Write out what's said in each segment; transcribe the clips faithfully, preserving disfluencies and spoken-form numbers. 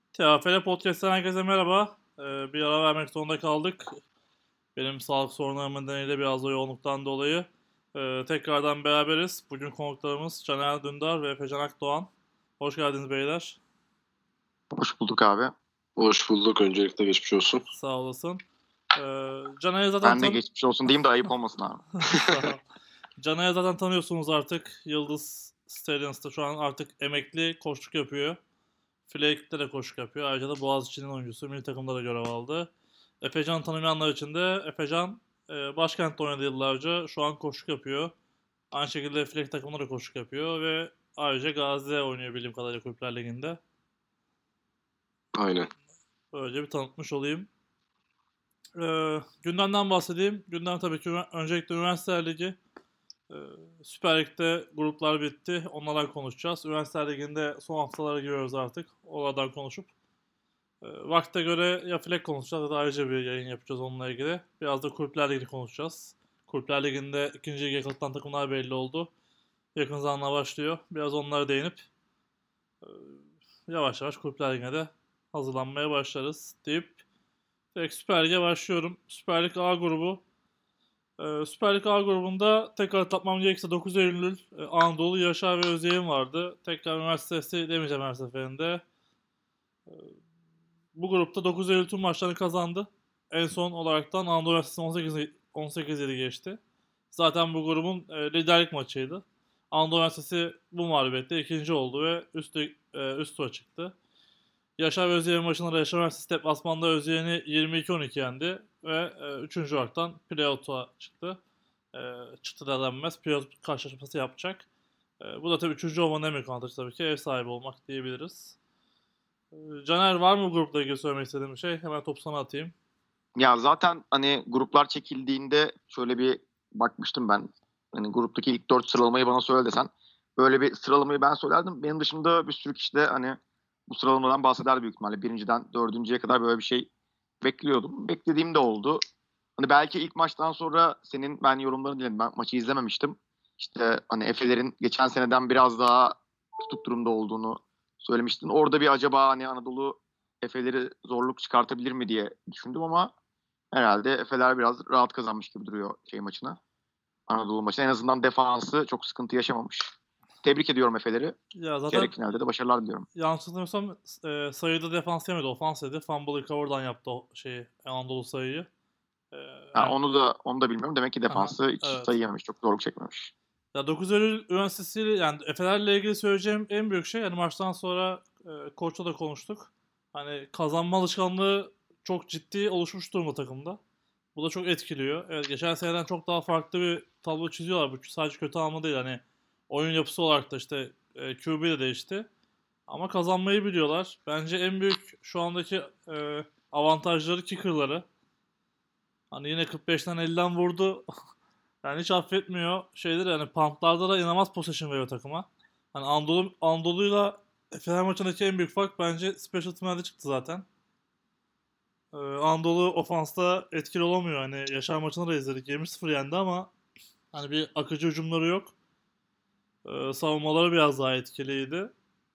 T A F L Podcast'ten herkese merhaba. Ee, bir ara vermek zorunda kaldık. Benim sağlık sorunlarım nedeniyle biraz da yoğunluktan dolayı. Ee, tekrardan beraberiz. Bugün konuklarımız Caner Dündar ve Efecan Akdoğan. Hoş geldiniz beyler. Hoş bulduk abi. Hoş bulduk. Öncelikle geçmiş olsun. Sağ olasın. Ee, Caner'i zaten Ben de tan- geçmiş olsun diyeyim de ayıp olmasın abi. Sağ ol. Caner'i zaten tanıyorsunuz artık. Yıldız Stallions'ta şu an artık emekli koçluk yapıyor. File ekipte de koçluk yapıyor. Ayrıca da Boğaziçi'nin oyuncusu. Milli takımda da görev aldı. Efecan tanımayanlar için de Efecan e, başkentte oynadı yıllarca. Şu an koçluk yapıyor. Aynı şekilde File takımında da koçluk yapıyor ve ayrıca Gazi'de oynuyor bildiğim kadarıyla Kulüpler Ligi'nde. Aynen. Böylece bir tanıtmış olayım. Ee, gündemden bahsedeyim. Gündem tabii ki öncelikle Üniversiteler Ligi. Ee, Süper Lig'de gruplar bitti. Onlardan konuşacağız. Üniversiteler Ligi'nde son haftalara giriyoruz artık. Oralardan konuşup e, vakte göre ya Fleck konuşacağız ya da ayrıca bir yayın yapacağız onunla ilgili. Biraz da Kulüpler Ligi'ni konuşacağız. Kulüpler Ligi'nde ikinci lige katılan takımlar belli oldu. Yakın zamanda başlıyor. Biraz onlara değinip e, yavaş yavaş Kulüpler Ligi'ne de hazırlanmaya başlarız deyip direkt Süper Lig'e başlıyorum. Süper Lig A grubu. Ee, Süper Lig A grubunda tekrar atlatmam gerekirse dokuz Eylül e, Anadolu Yaşar ve Özyeğin vardı. Tekrar üniversitesi demeyeceğim her seferinde. Ee, Bu grupta dokuz Eylül tüm maçlarını kazandı. En son olaraktan Anadolu Üniversitesi on sekiz, on sekiz yedi geçti. Zaten bu grubun e, liderlik maçıydı. Anadolu Üniversitesi bu mağlubiyette ikinci oldu ve üst, e, üst tura çıktı. Yaşar ve Özyeğin maçında da Yaşar Üniversitesi deplasmanda Özyeğin'i yirmi iki on iki yendi ve e, üçüncü olaraktan playout'a çıktı. E, çıktı da denmez. Playout karşılaşması yapacak. E, bu da tabii üçüncü olmanın en büyük avantajı tabii ki ev sahibi olmak diyebiliriz. E, Caner var mı bu grupla ilgili söylemek istediğim bir şey? Hemen topu sana atayım. Ya zaten hani gruplar çekildiğinde şöyle bir bakmıştım ben. Hani gruptaki ilk dört sıralamayı bana söyle desen. Böyle bir sıralamayı ben söylerdim. Benim dışımda bir sürü kişi de hani bu sıralamadan bahseder büyük ihtimalle. Birinciden dördüncüye kadar böyle bir şey bekliyordum. Beklediğim de oldu. Hani belki ilk maçtan sonra senin ben yorumlarını dinledim. Ben maçı izlememiştim. İşte hani Efe'lerin geçen seneden biraz daha tutuk durumda olduğunu söylemiştin. Orada bir acaba hani Anadolu Efe'leri zorluk çıkartabilir mi diye düşündüm ama herhalde Efe'ler biraz rahat kazanmış gibi duruyor şey maçına. Anadolu maçına. En azından defansı çok sıkıntı yaşamamış. Tebrik ediyorum Efe'leri. Ya zaten Çeyrek finalde de başarılar diliyorum. yanlış hatırlamıyorsam e, sayıda defans yemedi. Ofans yedi. Fumble recover'dan yaptı o şeyi Anadolu sayıyı. E, Ha, yani, onu da onu da bilmiyorum. Demek ki aha, defansı hiç evet. sayı yememiş. Çok zorluk çekmemiş. Ya dokuz Eylül Üniversitesi yani Efe'lerle ilgili söyleyeceğim en büyük şey yani maçtan sonra e, koçla da konuştuk. Hani kazanma alışkanlığı çok ciddi oluşmuş durumda takımda. Bu da çok etkiliyor. Evet geçen seneden çok daha farklı bir tablo çiziyorlar. Bu sadece kötü anlamda değil. Hani oyun yapısı olarak da işte e, Q B de değişti. Ama kazanmayı biliyorlar. Bence en büyük şu andaki e, avantajları kicker'ları. Hani yine kırk beşten elliden vurdu. Yani hiç affetmiyor. Şeydir yani puntlarda da inanılmaz possession veriyor takıma. Hani Anadolu, Anadolu'yla Fener maçındaki en büyük fark bence special team'lerde çıktı zaten. Ee, Anadolu ofansta etkili olamıyor. Hani Yaşar maçında da izledik. yirmi sıfır yendi ama hani bir akıcı hücumları yok. Ee, savunmaları biraz daha etkiliydi.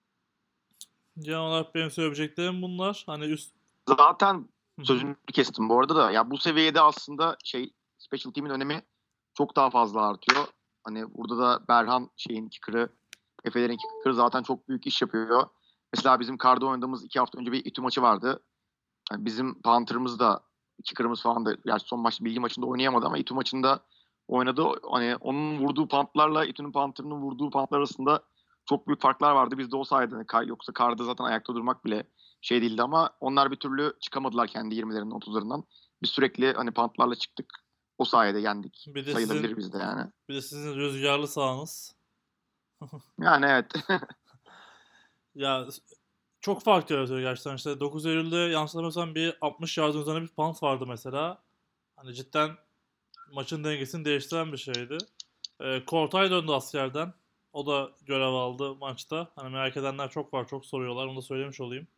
Genel olarak benim söyleyeceklerim bunlar. Hani üst... Zaten Hı hı. sözünü kestim bu arada da. Ya bu seviyede aslında şey special team'in önemi çok daha fazla artıyor. Hani burada da Berhan şeyin kicker'ı, Efe'lerin kicker'ı zaten çok büyük iş yapıyor. Mesela bizim Kar'da oynadığımız iki hafta önce bir İTÜ maçı vardı. Yani bizim Panther'ımız da kicker'ımız falan da gerçi son maçta bilgi maçında oynayamadı ama İTÜ maçında oynadı. Hani onun vurduğu pantlarla İTÜ'nün Panther'ının vurduğu pantlar arasında çok büyük farklar vardı. Biz de o sayede hani yoksa Kar'da zaten ayakta durmak bile şey değildi ama onlar bir türlü çıkamadılar kendi yirmilerinden otuzlarından. Biz sürekli hani pantlarla çıktık. O sayede yendik. Bir de Sayılabilir sizin bizde yani. bir de sizin rüzgarlı sahanız. Yani evet. Ya çok fark yaratıyor gerçekten. İşte dokuz Eylül'de yanlış hatırlamıyorsam bir altmış yardın üzerine bir punt vardı mesela. Hani cidden maçın dengesini değiştiren bir şeydi. Ee, Kortay döndü askerden. O da görev aldı maçta. Hani merak edenler çok var, çok soruyorlar. Onu da söylemiş olayım.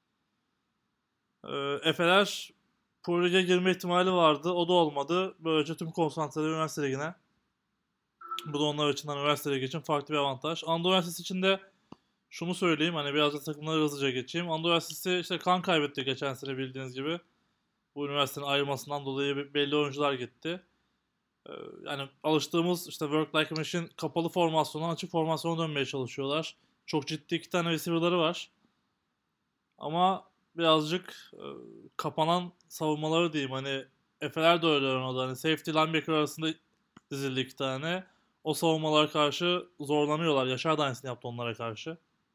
Ee, Efeler Pro Lig'e girme ihtimali vardı. O da olmadı. Böylece tüm konsantre üniversite ligine. Bu da onlar için, hani üniversite ligi için farklı bir avantaj. Anadolu Üniversitesi için de şunu söyleyeyim, hani biraz da takımları hızlıca geçeyim. Anadolu Üniversitesi işte kan kaybetti geçen sene bildiğiniz gibi. Bu üniversitenin ayrılmasından dolayı be- belli oyuncular gitti. Ee, yani alıştığımız işte Work Like a Machine kapalı formasyondan açık formasyona dönmeye çalışıyorlar. Çok ciddi iki tane receiver'ları var. Ama birazcık e, kapanan savunmaları diyeyim. Hani Efe'ler de öyle oynadı. Hani safety linebacker arasında dizildi iki tane. O savunmalara karşı zorlanıyorlar. Yaşar da aynısını yaptı onlara karşı.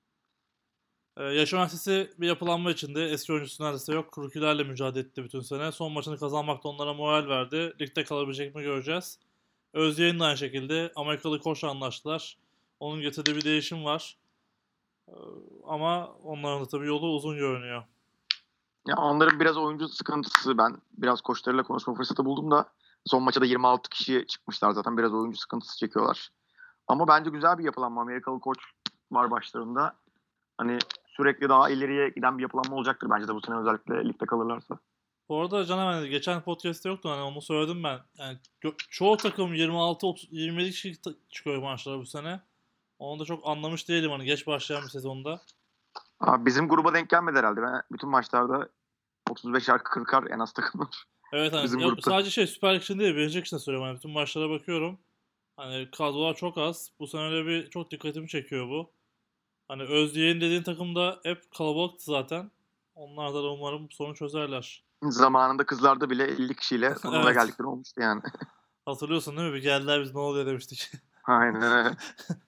Ee, Yaş Üniversitesi bir yapılanma içinde. Eski oyuncusu neredeyse yok. Rookie'lerle mücadele etti bütün sene. Son maçını kazanmak da onlara moral verdi. Ligde kalabilecek mi göreceğiz. Özyeğin de aynı şekilde. Amerikalı koçla anlaştılar. Onun getirdiği bir değişim var. Ee, ama onların da tabii yolu uzun görünüyor. Ya onların biraz oyuncu sıkıntısı, ben biraz koçlarıyla konuşma fırsatı buldum da son maça da yirmi altı kişi çıkmışlar zaten, biraz oyuncu sıkıntısı çekiyorlar. Ama bence güzel bir yapılanma. Amerikalı koç var başlarında. Hani sürekli daha ileriye giden bir yapılanma olacaktır bence de bu sene, özellikle ligde kalırlarsa. Bu arada Can hemen geçen podcast'te yoktu, hani onu söyledim ben. Yani gö- çoğu takım yirmi altı otuz yirmi yedi kişi ta- çıkıyor maçlara bu sene. Onu da çok anlamış değilim hani geç başlayan bir sezonda. Abi bizim gruba denk gelmedi herhalde. Ben bütün maçlarda otuz beşer kırkar en az takım var Evet, hani bizim ya grupta. sadece şey Süper Lig için değil, birinci için de söylüyorum. Hani bütün maçlara bakıyorum. Hani kadrolar çok az. Bu sene öyle bir çok dikkatimi çekiyor bu. Hani Özyeğin dediğin takımda hep kalabalıktı zaten. Onlar da umarım bu sorunu çözerler. Zamanında kızlarda bile elli kişiyle turnuvaya Evet. geldikleri olmuştu yani. Hatırlıyorsun değil mi? Bir geldiler biz ne oluyor demiştik. Aynen öyle.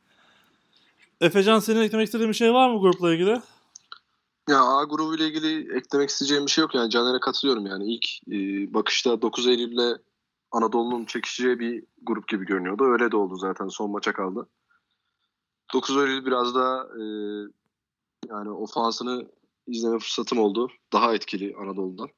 Efecan, senin eklemek istediğin bir şey var mı grupla ilgili? Ya A grubu ile ilgili eklemek isteyeceğim bir şey yok yani. Caner'e katılıyorum yani. İlk e, bakışta dokuz Eylül'le Anadolu'nun çekişeceği bir grup gibi görünüyordu. Öyle de oldu zaten. Son maça kaldı. dokuz Eylül biraz daha e, yani ofansını izleme fırsatım oldu. Daha etkili Anadolu'dan.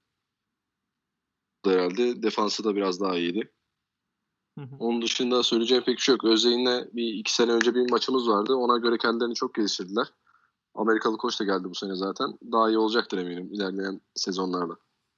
Herhalde defansı da biraz daha iyiydi. Hı hı. Onun dışında söyleyeceğim pek bir şey yok. Özyeğin'le bir iki sene önce bir maçımız vardı. Ona göre kendilerini çok geliştirdiler. Amerikalı koç da geldi bu sene zaten. Daha iyi olacaktır eminim ilerleyen sezonlarda.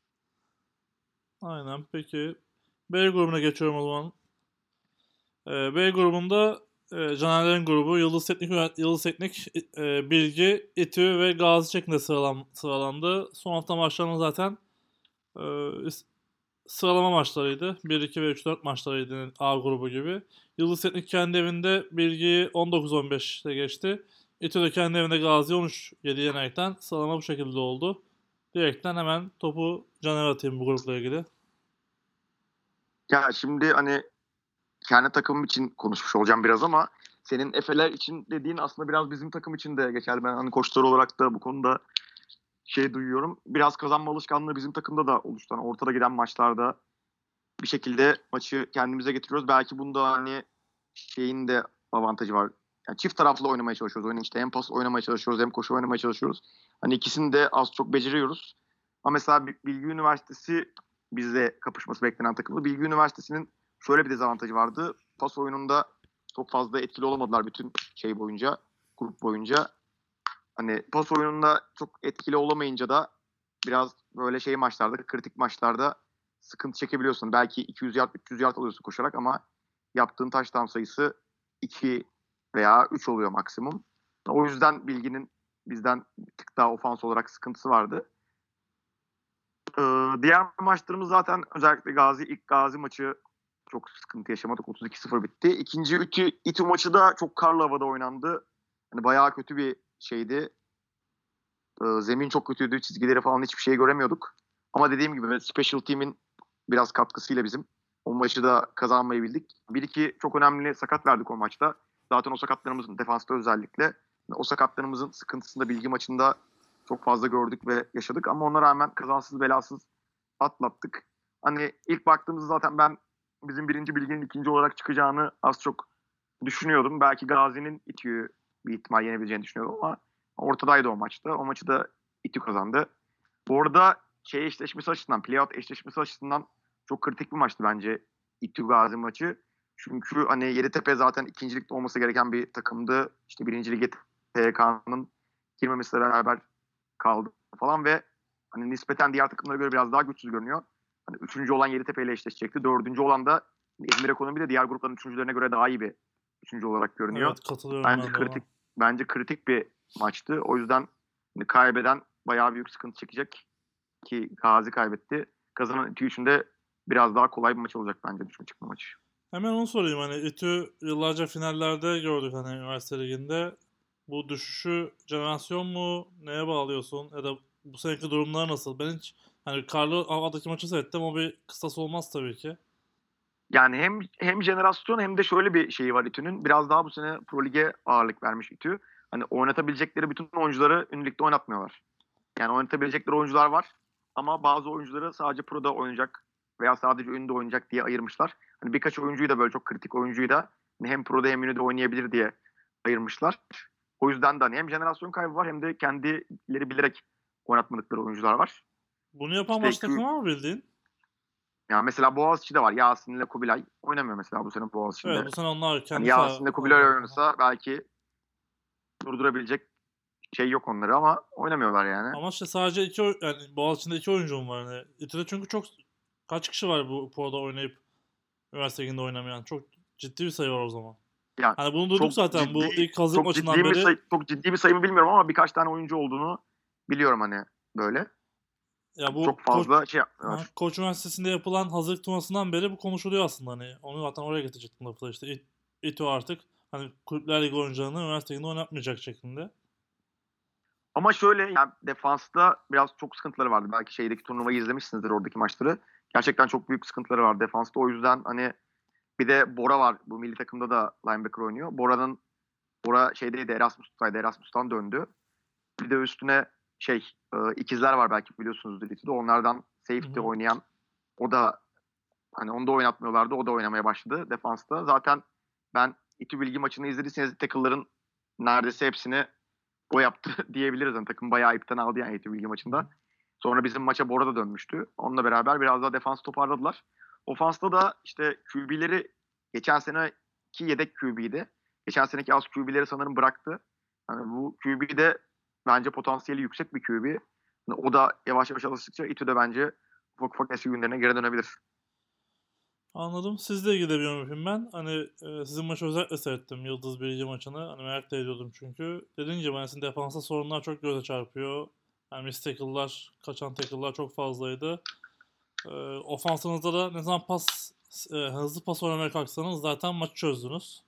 Aynen. Peki B grubuna geçiyorum o zaman. Ee, B grubunda e, Canerlerin grubu Yıldız Teknik, Yıldız Teknik, e, Bilgi, İTÜ ve Gazi şeklinde sıralan, sıralandı. Son hafta maçlarının zaten e, is- sıralama maçlarıydı. bir, iki ve üç dört maçlarıydı A grubu gibi. Yıldız Teknik kendi evinde Bilgi'yi on dokuz on beşte geçti. İTÜ de kendi evinde Gazi on üç yedi yenerekten sıralama bu şekilde oldu. Direkten hemen topu Caner'e atayım bu grupla ilgili. Ya şimdi hani kendi takımım için konuşmuş olacağım biraz ama senin Efeler için dediğin aslında biraz bizim takım için de geçerli. Ben hani koçlar olarak da bu konuda şey duyuyorum. Biraz kazanma alışkanlığı bizim takımda da oluştu. Hani ortada giden maçlarda bir şekilde maçı kendimize getiriyoruz. Belki bunda hani şeyin de avantajı var. Yani çift taraflı oynamaya çalışıyoruz. Oyunu işte hem pas oynamaya çalışıyoruz hem koşu oynamaya çalışıyoruz. Hani ikisini de az çok beceriyoruz. Ama mesela Bilgi Üniversitesi bizle kapışması beklenen takımı. Bilgi Üniversitesi'nin şöyle bir dezavantajı vardı. Pas oyununda çok fazla etkili olamadılar bütün şey boyunca, grup boyunca. Hani pas oyununda çok etkili olamayınca da biraz böyle şey maçlarda, kritik maçlarda sıkıntı çekebiliyorsun. Belki iki yüz yard, üç yüz yard alıyorsun koşarak ama yaptığın touchdown sayısı iki veya üç oluyor maksimum. O yüzden Bilgi'nin bizden bir tık daha ofans olarak sıkıntısı vardı. Ee, diğer maçlarımız zaten özellikle Gazi, ilk Gazi maçı çok sıkıntı yaşamadık. otuz iki sıfır bitti. İkinci İTÜ, İTÜ maçı da çok karlı havada oynandı. Hani bayağı kötü bir şeydi. Ee, zemin çok kötüydü. Çizgileri falan hiçbir şey göremiyorduk. Ama dediğim gibi special team'in biraz katkısıyla bizim o maçı da kazanmayı bildik. Bir iki çok önemli sakat verdik o maçta. Zaten o sakatlarımızın defansta özellikle o sakatlarımızın sıkıntısını da Bilgi maçında çok fazla gördük ve yaşadık. Ama ona rağmen kazansız belasız atlattık. Hani ilk baktığımızda zaten ben bizim birinci Bilgi'nin ikinci olarak çıkacağını az çok düşünüyordum. Belki Gazi'nin İTÜ'yü bir ihtimal yenebileceğini düşünüyordum ama ortadaydı o maçta. O maçı da İTÜ kazandı. Bu arada şey eşleşmesi açısından, playout eşleşmesi açısından çok kritik bir maçtı bence İTÜ Gazi maçı. Çünkü hani Yeditepe zaten ikincilikte olması gereken bir takımdı. İşte birinci lige T Y K'nın girmemesiyle beraber kaldı falan ve hani nispeten diğer takımlara göre biraz daha güçsüz görünüyor. Hani üçüncü olan Yeditepe ile eşleşecekti. Dördüncü olan da İzmir Ekonomi de diğer grupların üçüncülerine göre daha iyi bir üçüncü olarak görünüyor. Evet, katılıyorum Bence ben de kritik ona. bence kritik bir maçtı. O yüzden hani kaybeden bayağı büyük sıkıntı çekecek ki Gazi kaybetti. Kazanan İTÜ için de biraz daha kolay bir maç olacak bence düşme çıkma maçı. Hemen onu sorayım, hani İTÜ yıllarca finallerde gördük hani üniversite liginde. Bu düşüşü jenerasyon mu? Neye bağlıyorsun? Ya da bu seneki durumlar nasıl? Ben hiç hani Karlı Hava'daki maçı seyrettim. O bir kıstas olmaz tabii ki. Yani hem hem jenerasyon hem de şöyle bir şeyi var İTÜ'nün. Biraz daha bu sene Pro Lig'e ağırlık vermiş İTÜ. Hani oynatabilecekleri bütün oyuncuları ünlü ligde oynatmıyorlar. Yani oynatabilecekleri oyuncular var ama bazı oyuncuları sadece Pro'da oynayacak veya sadece ünlüde oynayacak diye ayırmışlar. Hani birkaç oyuncuyu da böyle çok kritik oyuncuyu da hani hem Pro'da hem ünlüde oynayabilir diye ayırmışlar. O yüzden de hani hem jenerasyon kaybı var hem de kendileri bilerek oynatmadıkları oyuncular var. Bunu yapan İşte baş Q, takım var mı bildiğin? yani mesela Boğaziçi'de var. Yasin ile Kubilay oynamıyor mesela bu sene Evet, Boğaziçi'nde. bu sene onlar Hani kendi Yasin ile saha Kubilay oynuyor. oynasa belki durdurabilecek şey yok onları ama oynamıyorlar yani. Ama işte sadece iki oy- yani Boğaziçi'nde iki oyuncum var. Yani İTÜ'de çünkü çok kaç kişi var bu Pro'da oynayıp üniversite liginde oynamayan? Çok ciddi bir sayı var o zaman. Yani Hani bunu duyduk çok zaten bu ciddi ilk hazırlık çok maçından ciddi bir beri. sayı, çok ciddi bir sayı mı bilmiyorum ama birkaç tane oyuncu olduğunu biliyorum hani böyle. Ya Çok bu Koç, fazla şey ha, yapmıyorlar. Koç Üniversitesi'nde yapılan hazırlık turnuvasından beri bu konuşuluyor aslında hani. Onu zaten oraya getirecektim lafı da işte. İ- İTÜ artık hani Kulüpler Ligi oyuncularını üniversite liginde oynatmayacak şeklinde. Ama şöyle yani defansta biraz çok sıkıntıları vardı. Belki şeydeki turnuvayı izlemişsinizdir oradaki maçları. Gerçekten çok büyük sıkıntıları var defansta. O yüzden hani bir de Bora var. Bu milli takımda da linebacker oynuyor. Bora'nın Bora şeydeydi Erasmus'taydı. Erasmus'tan döndü. Bir de üstüne şey e, ikizler var belki biliyorsunuzdur İTÜ'de. Onlardan Hı safety hı. oynayan o da hani onu da oynatmıyorlardı. O da oynamaya başladı defansta. Zaten ben İTÜ Bilgi maçını izlediyseniz tackle'ların neredeyse hepsini o yaptı diyebiliriz. Yani takım bayağı ipten aldı yani İTÜ Bilgi maçında. Sonra bizim maça Bora da dönmüştü. Onunla beraber biraz daha defans toparladılar. Ofansta da işte Q B'leri geçen seneki yedek Q B'ydi. Geçen seneki az Q B'leri sanırım bıraktı. Hani bu Q B de bence potansiyeli yüksek bir Q B. Yani o da yavaş yavaş alıştıkça İTÜ de bence ufak ufak eski günlerine geri dönebilir. Anladım. Sizle ilgili de bir yorum yapayım ben. Hani e, sizin maçı özellikle seyrettim. Yıldız Bilgi maçını. Hani merak da ediyordum çünkü. Dediğim gibi hani sizin defansa sorunlar çok göze çarpıyor. Yani miss tackle'lar, kaçan tackle'lar çok fazlaydı. E, Ofansınızda da ne zaman pas e, hızlı pas oynamaya kalksanız zaten maçı çözdünüz.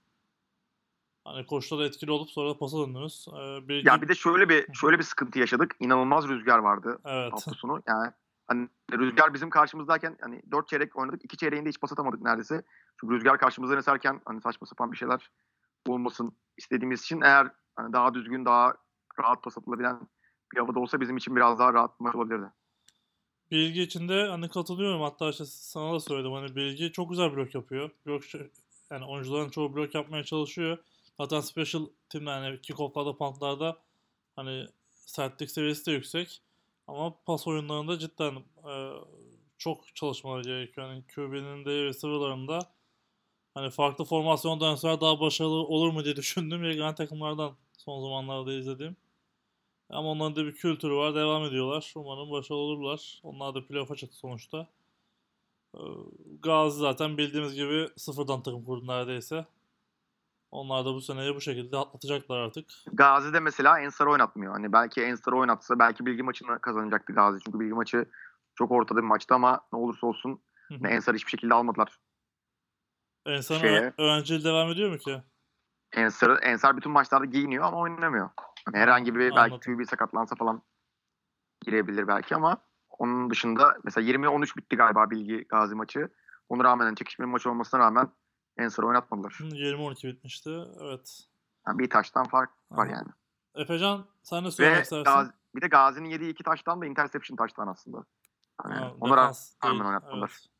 Hani koşuda da etkili olup sonra da pasa döndünüz. E, Ya bilgi bir de şöyle bir şöyle bir sıkıntı yaşadık. İnanılmaz rüzgar vardı evet. hafta sonu. Yani hani rüzgar bizim karşımızdayken hani dört çeyrek oynadık. iki çeyreğinde hiç pas atamadık neredeyse. Çünkü rüzgar karşımızdan eserken hani saçma sapan bir şeyler olmasın istediğimiz için eğer hani daha düzgün, daha rahat pas atılabilen bir havada olsa bizim için biraz daha rahat bir maç olabilirdi. Bilgi içinde hani katılıyorum. Hatta işte sana da söyledim. Hani Bilgi çok güzel blok yapıyor. Blok şey- yani oyuncuların çoğu blok yapmaya çalışıyor. Zaten special team yani kickoff'larda, punt'larda hani sertlik seviyesi de yüksek. Ama pas oyunlarında cidden e, çok çalışmaları gerekiyor. Yani Q B'nin de receiver'larında hani farklı formasyon dönseler daha başarılı olur mu diye düşündüğüm yegane takımlardan son zamanlarda izlediğim. Ama onların da bir kültürü var. Devam ediyorlar. Umarım başarılı olurlar. Onlar da playoff'a çıktı sonuçta. Ee, Gazi zaten bildiğimiz gibi sıfırdan takım kurdu neredeyse. Onlar da bu seneyi bu şekilde atlatacaklar artık. Gazi'de mesela Ensar'ı oynatmıyor. Hani belki Ensar'ı oynatsa belki Bilgi maçını kazanacaktı Gazi. Çünkü Bilgi maçı çok ortada bir maçtı ama ne olursa olsun Hı hani hı. Ensar'ı hiçbir şekilde almadılar Ensar'ın öğ- şeye. öğrenciliği devam ediyor mu ki? Ensar, Ensar bütün maçlarda giyiniyor ama oynamıyor. Hani Ha, herhangi bir belki anladım. Q B sakatlansa falan girebilir belki ama onun dışında mesela yirmi on üç bitti galiba Bilgi Gazi maçı. Ona rağmen yani çekişmeli maç olmasına rağmen Ensar'ı oynatmadılar. yirmi on iki bitmişti. Evet. Yani bir taştan fark var Aha. yani. Efecan sen ne söylemek Ve istersin? Gazi, bir de Gazi'nin yediği iki taştan da interception taştan aslında. Hani Ha, ona defans rağmen değil. oynatmadılar. Evet.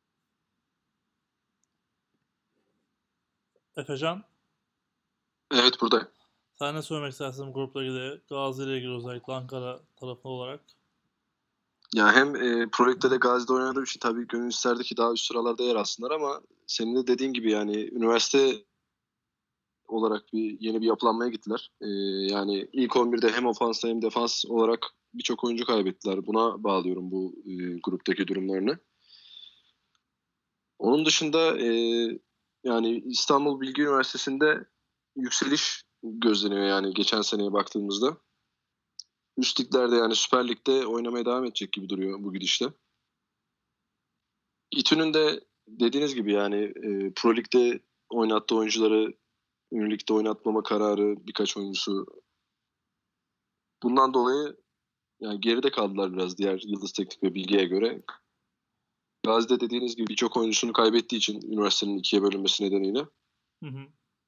Efecan Evet, buradayım. sen ne söylemek istersin bu grupla ilgili? Gazi ile ilgili özellikle Ankara tarafı olarak. Ya hem e, Pro Lig'de de Gazi'de oynadığım için tabii gönül isterdi ki daha üst sıralarda yer alsınlar ama senin de dediğin gibi yani üniversite olarak bir yeni bir yapılanmaya gittiler. E, yani ilk on birde hem ofansta hem defans olarak birçok oyuncu kaybettiler. Buna bağlıyorum bu e, gruptaki durumlarını. Onun dışında e, yani İstanbul Bilgi Üniversitesi'nde yükseliş gözleniyor yani geçen seneye baktığımızda. Üst liglerde yani Süper Lig'de oynamaya devam edecek gibi duruyor bu gidişle. İTÜ'nün de dediğiniz gibi yani e, Pro Lig'de oynattığı oyuncuları Ünlü Lig'de oynatmama kararı birkaç oyuncusu. Bundan dolayı yani geride kaldılar biraz diğer Yıldız Teknik ve Bilgi'ye göre. Gazi'de dediğiniz gibi birçok oyuncusunu kaybettiği için üniversitenin ikiye bölünmesi nedeniyle. Hı hı.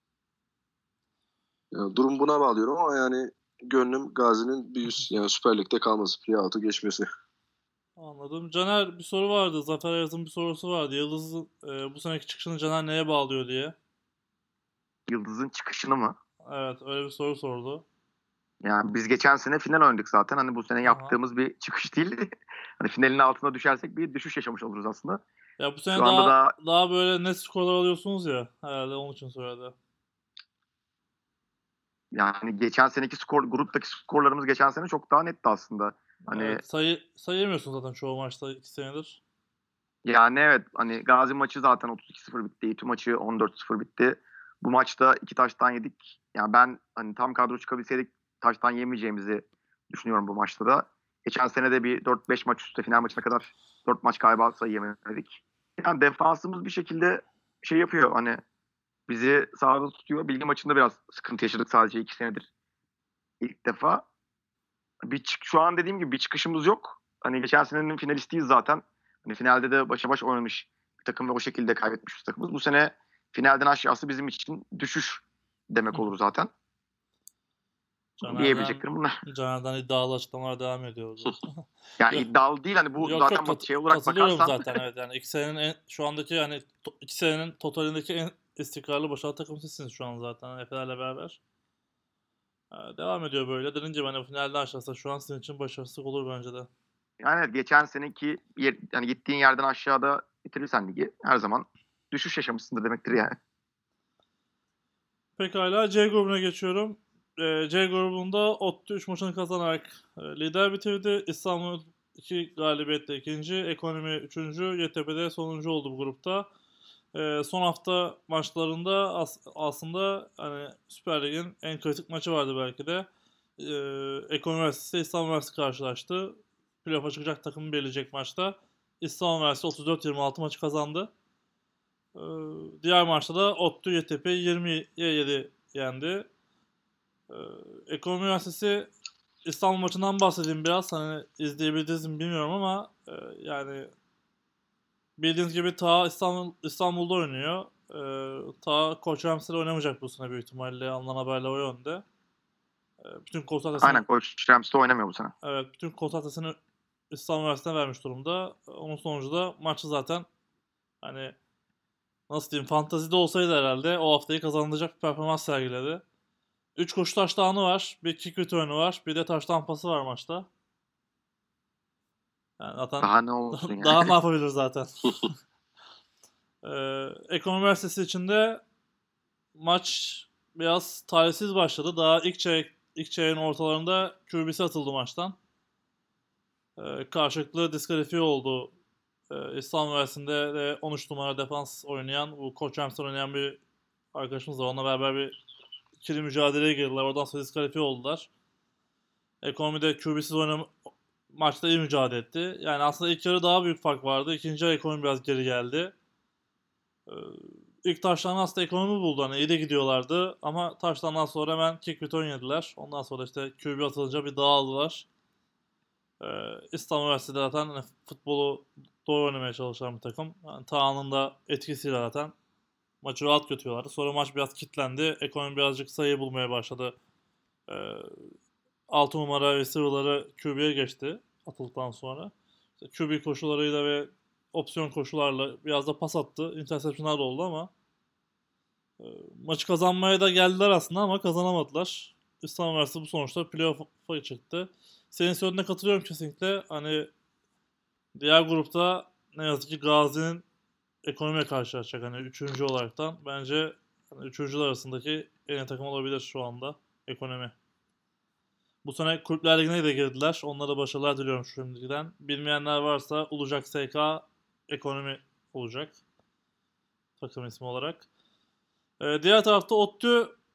Yani durum buna bağlıyorum ama yani gönlüm Gazi'nin bir üst yani Süper Lig'de kalması, playout'u geçmesi. Anladım. Caner bir soru vardı. Zafer Ayaz'ın bir sorusu vardı. Yıldız'ın e, bu seneki çıkışını Caner neye bağlıyor diye. Yıldız'ın çıkışını mı? Evet, öyle bir soru sordu. Yani biz geçen sene final oynadık zaten. Hani bu sene Aha. yaptığımız bir çıkış değil. Hani finalin altına düşersek bir düşüş yaşamış oluruz aslında. Ya bu sene Şu anda daha da daha böyle net skorlar alıyorsunuz ya. Herhalde onun için söyledi. yani geçen seneki skor, gruptaki skorlarımız geçen sene çok daha netti aslında. Hani Evet, sayı sayamıyorsun zaten çoğu maçta iki senedir. yani evet, hani Gazi maçı zaten otuz iki sıfır bitti. İTÜ maçı on dört sıfır bitti. Bu maçta iki taştan yedik. Yani ben hani tam kadro çıkabilseydik taştan yemeyeceğimizi düşünüyorum bu maçta da. Geçen sene de bir dört beş maç üstte final maçına kadar dört maç galiba sayı yemedik. Yani defansımız bir şekilde şey yapıyor, hani bizi sahada tutuyor. Bilgi maçında biraz sıkıntı yaşadık sadece iki senedir ilk defa. Bir çık, şu an dediğim gibi bir çıkışımız yok. Hani geçen senenin finalistiyiz zaten. Hani finalde de başa baş oynamış bir takım ve o şekilde kaybetmiş bir takımız. Bu sene finalden aşağısı bizim için düşüş demek olur zaten. Caner'den Diyebileceklerim bunlar. Caner'den iddialı açıklamalar devam ediyor. Yani Yok, iddialı değil, hani bu yok yok zaten kat- şey olarak katılıyorum bakarsan zaten, evet, yani iki senenin en, şu andaki yani to- iki senenin totalindeki en istikrarlı başarılı takım sizsiniz şu an zaten Efe'lerle beraber. Ee, devam ediyor böyle. Dediğim gibi hani finalde aşağısı şu an sizin için başarısız olur bence de. yani geçen seneki yer, yani gittiğin yerden aşağıda bitirirsen ligi her zaman düşüş yaşamışsındır demektir yani. Pekala, C grubuna geçiyorum. Ee, C grubunda ODTÜ üç maçını kazanarak e, lider bitirdi. İstanbul iki galibiyetle ikinci. Ekonomi üçüncü. Y T P'de sonuncu oldu bu grupta. Ee, son hafta maçlarında as- aslında hani Süper Lig'in en kritik maçı vardı belki de. Ee, Ekonomi Üniversitesi ile İstanbul Üniversitesi karşılaştı. Playoff'a çıkacak takımı belirleyecek maçta. İstanbul Üniversitesi otuz dört yirmi altı maçı kazandı. Ee, diğer maçta da ODTÜ Y T P yirmiye yedi yendi. Ee, Ekonomi Üniversitesi İstanbul maçından bahsedeyim biraz. Hani izleyebildiniz mi bilmiyorum ama e, yani bildiğiniz gibi Ta İstanbul İstanbul'da oynuyor. Ee, Ta Koç Ramsey'le oynamayacak bu sene büyük ihtimalle. Alınan haberler o yönde. Ee, bütün Aynen, konsantrasını Koç Ramsey oynamıyor bu sene. evet bütün konsantrasını İstanbul Üniversitesi'ne vermiş durumda. Onun sonucu da maçı zaten hani nasıl diyeyim, fantazide olsaydı herhalde o haftayı kazanılacak bir performans sergiledi. üç koşu taştanı var. Bir kick return'ü var. Bir de taştan pası var maçta. Yani zaten Daha ne olsun yani. daha ne yapabilir zaten. ee, Ekonomi Üniversitesi için de maç biraz talihsiz başladı. Daha ilk çeyrek, ilk çeyreğin ortalarında Q B'si atıldı maçtan. Ee, karşılıklı diskalifiye oldu. Ee, İstanbul Üniversitesi'nde de on üç numara defans oynayan, bu Koç Ramsey oynayan bir arkadaşımız var. Onunla beraber bir ikili mücadeleye girdiler. Oradan sonra diskalifiye oldular. Ekonomide Q B'siz oynama maçta iyi mücadele etti. Yani aslında ilk yarı daha büyük fark vardı. İkinci yarı ekonomi biraz geri geldi. Ee, ilk taştan aslında ekonomi buldu. Hani iyi de gidiyorlardı. Ama taştandan sonra hemen kick return yediler. Ondan sonra işte Q B atılınca bir dağıldılar. Ee, İstanbul Üniversitesi'de zaten hani futbolu doğru oynamaya çalışan bir takım. Yani Taha'nın da etkisiyle zaten maçı rahat götürüyorlardı. Sonra maç biraz kilitlendi. Ekonomi birazcık sayı bulmaya başladı. Ee, altı numara receiver'ları Q B'ye geçti atıldıktan sonra. İşte Q B koşularıyla ve opsiyon koşularla biraz da pas attı. Interception'lar da oldu ama e, maçı kazanmaya da geldiler aslında ama kazanamadılar. İstanbul Üniversitesi bu sonuçta playoff'a çıktı. Senin söylediğine katılıyorum kesinlikle. Hani diğer grupta ne yazık ki Gazi'nin ekonomiye karşılaşacak. Hani üçüncü olaraktan. Bence hani üçüncüler arasındaki en iyi takım olabilir şu anda ekonomi. Bu sene Kulüpler Ligi'ne de girdiler. Onlara başarılar diliyorum şimdiden. Bilmeyenler varsa Ulucak S K Ekonomi olacak takım ismi olarak. Ee, diğer tarafta ODTÜ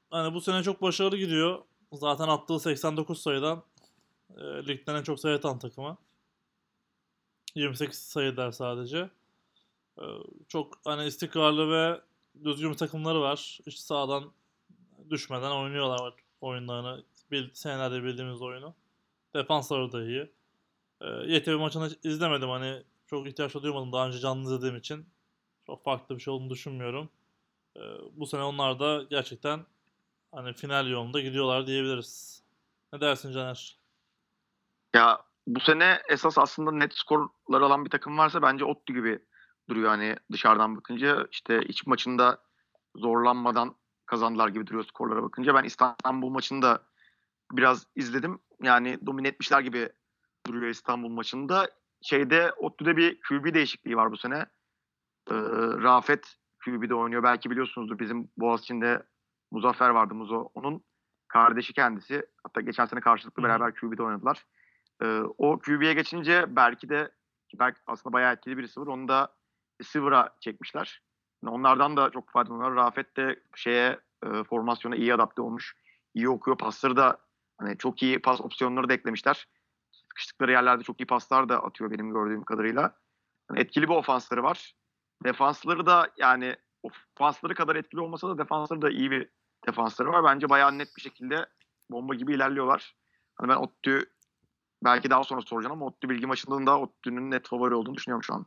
hani bu sene çok başarılı gidiyor. Zaten attığı seksen dokuz sayıdan e, ligden en çok sayı atan takımı. yirmi sekiz sayılar sadece. E, çok hani istikrarlı ve düzgün bir takımları var. İşte sahadan düşmeden oynuyorlar oyunlarını. Bil, senelerde bildiğimiz oyunu. Defansları da iyi. E, Y T B maçını hiç izlemedim, hani çok ihtiyaç da duymadım daha önce canlı izlediğim için. Çok farklı bir şey olduğunu düşünmüyorum. E, bu sene onlar da gerçekten hani final yolunda gidiyorlar diyebiliriz. Ne dersin Caner? Ya bu sene esas aslında net skorları alan bir takım varsa bence ODTÜ gibi duruyor hani dışarıdan bakınca. İşte iç maçında zorlanmadan kazandılar gibi duruyor skorlara bakınca. Ben İstanbul maçını da biraz izledim. Yani domine etmişler gibi duruyor İstanbul maçında. Şeyde ODTÜ'de bir Q B değişikliği var bu sene. Ee, Rafet Q B'de oynuyor. Belki biliyorsunuzdur, bizim Boğaziçi'nde Muzaffer vardı, Muzo. Onun kardeşi kendisi. Hatta geçen sene karşılıklı Hı hı. beraber Q B'de oynadılar. Ee, o Q B'ye geçince Berk'i de, Berk aslında bayağı etkili bir receiver. Onu da receiver'a çekmişler. Yani onlardan da çok faydalanıyorlar. Rafet de şeye e, formasyona iyi adapte olmuş. İyi okuyor. Pasları da hani çok iyi pas opsiyonları da eklemişler. Sıkıştıkları yerlerde çok iyi paslar da atıyor benim gördüğüm kadarıyla. Yani etkili bir ofansları var. Defansları da yani ofansları kadar etkili olmasa da defansları da iyi bir defansları var. Bence bayağı net bir şekilde bomba gibi ilerliyorlar. Hani ben ODTÜ, belki daha sonra soracağım ama ODTÜ bilgi maçından da ODTÜ'nün net favori olduğunu düşünüyorum şu an.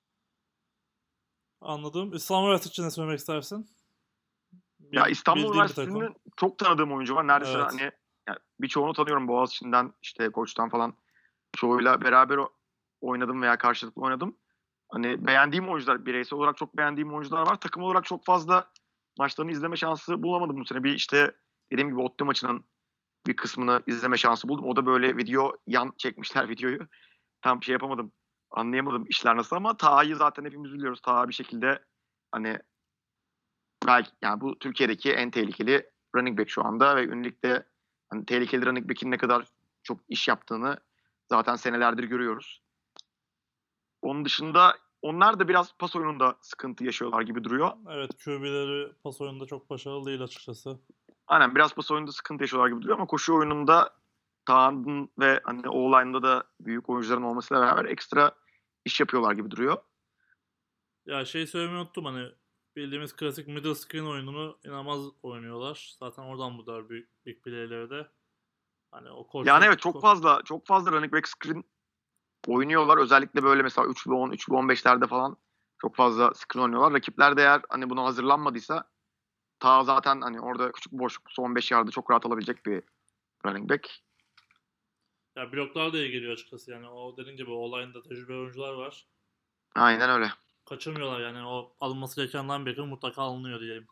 Anladım. İstanbul Üniversitesi için ne söylemek istersin? Ya Bil, İstanbul bildiğim bir takım. Üniversitesi'nin çok tanıdığım oyuncu var. Neredeyse Evet. hani yani birçoğunu tanıyorum. Boğaziçi'nden, işte Koç'tan falan çoğuyla beraber oynadım veya karşılıklı oynadım. Hani beğendiğim oyuncular, bireysel olarak çok beğendiğim oyuncular var. Takım olarak çok fazla maçlarını izleme şansı bulamadım bu sene. Bir işte dediğim gibi ODTÜ maçının bir kısmını izleme şansı buldum. O da böyle video yan çekmişler videoyu. Tam şey yapamadım. Anlayamadım işler nasıl ama Taha'yı zaten hepimiz biliyoruz. Taha bir şekilde hani belki yani bu Türkiye'deki en tehlikeli running back şu anda ve Unileague'de hani tehlikeli running back'in ne kadar çok iş yaptığını zaten senelerdir görüyoruz. Onun dışında onlar da biraz pas oyununda sıkıntı yaşıyorlar gibi duruyor. Evet, Q B'leri pas oyununda çok başarılı değil açıkçası. Aynen biraz pas oyununda sıkıntı yaşıyorlar gibi duruyor ama koşu oyununda Taha'nın ve hani O-line'da da büyük oyuncuların olmasıyla beraber ekstra iş yapıyorlar gibi duruyor. Ya şey söylemeyi unuttum, hani bildiğimiz klasik middle screen oyununu inanılmaz oynuyorlar. Zaten oradan bu kadar büyük big play'leri de. Hani o Yani koçluk evet çok ko- fazla çok fazla running back screen oynuyorlar. Özellikle böyle mesela üç ve on, üç ve on beşlerde falan çok fazla screen oynuyorlar. Rakipler de eğer hani buna hazırlanmadıysa ta zaten hani orada küçük bir boşluk son beş yardı çok rahat alabilecek bir running back. ya bloklar da iyi geliyor açıkçası, yani o dediğin gibi online'da tecrübeli oyuncular var. Aynen öyle. Kaçırmıyorlar yani, o alınması gerekenden biri mutlaka alınıyor diyelim.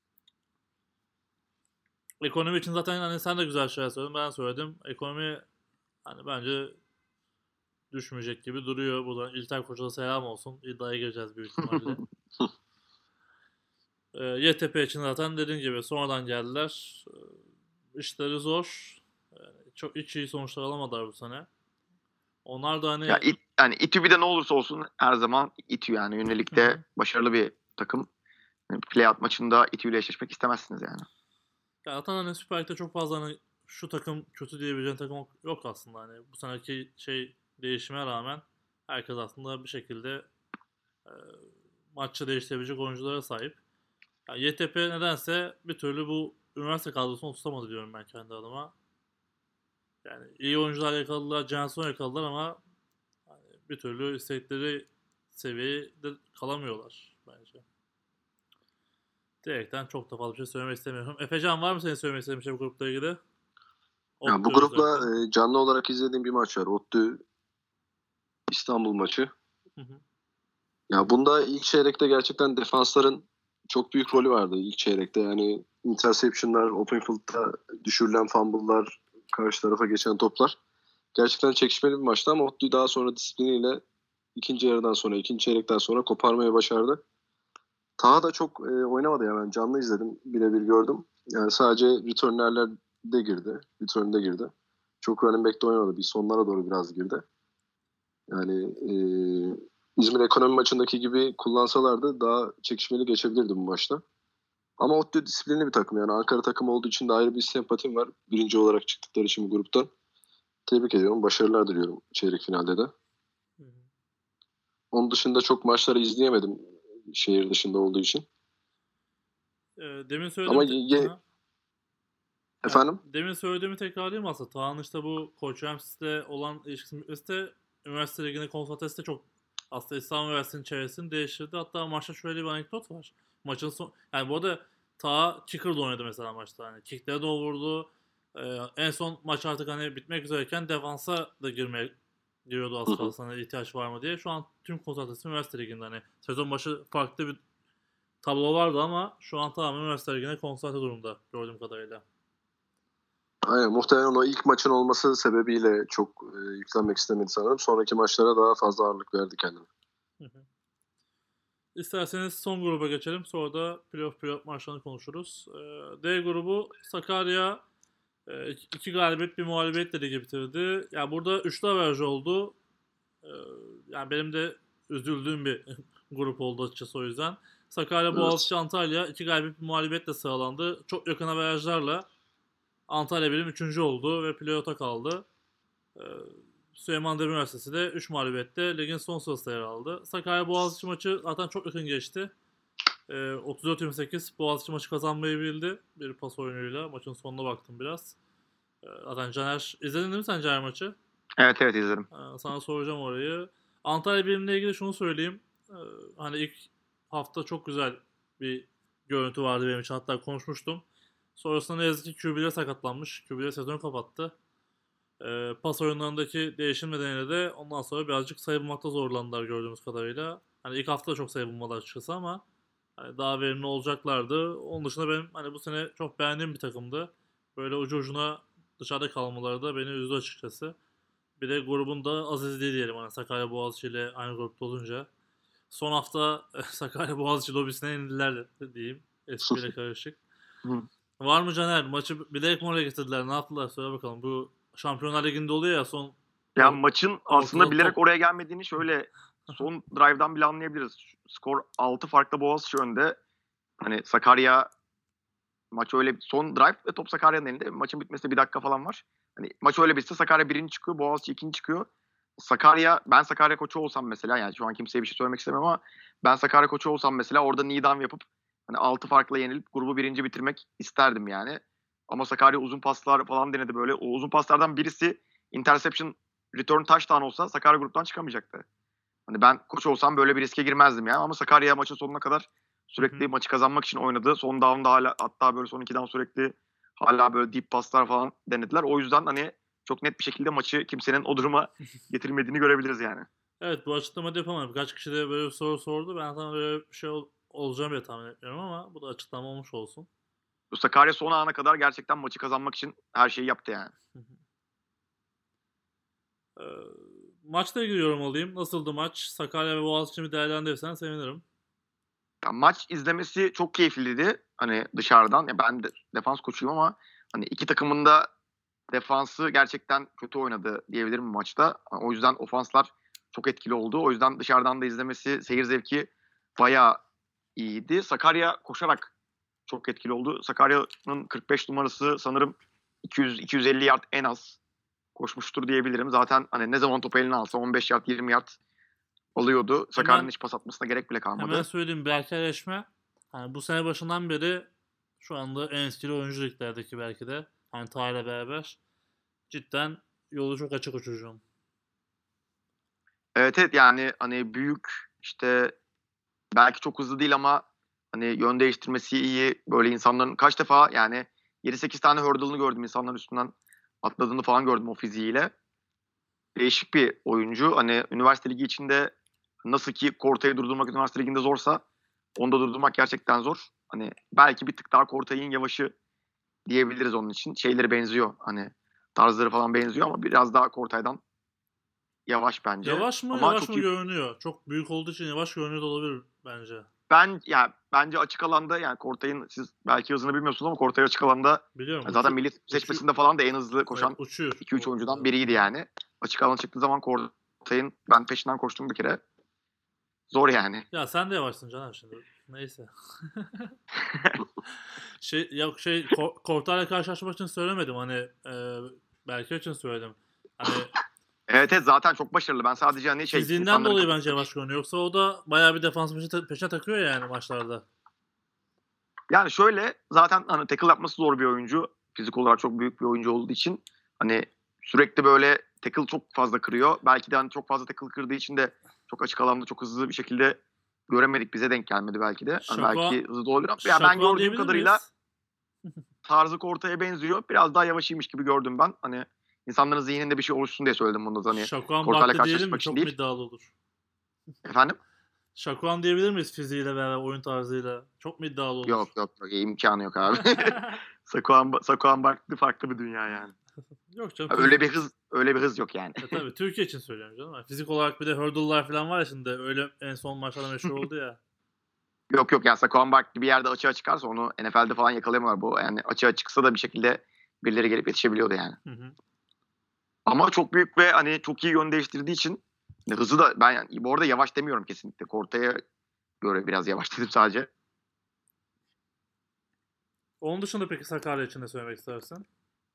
Ekonomi için zaten hani sen de güzel şeyler söyledin, ben söyledim. Ekonomi hani bence düşmeyecek gibi duruyor. Buradan İlter Koç'a da selam olsun. İddiaya gireceğiz büyük ihtimalle. Ee, Y T P için zaten dediğin gibi sonradan geldiler. Ee, işleri zor. Yani çok hiç iyi sonuçlar alamadılar bu sene. Onlar da Ya hani it, yani İTÜ bir de ne olursa olsun her zaman İTÜ yani hı yönelikte hı. başarılı bir takım. Yani playout maçında İTÜ ile eşleşmek istemezsiniz yani. Ya zaten hani Süper Lig'de çok fazla hani şu takım kötü diyebileceğin takım yok aslında. Hani bu seneki şey değişime rağmen herkes aslında bir şekilde e, maçı değiştirebilecek oyunculara sahip. Yani Y T P nedense bir türlü bu üniversite kadrosunu tutamadı diyorum ben kendi adıma. Yani iyi oyuncular yakaladılar, Johnson yakaladılar ama hani bir türlü istedikleri seviyede kalamıyorlar bence. Direkten çok da fazla bir şey söylemek istemiyorum. Efecan, var mı senin söylemek istediğin bir şey bu grupla ilgili? Yani bu ODTÜ grupla özellikle. e, canlı olarak izlediğim bir maç var. ODTÜ İstanbul maçı. Hı hı. Ya bunda ilk çeyrekte gerçekten defansların çok büyük rolü vardı ilk çeyrekte. Yani interception'lar, open field'da düşürülen fumble'lar, karşı tarafa geçen toplar. Gerçekten çekişmeli bir maçtı ama ODTÜ daha sonra disipliniyle ikinci yarıdan sonra, ikinci çeyrekten sonra koparmayı başardı. Taha da çok e, oynamadı ya, ben canlı izledim, birebir gördüm. Yani sadece returnler'de girdi, return'de girdi. Çok running back'te oynamadı, bir sonlara doğru biraz girdi. Yani e, İzmir Ekonomi maçındaki gibi kullansalardı daha çekişmeli geçebilirdi bu maçta. Ama ODTÜ disiplinli bir takım yani. Ankara takımı olduğu için de ayrı bir sempatim var. Birinci olarak çıktıkları için bu gruptan. Tebrik ediyorum. Başarılar diliyorum çeyrek finalde de. Hı hı. Onun dışında çok maçları izleyemedim şehir dışında olduğu için. Ee, demin Ama söylediğim... te- ye- Aha. efendim? Yani demin söylediğimi tekrarlayayım aslında. Taha'nın işte bu Koç Rams'le olan ilişkisinin bitmesi de üniversite liginde konsantresi de çok aslında İstanbul Üniversitesi'nin çevresini değiştirdi. Hatta maçta şöyle bir anekdot var. Maçın son... Yani bu arada Taha kicker'da oynadı mesela maçta. Hani kicklere de vurdu. Ee, en son maç artık hani bitmek üzereyken defansa da girmeye giriyordu Hı az hı. kalsın hani ihtiyaç var mı diye. Şu an tüm konsantresi üniversite liginde hani. Sezon başı farklı bir tablo vardı ama şu an tamamen üniversite ligine konsantre durumda gördüğüm kadarıyla. Aynen, muhtemelen o ilk maçın olması sebebiyle çok e, yüklenmek istemedi sanırım. Sonraki maçlara daha fazla ağırlık verdi kendine. Hı hı. İsterseniz son gruba geçelim. Sonra da playoff playoff maçlarını konuşuruz. Ee, D grubu Sakarya e, iki galibiyet bir mağlubiyetle ligi bitirdi. Yani burada üçlü averaj oldu. Ee, yani benim de üzüldüğüm bir grup oldu açıkçası o yüzden. Sakarya Evet. Boğaziçi Antalya iki galibiyet bir mağlubiyetle sıralandı. Çok yakın averajlarla Antalya birim üçüncü oldu ve playoff'a kaldı. Ee, Süleyman Demirel Üniversitesi de üç mağlubiyette ligin son sırasında yer aldı. Sakarya Boğaziçi maçı zaten çok yakın geçti. Ee, otuz dört yirmi sekiz Boğaziçi maçı kazanmayı bildi. Bir pas oyunuyla. Maçın sonuna baktım biraz. Ee, zaten Caner... izledin değil mi sen Caner maçı? Evet evet izledim. Ee, sana soracağım orayı. Antalya birimle ilgili şunu söyleyeyim. Ee, hani ilk hafta çok güzel bir görüntü vardı benim için. Hatta konuşmuştum. Sonrasında ne yazık ki Q B'de sakatlanmış. Q B'de sezonu kapattı. Ee, pas oyunlarındaki değişim nedeniyle de ondan sonra birazcık sayı bulmakta zorlandılar gördüğümüz kadarıyla. Hani ilk hafta da çok sayı bulmadılar açıkçası ama hani daha verimli olacaklardı. Onun dışında benim hani bu sene çok beğendiğim bir takımdı. Böyle ucu ucuna dışarıda kalmaları da beni üzdü açıkçası. Bir de grubun da azizliği diyelim hani Sakarya Boğaziçi ile aynı grupta olunca. Son hafta Sakarya Boğaziçi lobisine yenildiler diyeyim. Espriyle karışık. Hı. Var mı Caner? Maçı bilerek mi oraya getirdiler? Ne yaptılar? Söyle bakalım. Bu Şampiyonlar Ligi'nde oluyor ya son Ya or- maçın aslında ortada bilerek top. oraya gelmediğini şöyle son drive'dan bile anlayabiliriz. Skor altı farklı Boğaziçi önde. Hani Sakarya maç öyle son drive ve top Sakarya'nın elinde. Maçın bitmesine bir dakika falan var. Hani maç öyle bitse Sakarya birinci çıkıyor, Boğaziçi ikinci çıkıyor. Sakarya, ben Sakarya koçu olsam mesela, yani şu an kimseye bir şey söylemek istemiyorum ama ben Sakarya koçu olsam mesela orada knee down yapıp hani altı farkla yenilip grubu birinci bitirmek isterdim yani. Ama Sakarya uzun paslar falan denedi böyle. O uzun paslardan birisi interception return touchdown olsa Sakarya gruptan çıkamayacaktı. Hani ben koç olsam böyle bir riske girmezdim yani. Ama Sakarya maçın sonuna kadar Hı sürekli hı. maçı kazanmak için oynadı. Son down'da hala, hatta böyle son iki down sürekli hala böyle deep paslar falan denediler. O yüzden hani çok net bir şekilde maçı kimsenin o duruma getirmediğini görebiliriz yani. Evet, bu açıklamayı da yapamadım. Birkaç kişi de böyle bir soru sordu. Ben sana böyle bir şey ol- olacağını bile tahmin etmiyorum ama bu da açıklama olmuş olsun. Bu Sakarya son ana kadar gerçekten maçı kazanmak için her şeyi yaptı yani. Hı hı. Ee, maçla ilgili yorum alayım. Nasıldı maç? Sakarya ve Boğaziçi'ni bir değerlendirirsen sevinirim. Ya maç izlemesi çok keyifliydi. Hani dışarıdan. Ya ben de defans koçuyum ama hani iki takımın da defansı gerçekten kötü oynadı diyebilirim maçta. O yüzden ofanslar çok etkili oldu. O yüzden dışarıdan da izlemesi, seyir zevki bayağı iyiydi. Sakarya koşarak çok etkili oldu. Sakarya'nın kırk beş numarası sanırım iki yüz iki yüz elli yard en az koşmuştur diyebilirim. Zaten hani ne zaman topu eline alsa on beş yard yirmi yard alıyordu. Sakarya'nın Hemen hiç pas atmasına gerek bile hemen kalmadı. söyleyeyim, Berker Eşme. Hani bu sene başından beri şu anda en etkili oyuncu liglerdeki belki de. Hani Taha'yla beraber. Cidden yolu çok açık o çocuğun. Evet evet, yani hani büyük, işte belki çok hızlı değil ama hani yön değiştirmesi iyi. Böyle insanların kaç defa yani yedi sekiz tane hurdle'ını gördüm, insanların üstünden atladığını falan gördüm o fiziğiyle. Değişik bir oyuncu. Hani üniversite ligi içinde nasıl ki Korta'yı durdurmak üniversite liginde zorsa onu da durdurmak gerçekten zor. Hani belki bir tık daha Korta'nın yavaşı diyebiliriz onun için. Şeyleri benziyor, hani tarzları falan benziyor ama biraz daha Kortay'dan yavaş bence. Yavaş mı? Ama Yavaş çok mı iyi. görünüyor? Çok büyük olduğu için yavaş görünüyor da olabilir bence. Ben ya bence açık alanda, yani Kortay'ın siz belki hızını bilmiyorsunuz ama Kortay açık alanda Biliyorum. zaten Uçu, milli uçu, seçmesinde falan da en hızlı evet, koşan uçuyor. iki üç O, oyuncudan evet. biriydi Aha. yani. Açık alana çıktığı zaman Kortay'ın ben peşinden koştum bir kere. Zor yani. Ya sen de yavaşsın Caner şimdi. Neyse. şey yok şey Ko- Kortay'la karşılaşmak için söylemedim hani e, Berke için söyledim. Hani Evet evet zaten çok başarılı. Ben sadece hani şey fiziğinden insanların dolayı kafasında- bence yavaş görünüyor. Yoksa o da bayağı bir defans peşine, peşine takıyor yani maçlarda. Yani şöyle zaten hani tackle yapması zor bir oyuncu. Fizik olarak çok büyük bir oyuncu olduğu için hani sürekli böyle tackle çok fazla kırıyor. Belki de hani çok fazla tackle kırdığı için de çok açık alanda çok hızlı bir şekilde göremedik. Bize denk gelmedi belki de. Hani Şakuan, belki hızlı olabilir ama ya ben Şakuan gördüğüm diyebilir kadarıyla miyiz? tarzı ortaya benziyor. Biraz daha yavaşıymış gibi gördüm ben. Hani insanların zihninde bir şey oluşsun diye söyledim bunu da hani Şakuan Kortay'la Barkley diyelim mi? karşılaşmak için Çok mu değil. iddialı olur? Efendim? Şakuan diyebilir miyiz fiziğiyle veya oyun tarzıyla? Çok mu iddialı olur? Yok yok yok imkanı yok abi. Sakuan, Sakuan Barkley farklı bir dünya yani. Yok canım. Öyle fizik- bir hız öyle bir hız yok yani. E tabii Türkiye için söylüyorum canım. Yani fizik olarak bir de hurdle'lar falan var ya şimdi. Öyle en son maçlarda meşhur oldu ya. Yok yok yani Saquon Barkley bir yerde açığa çıkarsa onu N F L'de falan yakalayamıyorlar. Bu yani açığa çıksa da bir şekilde birileri gelip yetişebiliyordu yani. Hı hı. Ama çok büyük ve hani çok iyi yön değiştirdiği için hani hızı da ben yani, bu arada yavaş demiyorum kesinlikle. Korta'ya göre biraz yavaş dedim sadece. Onun dışında peki Sakarya için ne söylemek istersin?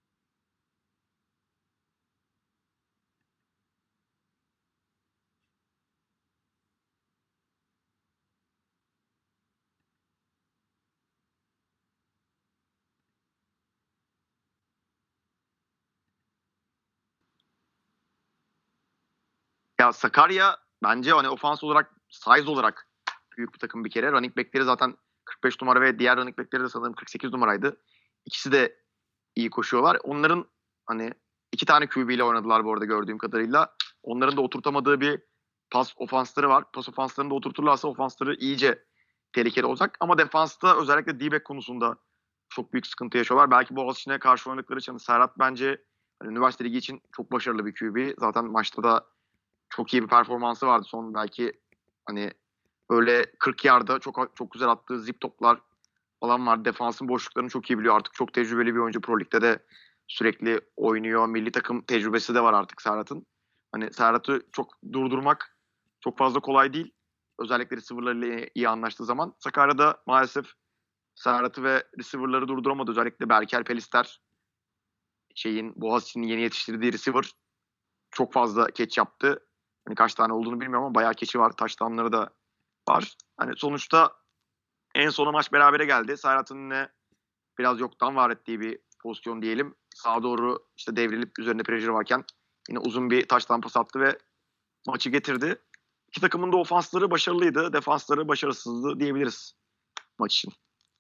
Ya Sakarya bence hani ofans olarak size olarak büyük bir takım bir kere. Running back'leri zaten kırk beş numara ve diğer running back'leri de sanırım kırk sekiz numaraydı. İkisi de iyi koşuyorlar. Onların hani iki tane Q B ile oynadılar bu arada gördüğüm kadarıyla. Onların da oturtamadığı bir pas ofansları var. Pas ofanslarını da oturturlarsa ofansları iyice tehlikeli olacak. Ama defansta özellikle D-back konusunda çok büyük sıkıntı yaşıyorlar. Belki Boğaziçi'ne karşı oynadıkları için Serhat bence hani üniversite ligi için çok başarılı bir Q B. Zaten maçta da çok iyi bir performansı vardı. Son belki hani böyle kırk yarda çok çok güzel attığı zip toplar falan var. Defansın boşluklarını çok iyi biliyor. Artık çok tecrübeli bir oyuncu. Pro Lig'de de sürekli oynuyor. Milli takım tecrübesi de var artık Serhat'ın. Hani Serhat'ı çok durdurmak çok fazla kolay değil. Özellikle receiver'larıyla iyi anlaştığı zaman. Sakarya'da maalesef Serhat'ı ve receiver'ları durduramadı. Özellikle Berker Pelister şeyin Boğaziçi'nin yeni yetiştirdiği receiver çok fazla catch yaptı. Hani kaç tane olduğunu bilmiyorum ama bayağı catch'i var. Touchdown'ları da var. Hani sonuçta en sona maç berabere geldi. Serhat'ın yine biraz yoktan var ettiği bir pozisyon diyelim. Sağa doğru işte devrilip üzerinde pressure varken yine uzun bir taştan pas attı ve maçı getirdi. İki takımın da ofansları başarılıydı. Defansları başarısızdı diyebiliriz maç için.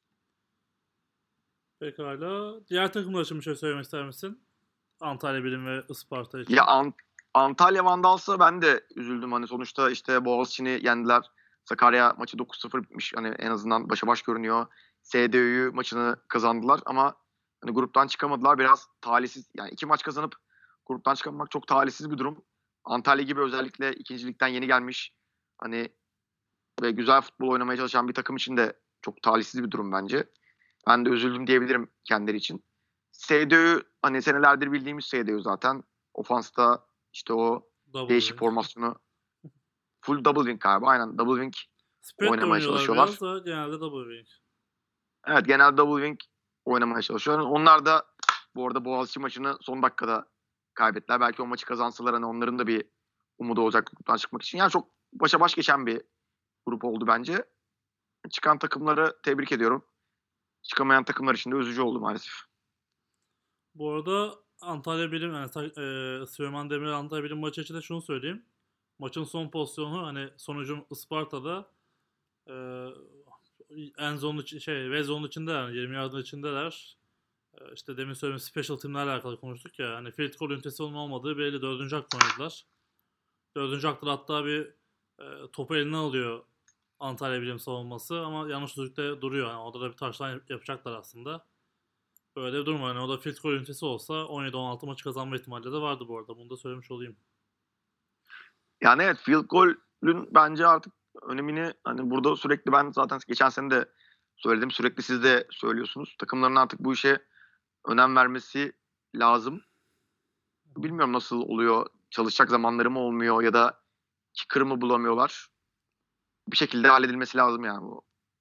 Pekala. Diğer takımlar için bir şey söylemek ister misin? Antalya Bilim ve Isparta için. Ya Ant- Antalya Vandals'a ben de üzüldüm. Hani sonuçta işte Boğaziçi'ni yendiler. Sakarya maçı dokuz sıfır bitmiş. Hani en azından başa baş görünüyor. S D O'yu maçını kazandılar ama hani gruptan çıkamadılar. Biraz talihsiz. Yani iki maç kazanıp gruptan çıkamamak çok talihsiz bir durum. Antalya gibi özellikle ikincilikten yeni gelmiş. Hani ve güzel futbol oynamaya çalışan bir takım için de çok talihsiz bir durum bence. Ben de üzüldüm diyebilirim kendileri için. S D O'yu hani senelerdir bildiğimiz S D O zaten. Ofansta işte o Double değişik wing. formasyonu full double wing galiba. Aynen double wing Spread de oynamaya oynuyorlar çalışıyorlar. biraz da genelde double wing. Evet genel double wing oynamaya çalışıyorlar. Onlar da bu arada Boğaziçi maçını son dakikada kaybettiler. Belki o maçı kazansalar hani onların da bir umudu olacak gruptan çıkmak için. Yani çok başa baş geçen bir grup oldu bence. Çıkan takımları tebrik ediyorum. Çıkamayan takımlar için de üzücü oldu maalesef. Bu arada Antalya Bilim, yani Ta- e, Süleyman Demirel Antalya Bilim maçı için de şunu söyleyeyim. Maçın son pozisyonu hani sonucum Isparta'da e, en zone içi- şey red zone içindeler, yani yirmi yardın içindeler. E, işte demin söylediğim special team'lerle alakalı konuştuk ya. Hani field goal ünitesi onun olmadığı belli. Dördüncü hakta oynadılar. Dördüncü hakta hatta bir e, topu eline alıyor Antalya Bilim savunması ama yanlış düzlükte duruyor. Yani orada da bir taştan yapacaklar aslında. Böyle bir durum var. Yani o da field goal ünitesi olsa on yedi on altı maçı kazanma ihtimali de vardı bu arada. Bunu da söylemiş olayım. Yani evet field goal'ün bence artık önemini hani burada sürekli ben zaten geçen sene de söyledim. Sürekli siz de söylüyorsunuz. Takımların artık bu işe önem vermesi lazım. Bilmiyorum nasıl oluyor. Çalışacak zamanları mı olmuyor ya da kicker mı bulamıyorlar. Bir şekilde halledilmesi lazım yani bu.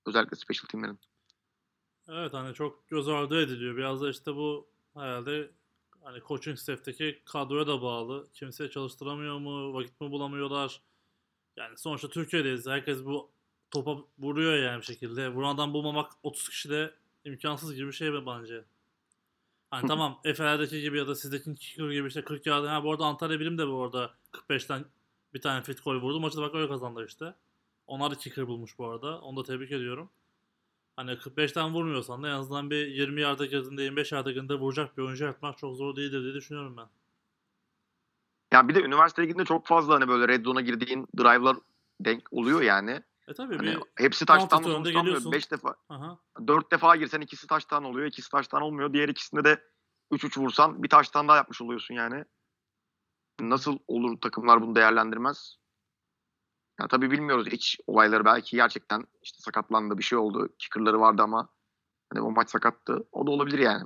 Özellikle special teamlerin. Evet, hani çok göz ardı ediliyor. Biraz da işte bu herhalde hani coaching staff'teki kadroya da bağlı. Kimseye çalıştıramıyor mu? Vakit mi bulamıyorlar? Yani sonuçta Türkiye'deyiz. Herkes bu topa vuruyor yani bir şekilde. Vuran adam bulmamak otuz kişide imkansız gibi bir şey mi bence? Hani tamam Efe'lerdeki gibi ya da sizdeki kicker gibi işte kırk yard. Ha bu arada Antalya Bilim de bu arada kırk beşten bir tane fit goal vurdu. Maçı da bak öyle kazandı işte. Onlar da kicker bulmuş bu arada. Onu da tebrik ediyorum. Hani kırk beşten vurmuyorsan da en azından bir yirmi yarda girdiğinde yirmi beş yarda girdiğinde vuracak bir oyuncu yapmak çok zor değildir diye düşünüyorum ben. Ya bir de üniversite liginde çok fazla hani böyle red zone'a girdiğin drive'lar denk oluyor yani. E tabii Hani bir hepsi counter taştanla turn'da sonuçlanmıyor. geliyorsun. beş defa, Aha. dört defa girsen ikisi taştan oluyor, ikisi taştan olmuyor. Diğer ikisinde de üç üç vursan bir taştan daha yapmış oluyorsun yani. Nasıl olur takımlar bunu değerlendirmez? Ya tabii bilmiyoruz hiç olayları. Belki gerçekten işte sakatlandı, bir şey oldu. Kicker'ları vardı ama hani o maç sakattı. O da olabilir yani.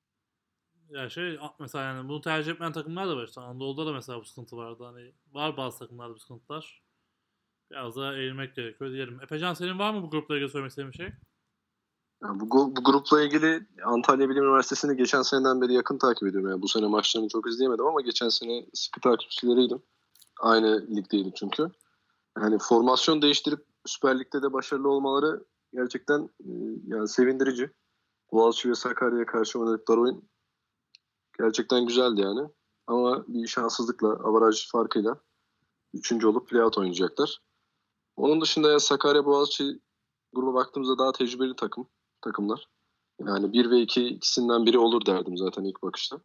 Ya şey mesela yani bunu tercih etmeyen takımlar da var işte. Anadolu'da da mesela bu sıkıntı vardı. Hani var bazı takımlarda bu sıkıntılar. Biraz daha eğilmek gerekiyor diyelim. Efecan senin var mı bu grupla ilgili söylemek istediğin bir şey? Yani bu, gu- bu grupla ilgili Antalya Bilim Üniversitesi'ni geçen seneden beri yakın takip ediyorum. Yani bu sene maçlarını çok izleyemedim ama geçen sene sıkı takipçileriydim. Aynı ligdeydim çünkü. Yani formasyon değiştirip Süper Lig'de de başarılı olmaları gerçekten e, yani sevindirici. Boğaziçi ve Sakarya'ya karşı oynadıkları oyun gerçekten güzeldi yani. Ama bir şanssızlıkla, avaraj farkıyla üçüncü olup playout oynayacaklar. Onun dışında ya Sakarya Boğaziçi gruba baktığımızda daha tecrübeli takım takımlar. Yani bir ve iki ikisinden biri olur derdim zaten ilk bakışta.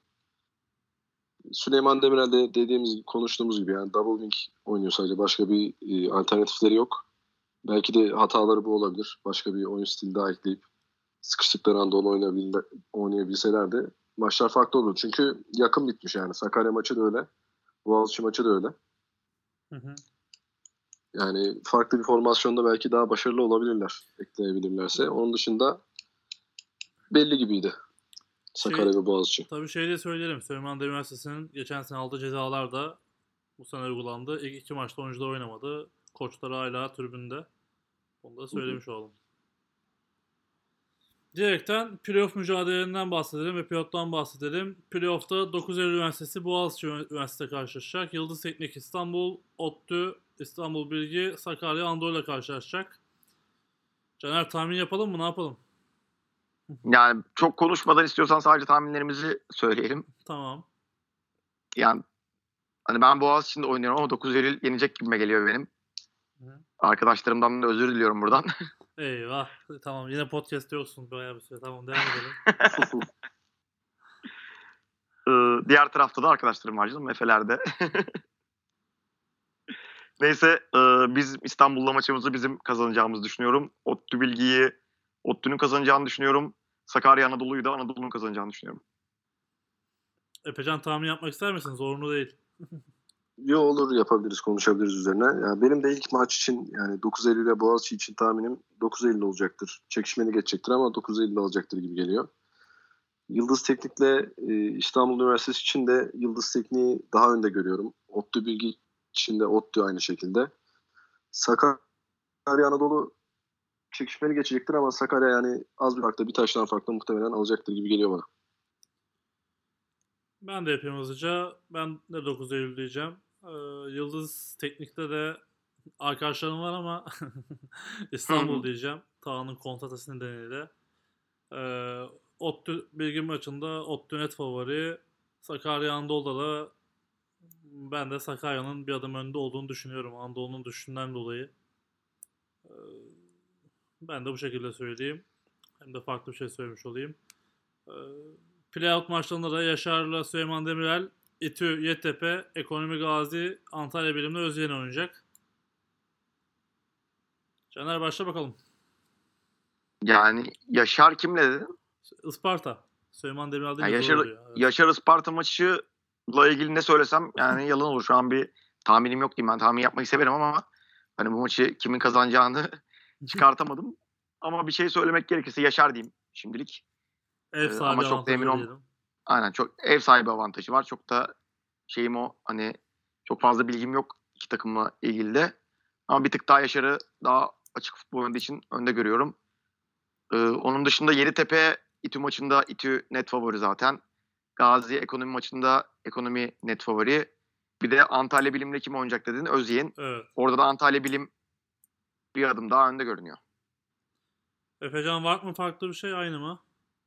Süleyman Demirel de dediğimiz gibi, konuştuğumuz gibi yani double wing oynuyor sadece. Başka bir e, alternatifleri yok. Belki de hataları bu olabilir. Başka bir oyun stili daha ekleyip sıkıştıkları anda onu oynayabil- oynayabilseler de maçlar farklı olur. Çünkü yakın bitmiş yani. Sakarya maçı da öyle. Boğaziçi maçı da öyle. Hı hı. Yani farklı bir formasyonda belki daha başarılı olabilirler. Ekleyebilirlerse. Onun dışında belli gibiydi. Sakarya Şey, ve Boğaziçi. tabii şey de söylerim. Süleyman Demirel Üniversitesi'nin geçen sene aldığı cezalar da bu sene uygulandı. İlk iki maçta oyuncular oynamadı. Koçları hala tribünde. Onu da Hı hı. söylemiş olalım. Diyerekten playoff mücadelelerinden bahsedelim ve pilottan bahsedelim. Playoff'ta dokuz Eylül Üniversitesi Boğaziçi Üniversitesi karşılaşacak. Yıldız Teknik İstanbul, ODTÜ, İstanbul Bilgi, Sakarya, Anadolu ile karşılaşacak. Caner tahmin yapalım mı? Ne yapalım? Yani çok konuşmadan istiyorsan sadece tahminlerimizi söyleyelim. Tamam. Yani hani ben Boğaziçi'nde oynuyorum ama dokuz Eylül yenecek gibime geliyor benim. Hı. Arkadaşlarımdan da özür diliyorum buradan. Eyvah. Tamam yine podcast yoksun bayağı bir süre. Tamam devam edelim. Ee, diğer tarafta da arkadaşlarım var canım Efe'lerde. Neyse e, biz İstanbul'la maçımızı bizim kazanacağımızı düşünüyorum. ODTÜ Bilgi'yi ODTÜ'nün kazanacağını düşünüyorum. Sakarya Anadolu'yu da Anadolu'nun kazanacağını düşünüyorum. Epecan tahmin yapmak ister misin? Zorunlu değil. Yo olur yapabiliriz, konuşabiliriz üzerine. Yani benim de ilk maç için yani dokuz Eylül ile Boğaziçi için tahminim dokuz Eylül olacaktır. Çekişmeli geçecektir ama dokuz Eylül alacaktır gibi geliyor. Yıldız Teknik'le e, İstanbul Üniversitesi için de Yıldız Teknik'i daha önde görüyorum. ODTÜ Bilgi için de ODTÜ aynı şekilde. Sakarya Anadolu çekişmeli geçecektir ama Sakarya yani az bir farkla, bir taştan farkla muhtemelen alacaktır gibi geliyor bana. Ben de yapayım hızlıca. Ben de dokuz Eylül diyeceğim. Ee, Yıldız Teknik'te de arkadaşlarım var ama İstanbul diyeceğim. Tağ'ın kontratası nedeniyle. Ee, ODTÜ bilgi maçında ODTÜ net favori. Sakarya Anadolu'da da ben de Sakarya'nın bir adım önünde olduğunu düşünüyorum. Anadolu'nun düşüşünden dolayı. Ee, ben de bu şekilde söyleyeyim. Hem de farklı bir şey söylemiş olayım. Ee, Playout maçlarında da Yaşar'la Süleyman Demirel, İTÜ, Yeditepe, Ekonomi Gazi, Antalya Bilim'le Özyeğin oynayacak. Caner başla bakalım. Yani Yaşar kimle dedin? Isparta. Süleyman Demirel Yani deyince zor Yaşar, oluyor. Evet. Yaşar Isparta maçıyla ilgili ne söylesem yani yalan olur. Şu an bir tahminim yok diyeyim. Ben tahmin yapmayı severim ama hani bu maçı kimin kazanacağını çıkartamadım. Ama bir şey söylemek gerekirse Yaşar diyeyim şimdilik. Ev Ee, sahibi ama çok da emin avantajı olm. diyelim. Aynen çok ev sahibi avantajı var. Çok da şeyim o hani çok fazla bilgim yok iki takımla ilgili de. Ama bir tık daha Yaşar'ı daha açık futbol oynadığı için önde görüyorum. Ee, onun dışında Yeditepe İTÜ maçında İTÜ net favori zaten. Gazi Ekonomi maçında Ekonomi net favori. Bir de Antalya Bilim'le kim oynayacak dedin? Özyeğin. Evet. Orada da Antalya Bilim bir adım daha önde görünüyor. Efecan var mı farklı bir şey, aynı mı?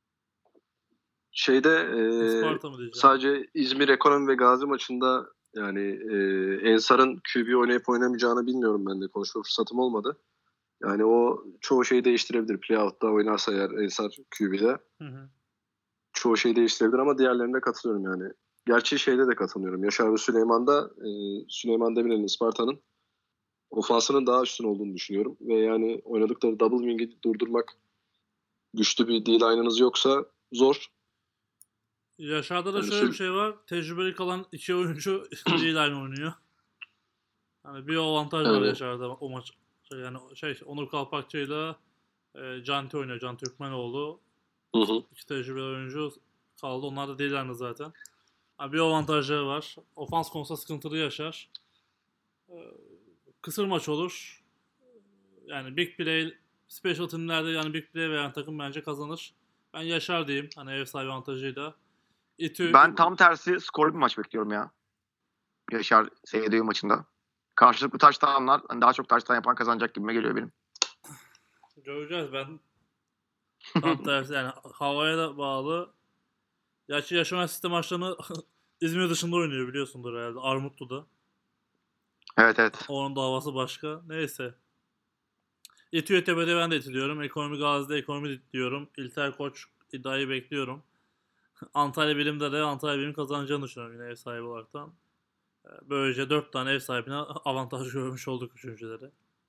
Şeyde e, Isparta mı diyeceğim? sadece İzmir Ekonomi ve Gazi maçında yani e, Ensar'ın Q B oynayıp oynamayacağını bilmiyorum ben de. Konuşma fırsatım olmadı. Yani o çoğu şeyi değiştirebilir. Playout'ta oynarsa eğer Ensar Q B'de Hı hı. çoğu şeyi değiştirebilir ama diğerlerine katılıyorum yani. Gerçi şeyde de katılıyorum. Yaşar ve Süleyman'da e, Süleyman Demirel'in Isparta'nın ofansının daha üstün olduğunu düşünüyorum. Ve yani oynadıkları double wing'i durdurmak, güçlü bir D-line'ınız yoksa zor. Yaşar'da da Yani şöyle bir Sül- şey var. Tecrübeli kalan iki oyuncu değil aynı oynuyor. Yani bir avantaj var Evet. Yaşar'da o maç. Şey, yani şey Onur Kalpakçı'yla e, Canti oynuyor. Can Türkmenoğlu. Hı hı. İki tecrübeli oyuncu kaldı. Onlar da değil aynı zaten. Yani bir avantajları var. Ofans konusunda sıkıntılı Yaşar. Ee, Kısır maç olur. Yani big play, special team'lerde yani big play veren takım bence kazanır. Ben Yaşar diyeyim. Hani ev sahibi avantajıyla. İTÜ Ben tam tersi skorlu bir maç bekliyorum ya. Yaşar S Y D maçında. Karşılıklı taştanlar, hani daha çok taştan yapan kazanacak gibime geliyor benim. göreceğiz. Ben tam tersi yani havaya da bağlı. Gerçi yaşanan sistem maçlarını İzmir dışında oynuyor biliyorsundur herhalde. Armutlu'da. Evet evet. Onun da havası başka. Neyse. İTÜ Tepe'de ben de İTÜ diyorum. Ekonomi Gazi'de ekonomi diyorum. İlter Koç iddiayı bekliyorum. Antalya Bilim'de de Antalya Bilim kazanacağını düşünüyorum yine ev sahibi olaraktan. Ee, Böylece dört tane ev sahibine avantaj görmüş olduk üçüncüleri.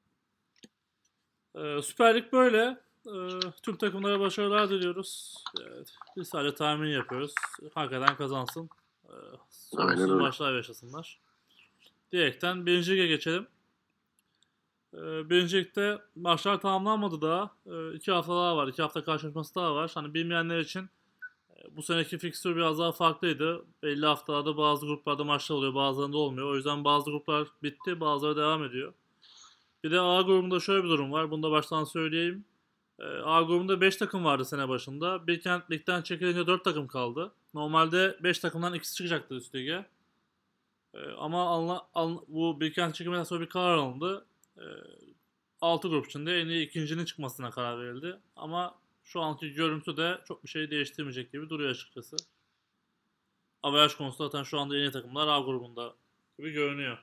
Ee, Süper Lig böyle. Ee, tüm takımlara başarılar diliyoruz. Evet, biz sadece tahmin yapıyoruz. Hakikaten kazansın. Ee, Aynen sorunsuz öyle. maçlar yaşasınlar. Diyerekten birinci lige geçelim. Ee, birinci ligde maçlar tamamlanmadı daha. Ee, iki hafta daha var. İki hafta karşılaşması daha var. Hani bilmeyenler için bu seneki fikstür biraz daha farklıydı. Belli haftalarda bazı gruplarda maçlar oluyor, bazılarında olmuyor. O yüzden bazı gruplar bitti, bazıları devam ediyor. Bir de A grubunda şöyle bir durum var. Bunu da baştan söyleyeyim. Ee, A grubunda beş takım vardı sene başında. Bilkent Lig'den çekilince dört takım kaldı. Normalde beş takımdan ikisi çıkacaktı üst lige. Ee, ama anla, an, bu Bilkent çekiminden sonra bir karar alındı. Ee, altı grup içinde en iyi ikincinin çıkmasına karar verildi. Ama şu anki görüntü de çok bir şey değiştirmeyecek gibi duruyor açıkçası. Averaj konusunda zaten şu anda en iyi takımlar A grubunda gibi görünüyor.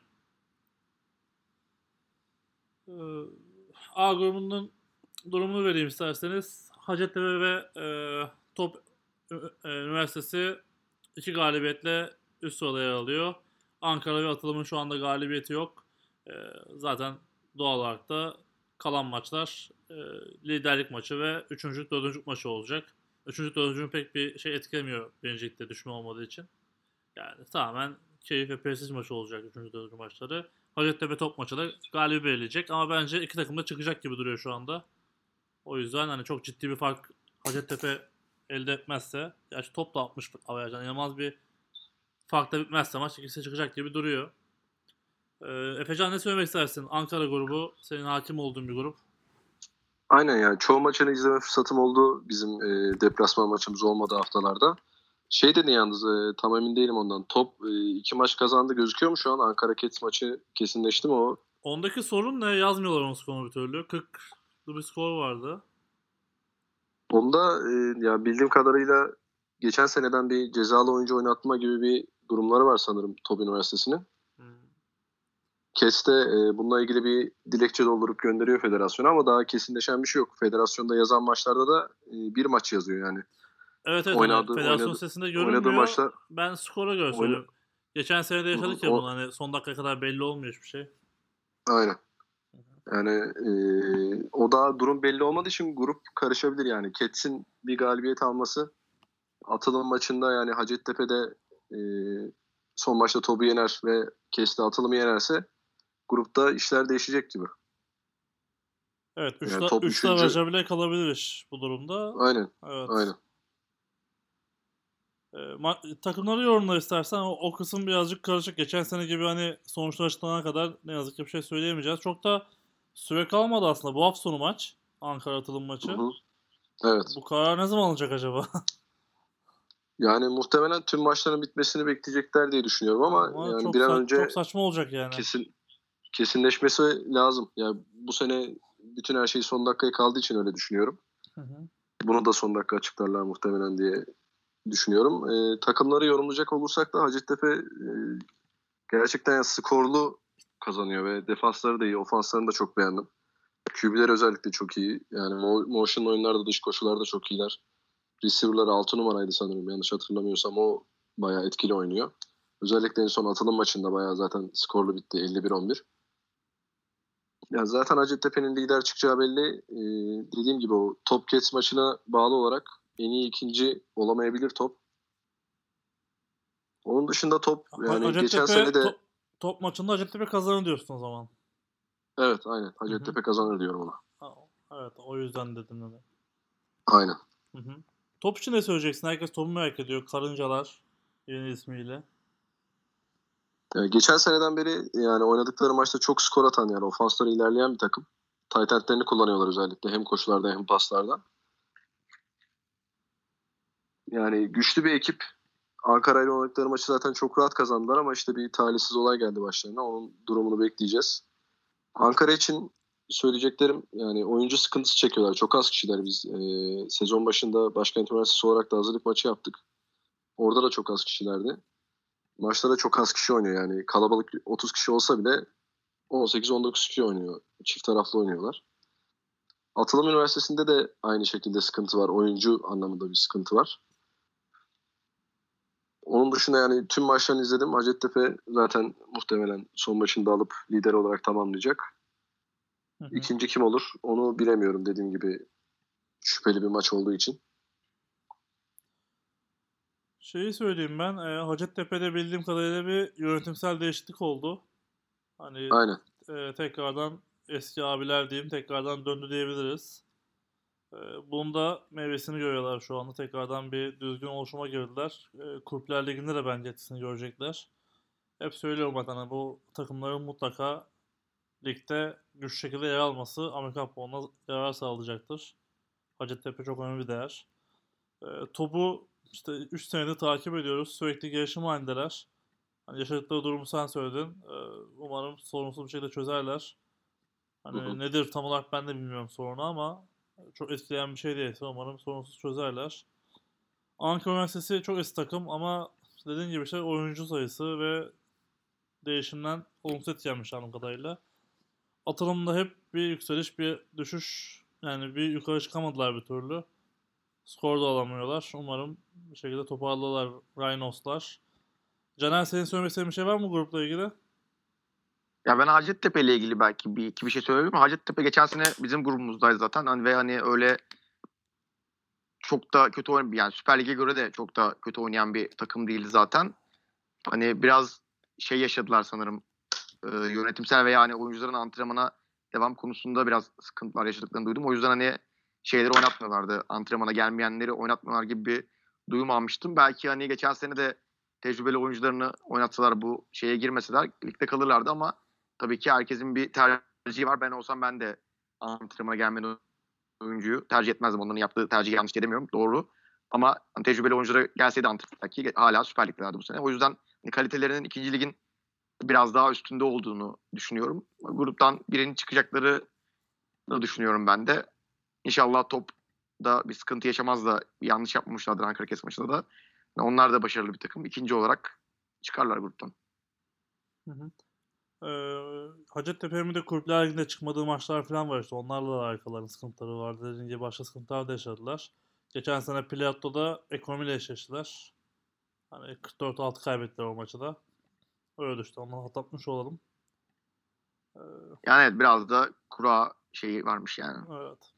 Ee, A grubunun durumunu vereyim isterseniz. Hacettepe ve e, Top e, Üniversitesi iki galibiyetle üst sırada yer alıyor. Ankara ve Atılım'ın şu anda galibiyeti yok. E, zaten doğal olarak da kalan maçlar e, liderlik maçı ve üçüncülük dördüncülük maçı olacak. Üçüncülük dördüncülük pek bir şey etkilemiyor birincilikte düşme olmadığı için. Yani tamamen keyif ve prestij maçı olacak üçüncü dördüncü maçları. Hacettepe top maçı da galibi belirleyecek ama bence iki takım da çıkacak gibi duruyor şu anda. O yüzden hani çok ciddi bir fark Hacettepe elde etmezse, gerçi top da atmış averajdan, inanılmaz bir farkla bitmezse maç ikisi çıkacak gibi duruyor. Ee, Efecan ne söylemek istersin? Ankara grubu senin hakim olduğun bir grup. Aynen yani çoğu maçını izleme fırsatım oldu bizim e, deplasman maçımız olmadığı haftalarda. Şey dedi yalnız e, tam emin değilim ondan. Top e, iki maç kazandı gözüküyor mu şu an? Ankara Cats maçı kesinleşti mi o? Ondaki sorun ne? Yazmıyorlar onun skorunu bir türlü. kırklı bir skor vardı. Onda e, ya bildiğim kadarıyla geçen seneden bir cezalı oyuncu oynatma gibi bir durumları var sanırım Top Üniversitesi'nin. Hmm. Kes de e, bununla ilgili bir dilekçe doldurup gönderiyor federasyona ama daha kesinleşen bir şey yok. Federasyonda yazan maçlarda da e, bir maç yazıyor yani. Evet evet hani Oynadığı, federasyon oynadı, sitesinde oynadığı görünmüyor. maçlar Ben skora göre oyna, söylüyorum. Geçen sene de yaşadık ya o, bunu, hani son dakikaya kadar belli olmuyor hiçbir şey. aynen. Yani e, o da durum belli olmadığı için grup karışabilir yani. Kets'in bir galibiyet alması Atılım maçında yani Hacettepe'de e, son maçta Top'u yener ve Kets'te Atılım'ı yenerse grupta işler değişecek gibi. Evet, Yani üçte Top üçte üçüncü. averajı bile kalabilir iş bu durumda. Aynen. Evet. Aynen. Ee, ma- takımları yorumla istersen, o, o kısım birazcık karışık. Geçen sene gibi hani sonuçlar açıklanana kadar ne yazık ki bir şey söyleyemeyeceğiz. Çok da süre kalmadı aslında. Bu hafta sonu maç. Ankara Atılım Hı maçı. hı. Evet. Bu karar ne zaman alınacak acaba? Yani muhtemelen tüm maçların bitmesini bekleyecekler diye düşünüyorum ama, Ama yani çok bir an sa- önce çok saçma olacak yani. kesin kesinleşmesi lazım. Yani bu sene bütün her şey son dakikaya kaldığı için öyle düşünüyorum. Hı hı. Bunu da son dakika açıklarlar muhtemelen diye düşünüyorum. Ee, takımları yorumlayacak olursak da Hacettepe e, gerçekten yani skorlu kazanıyor ve defansları da iyi, ofanslarını da çok beğendim. Q B'ler özellikle çok iyi. Yani mo- motion oyunlarda, dış koşularda çok iyiler. Receiver'lar altı numaraydı sanırım, yanlış hatırlamıyorsam, o bayağı etkili oynuyor. Özellikle en son atılım maçında bayağı zaten skorlu bitti, elli bir on bir. Yani zaten Hacettepe'nin lider çıkacağı belli. Ee, dediğim gibi o Top Cats maçına bağlı olarak en iyi ikinci olamayabilir Top. Onun dışında Top Ha- yani geçen Hacettepe sene de top, top maçında Hacettepe kazanır diyorsun o zaman. evet aynen Hı hı. Hacettepe kazanır diyorum ona. Ha, evet, o yüzden dedim de. Aynen. Hı hı. Top için ne söyleyeceksin? Herkes topu merak ediyor. Karıncalar yeni ismiyle. Yani geçen seneden beri yani oynadıkları maçta çok skor atan, yani ofansları ilerleyen bir takım. Tight endlerini kullanıyorlar özellikle hem koşularda hem paslarda. Yani güçlü bir ekip. Ankara ile oynadıkları maçı zaten çok rahat kazandılar ama işte bir talihsiz olay geldi başlarına. Onun durumunu bekleyeceğiz. Ankara için söyleyeceklerim, yani oyuncu sıkıntısı çekiyorlar. Çok az kişiler biz. E, sezon başında Başkent Üniversitesi olarak da hazırlık maçı yaptık. Orada da çok az kişilerdi. Maçta da çok az kişi oynuyor yani. Kalabalık otuz kişi olsa bile on sekiz on dokuz kişi oynuyor. Çift taraflı oynuyorlar. Atılım Üniversitesi'nde de aynı şekilde sıkıntı var. Oyuncu anlamında bir sıkıntı var. Onun dışında yani tüm maçlarını izledim. Hacettepe zaten muhtemelen son maçını da alıp lider olarak tamamlayacak. Hı hı. İkinci kim olur onu bilemiyorum, dediğim gibi şüpheli bir maç olduğu için. Şeyi söyleyeyim ben. E, Hacettepe'de bildiğim kadarıyla bir yönetimsel değişiklik oldu. Hani Aynen. e, tekrardan eski abiler diyeyim tekrardan döndü diyebiliriz. E, bunun da meyvesini görüyorlar şu anda. Tekrardan bir düzgün oluşuma girdiler. E, Kulüpler Ligi'nde de bence etkisini görecekler. Hep söylüyorum zaten hani bu takımların mutlaka ligde güçlü şekilde yer alması Amerikan futboluna yarar sağlayacaktır. Hacettepe çok önemli bir değer. E, topu işte üç senedir takip ediyoruz. Sürekli gelişim halindeler. Hani yaşadıkları durumu sen söyledin. E, umarım sorunsuz bir şekilde çözerler. Hı hı. Hani nedir tam olarak ben de bilmiyorum sorunu ama çok etkileyen bir şey değilse umarım sorunsuz çözerler. Ankara Üniversitesi çok eski takım ama dediğin gibi işte oyuncu sayısı ve değişimden olumsuz etkilenmiş anladığım kadarıyla. Atılımda hep bir yükseliş, bir düşüş. Yani bir yukarı çıkamadılar bir türlü. Skor da alamıyorlar. Umarım bir şekilde toparlarlar Rhinos'lar. Caner senin söylemek istediğin bir şey var mı grupla ilgili? Ya ben Hacettepe ile ilgili belki bir iki bir şey söyleyeyim. Hacettepe geçen sene bizim grubumuzdaydı zaten. Hani ve hani öyle çok da kötü oynayan, yani Süper Lig'e göre de çok da kötü oynayan bir takım değildi zaten. Hani biraz şey yaşadılar sanırım. E, yönetimsel veya hani oyuncuların antrenmana devam konusunda biraz sıkıntılar yaşadıklarını duydum. O yüzden hani şeyleri oynatmıyorlardı. Antrenmana gelmeyenleri oynatmıyorlar gibi bir duyum almıştım. Belki hani geçen sene de tecrübeli oyuncularını oynatsalar, bu şeye girmeseler ligde kalırlardı ama tabii ki herkesin bir tercihi var. Ben olsam ben de antrenmana gelmeyen oyuncuyu tercih etmezdim. Onların yaptığı tercih yanlış diye demiyorum. Doğru. Ama hani tecrübeli oyunculara gelseydi antrenmana hala Süper Lig'delerdi bu sene. O yüzden hani kalitelerinin ikinci ligin biraz daha üstünde olduğunu düşünüyorum. Gruptan birinin çıkacakları da düşünüyorum ben de. İnşallah top da bir sıkıntı yaşamaz da yanlış yapmamışlardır Ankara Kes maçında da. Onlar da başarılı bir takım. İkinci olarak çıkarlar gruptan. Hı hı. Ee, Hacettepe'nin de Kulüpler Ligi'nde çıkmadığı maçlar falan var işte. Onlarla da alakalı sıkıntıları vardı. Dediğim gibi başka sıkıntılar da yaşadılar. Geçen sene Plato'da ekonomiyle eşleştiler. Hani kırk dört altı kaybettiler o maçı da. Öyle işte onları hatırlatmış olalım. Ee, Yani evet, biraz da kura şeyi varmış yani. evet.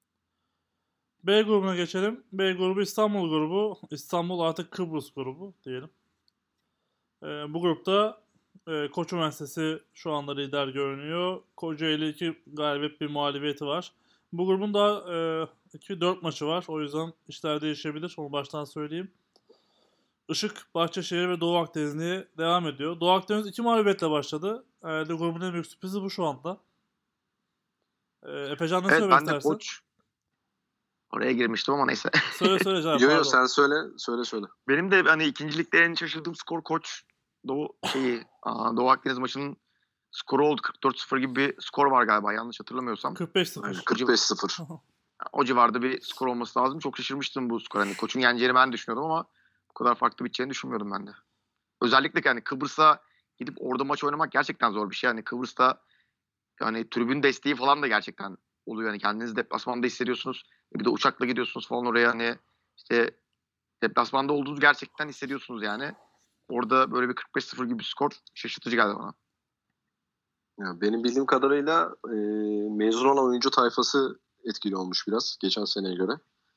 B grubuna geçelim. B grubu İstanbul grubu. İstanbul artık Kıbrıs grubu diyelim. Ee, bu grupta e, Koç Üniversitesi şu anda lider görünüyor. Kocaeli iki galibiyet bir mağlubiyeti var. Bu grubun daha e, iki dört maçı var. O yüzden işler değişebilir. Onu baştan söyleyeyim. Işık, Bahçeşehir ve Doğu Akdeniz'e devam ediyor. Doğu Akdeniz iki mağlubiyetle başladı. Herhalde grubun en büyük sürprizi bu şu anda. Ee, Efecan ne Evet, söylemek ben de istersin? koç Oraya girmiştim ama neyse. Söyle söyle Can. Yo yo pardon. sen söyle söyle söyle. Benim de hani ikincilikte en şaşırdığım skor Koç Doğu şeyi aa, Doğu Akdeniz maçının skoru oldu. kırk dört sıfır gibi bir skor var galiba yanlış hatırlamıyorsam. kırk beş Aynen, sıfır. kırk beş sıfır. O civarda bir skor olması lazım. Çok şaşırmıştım bu skor. Hani Koç'un yeneceğini ben düşünüyordum ama bu kadar farklı biteceğini düşünmüyordum ben de. Özellikle yani Kıbrıs'a gidip orada maç oynamak gerçekten zor bir şey. Yani Kıbrıs'ta yani tribün desteği falan da gerçekten oluyor. Yani kendinizi deplasmanda hissediyorsunuz. Bir de uçakla gidiyorsunuz falan oraya hani işte deplasmanda olduğunuz gerçekten hissediyorsunuz yani. Orada böyle bir kırk beş sıfır gibi bir skor şaşırtıcı geldi bana. Ya benim bildiğim kadarıyla e, mezun olan oyuncu tayfası etkili olmuş biraz geçen seneye göre.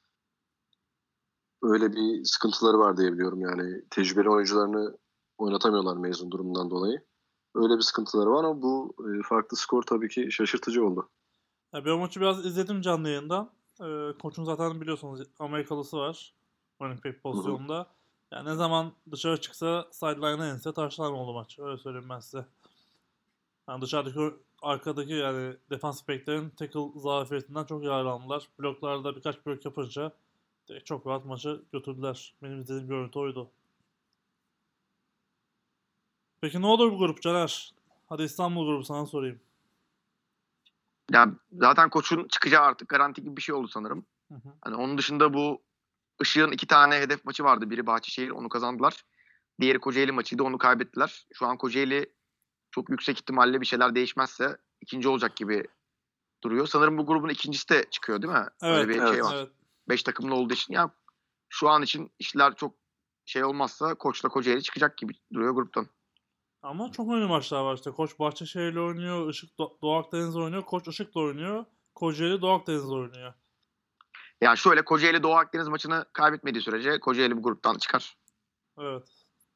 Öyle bir sıkıntıları var diye biliyorum yani. Tecrübeli oyuncularını oynatamıyorlar mezun durumundan dolayı. Öyle bir sıkıntıları var ama bu e, farklı skor tabii ki şaşırtıcı oldu. Ya ben o maçı biraz izledim canlı yayından. Ee, koçun zaten biliyorsunuz Amerikalısı var. Running back pozisyonunda. Yani ne zaman dışarı çıksa sideline'a inse taştan oldu maç. Öyle söyleyeyim ben size. Yani dışarıdaki o- arkadaki yani defans beklerin tackle zafiyetinden çok yararlandılar. Bloklarda birkaç blok yapınca direkt çok rahat maçı götürdüler. Benim izlediğim görüntü oydu. Peki ne olur bu grup Caner? Hadi İstanbul grubu sana sorayım. Yani zaten Koç'un çıkacağı artık garanti gibi bir şey oldu sanırım. Hı hı. Hani onun dışında bu Işık'ın iki tane hedef maçı vardı. Biri Bahçeşehir, onu kazandılar. Diğeri Kocaeli maçıydı, onu kaybettiler. Şu an Kocaeli çok yüksek ihtimalle bir şeyler değişmezse ikinci olacak gibi duruyor. Sanırım bu grubun ikincisi de çıkıyor değil mi? Evet, Öyle bir evet, şey var. evet. Beş takımlı olduğu için. Ya şu an için işler çok şey olmazsa Koç'la Kocaeli çıkacak gibi duruyor gruptan. Ama çok önemli maçlar var işte. Koç Bahçeşehir'le oynuyor, Işık Do- Doğu Akdeniz'le oynuyor, Koç Işık'la oynuyor, Kocaeli Doğu Akdeniz'le oynuyor. Yani şöyle Kocaeli Doğu Akdeniz maçını kaybetmediği sürece Kocaeli bu gruptan çıkar. Evet.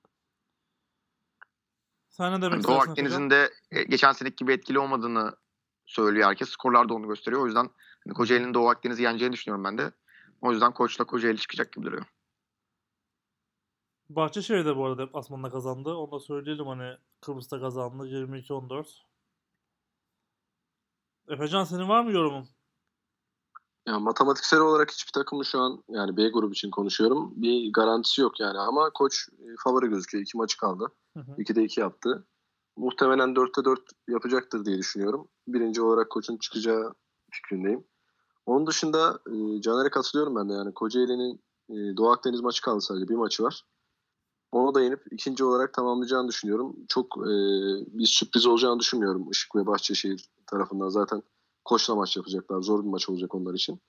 Sen ne demek Yani Doğu istersin Akdeniz'in Efecan? de e, geçen seneki gibi etkili olmadığını söylüyor herkes. Skorlar da onu gösteriyor. O yüzden hani Kocaeli'nin Doğu Akdeniz'i yeneceğini düşünüyorum ben de. O yüzden Koç'la Kocaeli çıkacak gibi duruyor. Bahçeşehir de bu arada deplasmanda kazandı. Onu da söyleyelim hani Kıbrıs'ta kazandı yirmi iki on dört. Efecan senin var mı yorumun? Ya matematiksel olarak hiçbir takımın şu an yani B grubu için konuşuyorum. Bir garantisi yok yani ama Koç e, favori gözüküyor. İki maçı kaldı. Hı hı. ikide iki yaptı. Muhtemelen dörtte dört yapacaktır diye düşünüyorum. Birinci olarak Koç'un çıkacağı fikrindeyim. Onun dışında e, Caner'e katılıyorum ben de yani Kocaeli'nin e, Doğu Akdeniz maçı kaldı sadece bir maçı var. Onu da yenip ikinci olarak tamamlayacağını düşünüyorum. Çok e, bir sürpriz olacağını düşünmüyorum Işık ve Bahçeşehir tarafından. Zaten Koç'la maç yapacaklar. Zor bir maç olacak onlar için.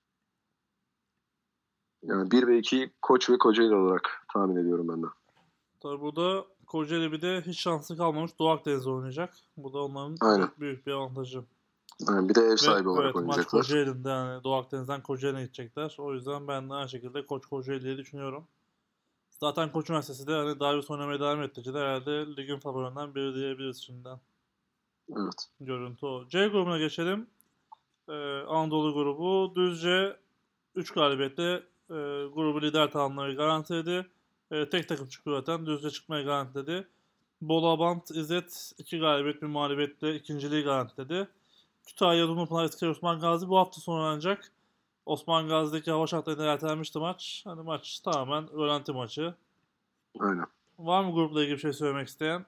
Yani bir ve iki Koç ve Kocaeli olarak tahmin ediyorum ben de. Tabii burada Kocaeli bir de hiç şansı kalmamış Doğu Akdeniz'de oynayacak. Bu da onların Aynen. büyük, büyük bir avantajı. Yani bir de ev Ve sahibi olarak evet maç oynayacaklar. Kocaeli'nde yani Doğu Akdeniz'den Kocaeli'ne gidecekler. O yüzden ben de aynı şekilde Koç Kocaeli'yi düşünüyorum. Zaten Koç Üniversitesi de hani Darius oynamaya devam ettikçe de herhalde ligin favorilerinden biri diyebiliriz şimdiden. Evet. Görüntü o. C grubuna geçelim. Ee, Anadolu grubu Düzce üç galibiyetle e, grubu lider tamamlamayı garantiledi. E, tek takım çıkıyor zaten. Düzce çıkmayı garantiledi. Bolabant İzzet iki galibiyet bir mağlubiyetle ikinciliği garantiledi. Kütahya Dumlupınar Eskişehir Osman Gazi bu hafta sonu oynanacak. Osman Gazi'deki hava şartlarıyla ertelenmişti maç. Hani maç tamamen rölanti maçı. Aynen. Var mı grupla ilgili bir şey söylemek isteyen?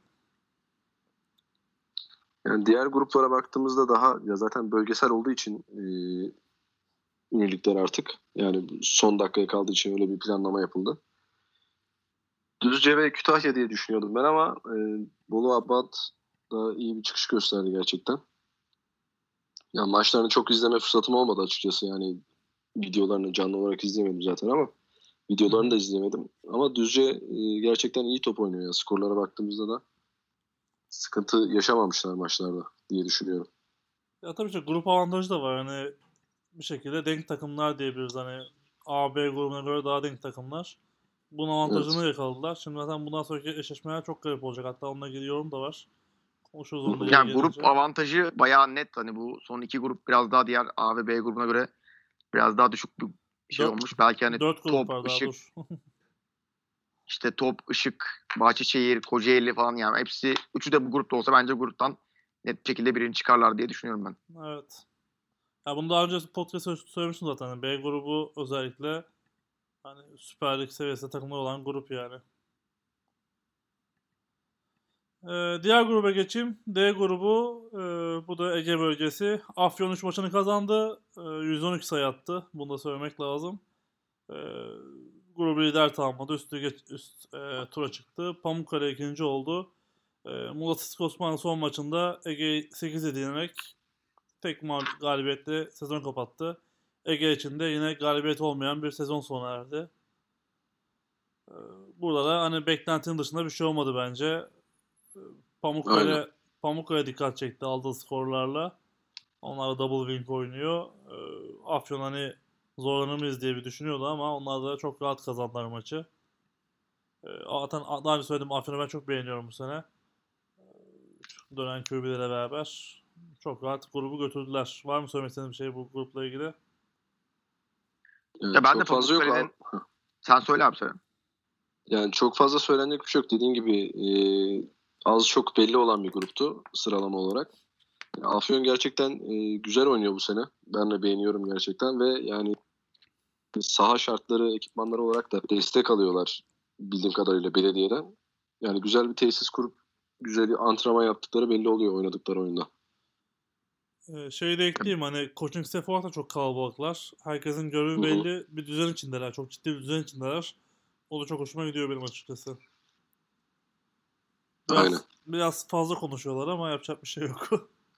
Yani diğer gruplara baktığımızda daha ya zaten bölgesel olduğu için e, yenilikler artık. Yani son dakikaya kaldığı için öyle bir planlama yapıldı. Düzce ve Kütahya diye düşünüyordum ben ama e, Bolu Abant da iyi bir çıkış gösterdi gerçekten. Yani maçlarını çok izleme fırsatım olmadı açıkçası. Yani videolarını canlı olarak izlemedim zaten ama videolarını da izlemedim. Ama Düzce e, gerçekten iyi top oynuyor ya. Skorlara baktığımızda da sıkıntı yaşamamışlar maçlarda diye düşünüyorum. Ya tabii ki grup avantajı da var. Hani bir şekilde denk takımlar diyebiliriz. Hani A, B grubuna göre daha denk takımlar. Bunun avantajını Evet. yakaladılar. Şimdi zaten bundan sonraki eşleşmeler çok garip olacak. Hatta onunla ilgili yorum da var. Konuşuruz onunla yeri Yani grup gelince. avantajı bayağı net. Hani bu son iki grup biraz daha diğer A ve B grubuna göre biraz daha düşük bir şey Dört, olmuş. Belki hani dört grup top, var daha ışık, dur. işte top, ışık, Bahçeşehir, Kocaeli falan yani hepsi üçü de bu grupta olsa bence gruptan net bir şekilde birini çıkarlar diye düşünüyorum ben. Evet. Ya bunu daha önce podcast'ta söylemiştim zaten. Yani B grubu özellikle hani Süper Lig seviyesinde takımlar olan grup yani. Ee, diğer gruba geçeyim. D grubu e, bu da Ege bölgesi. Afyon üç maçını kazandı. E, yüz on iki sayı attı. Bunu da söylemek lazım. E, grubu lider tamamladı. Üstü geç, üst e, tura çıktı. Pamukkale ikinci oldu. E, Muğla Sıtkı Osmanlı son maçında Ege'yi sekiz yedi yenerek tek mağlup galibiyetle sezon kapattı. Ege için de yine galibiyet olmayan bir sezon sona erdi. E, burada da hani beklentinin dışında bir şey olmadı bence. Aynen. Pamukkale Pamukkale dikkat çekti aldığı skorlarla. Onlar da double wing oynuyor. E, Afyon hani zorlanır mıyız diye bir düşünüyordu ama onlar da çok rahat kazandılar maçı. E, zaten daha önce söyledim, Afyon'u ben çok beğeniyorum bu sene. Dönen Q B'lere beraber çok rahat grubu götürdüler. Var mı söylemek istediğin bir şey bu grupla ilgili? Yani Ya ben de çok fazla yok abi. Pamukkale'nin... Sen söyle abi söyle. Yani çok fazla söylenecek bir şey yok. Dediğin gibi e, az çok belli olan bir gruptu sıralama olarak. Yani Afyon gerçekten e, güzel oynuyor bu sene. Ben de beğeniyorum gerçekten ve yani saha şartları, ekipmanları olarak da destek alıyorlar bildiğim kadarıyla belediyeden. Yani güzel bir tesis kurup güzel bir antrenman yaptıkları belli oluyor oynadıkları oyunda. Ee, şeyi de ekleyeyim, hani coaching staff olarak da çok kalabalıklar. Herkesin görevi Hı hı. belli. Bir düzen içindeler. Çok ciddi bir düzen içindeler. O da çok hoşuma gidiyor benim açıkçası. Biraz, Aynen. biraz fazla konuşuyorlar ama yapacak bir şey yok.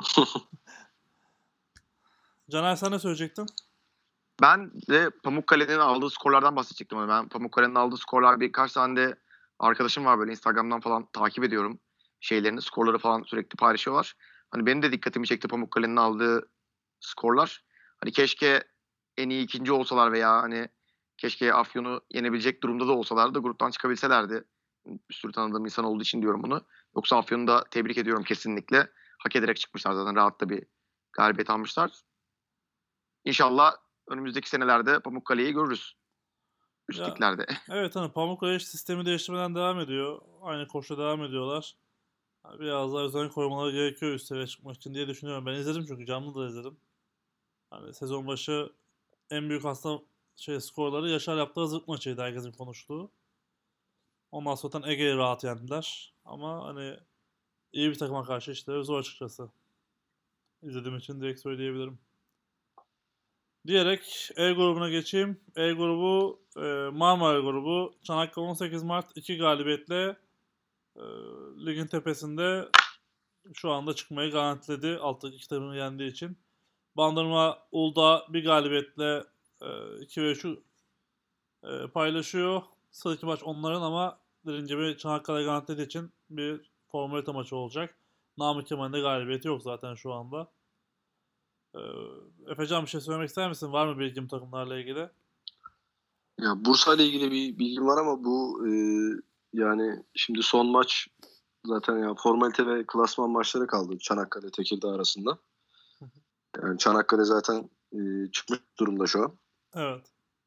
Caner, sen ne söyleyecektin? Ben de Pamukkale'nin aldığı skorlardan bahsedecektim. Hani ben Pamukkale'nin aldığı skorlar, birkaç tane de arkadaşım var böyle Instagram'dan falan takip ediyorum. Şeylerini, skorları falan sürekli paylaşıyorlar. Hani benim de dikkatimi çekti Pamukkale'nin aldığı skorlar. Hani keşke en iyi ikinci olsalar veya hani keşke Afyon'u yenebilecek durumda da olsalar da gruptan çıkabilselerdi. Bir sürü tanıdığım insan olduğu için diyorum bunu. Yoksa Afyon'u da tebrik ediyorum kesinlikle. Hak ederek çıkmışlar zaten. Rahat da bir galibiyet almışlar. İnşallah önümüzdeki senelerde Pamukkale'yi görürüz üst Ya liglerde. evet, hani Pamukkale sistemi değiştirmeden devam ediyor. Aynı koşuda devam ediyorlar. Yani biraz daha özen koymaları gerekiyor üst seviyeye çıkmak için diye düşünüyorum. Ben izledim çünkü canlı da izledim. Hani sezon başı en büyük hasta şey skorları Yaşar yaptığı zırt maçıydı, herkesin konuştuğu. Ondan sonra Ege'yi rahat yendiler. Ama hani iyi bir takıma karşı işte zor açıkçası. İzlediğim için direkt söyleyebilirim. Diyerek E grubuna geçeyim. E grubu e, Marmara grubu. Çanakkale on sekiz Mart iki galibiyetle e, ligin tepesinde şu anda çıkmayı garantiledi. Alttaki iki takımı yendiği için. Bandırma Uludağ bir galibiyetle e, iki ve üçü e, paylaşıyor. Sıradaki maç onların ama dediğim gibi Çanakkale garantilediği için bir formalite maçı olacak. Namık Kemal'in de galibiyeti yok zaten şu anda. Ee, Efecan, bir şey söylemek ister misin? Var mı bilgim takımlarla ilgili? Ya Bursa ile ilgili bir bilgim var ama bu e, yani şimdi son maç zaten ya formalite ve klasman maçları kaldı Çanakkale Tekirdağ arasında. Yani Çanakkale zaten e, çıkmış durumda şu an. Evet.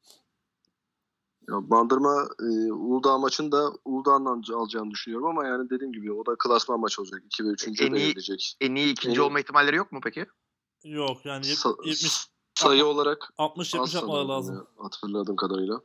Ya Bandırma e, Uludağ maçını da Uludağ'dan alacağını düşünüyorum ama yani dediğim gibi o da klasman maç olacak. iki ve üçüncü En iyi, belirleyecek. en iyi ikinci En- olma ihtimalleri yok mu peki? Yok yani Sa- yetmiş sayı olarak altmış az yetmiş yapmaları sanırım lazım. ya, hatırladığım kadarıyla.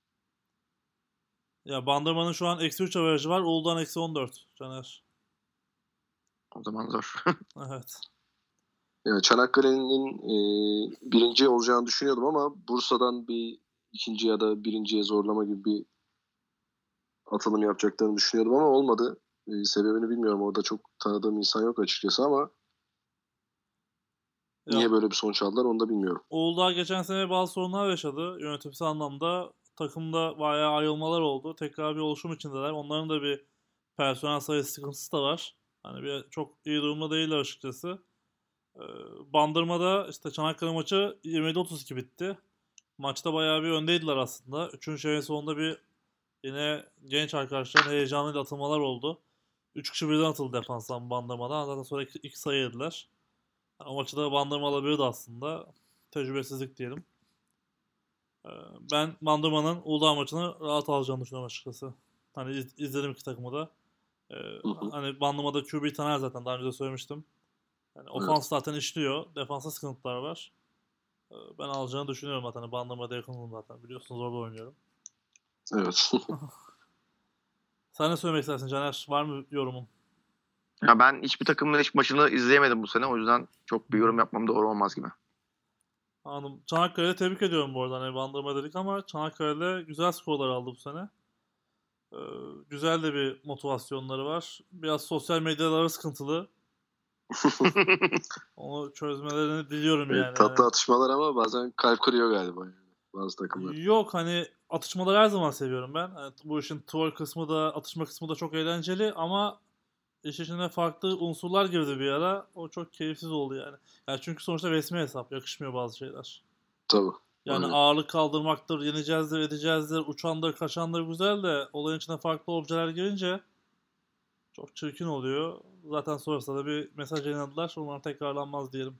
Ya Bandırma'nın şu an eksi üç averajı var. Uludağ'ın eksi on dört. Caner. O zaman zor. Evet. Yani Çanakkale'nin e, birinci olacağını düşünüyordum ama Bursa'dan bir ikinci ya da birinciye zorlama gibi bir atılım yapacaklarını düşünüyordum ama olmadı. E, sebebini bilmiyorum. Orada çok tanıdığım insan yok açıkçası ama Ya niye böyle bir sonuç aldılar onu da bilmiyorum. Uludağ geçen sene bazı sorunlar yaşadı. Yönetimsel anlamda takımda bayağı ayrılmalar oldu. Tekrar bir oluşum içindeler. Onların da bir personel sayısı sıkıntısı da var. Hani bir çok iyi durumda değiller açıkçası. Ee, Bandırma'da işte Çanakkale maçı yirmi yedi otuz iki bitti. Maçta bayağı bir öndeydiler aslında. Üçüncü çeyreğin sonunda bir yine genç arkadaşların heyecanıyla atılmalar oldu. Üç kişi birden atıldı defanstan Bandırma'dan. Zaten sonra iki, iki sayı yediler. Yani o maçı da Bandırma alabilirdi aslında. Tecrübesizlik diyelim. Ee, Ben Bandırma'nın Uludağ maçını rahat alacağını düşünüyorum açıkçası. Hani iz- izledim iki takımı da. Ee, Hı hı, Hani Bandırma'da Q B tanır zaten, daha önce de söylemiştim. Yani ofans evet. zaten işliyor. Defansa sıkıntılar var. Ee, Ben alacağını düşünüyorum zaten. Hani Bandırma'da yakınım zaten. Biliyorsunuz orada oynuyorum. Evet. Sen ne söylemek istersin Caner? Var mı yorumun? Ya ben hiçbir takımın hiç maçını izleyemedim bu sene. O yüzden çok bir yorum yapmam doğru olmaz gibi. Anladım. Çanakkale'de tebrik ediyorum bu arada. Hani Bandırma dedik ama Çanakkale'de güzel skorlar aldı bu sene. Ee, güzel de bir motivasyonları var. Biraz sosyal medyaları sıkıntılı. Onu çözmelerini diliyorum Evet, yani. tatlı Hani atışmalar ama bazen kalp kırıyor galiba yani bazı takımlar. yok hani atışmaları her zaman seviyorum ben. Hani bu işin troll kısmı da atışma kısmı da çok eğlenceli ama iş içine farklı unsurlar girdi bir ara. O çok keyifsiz oldu yani. Yani çünkü sonuçta resmi hesap. Yakışmıyor bazı şeyler. Tabii. Yani Aynen. ağırlık kaldırmaktır, yeneceğizdir, edeceğizdir, uçandır, kaçandır güzel de olayın içine farklı objeler girince çok çirkin oluyor. Zaten sonrasında da bir mesaj yayınladılar. Onlar tekrarlanmaz diyelim.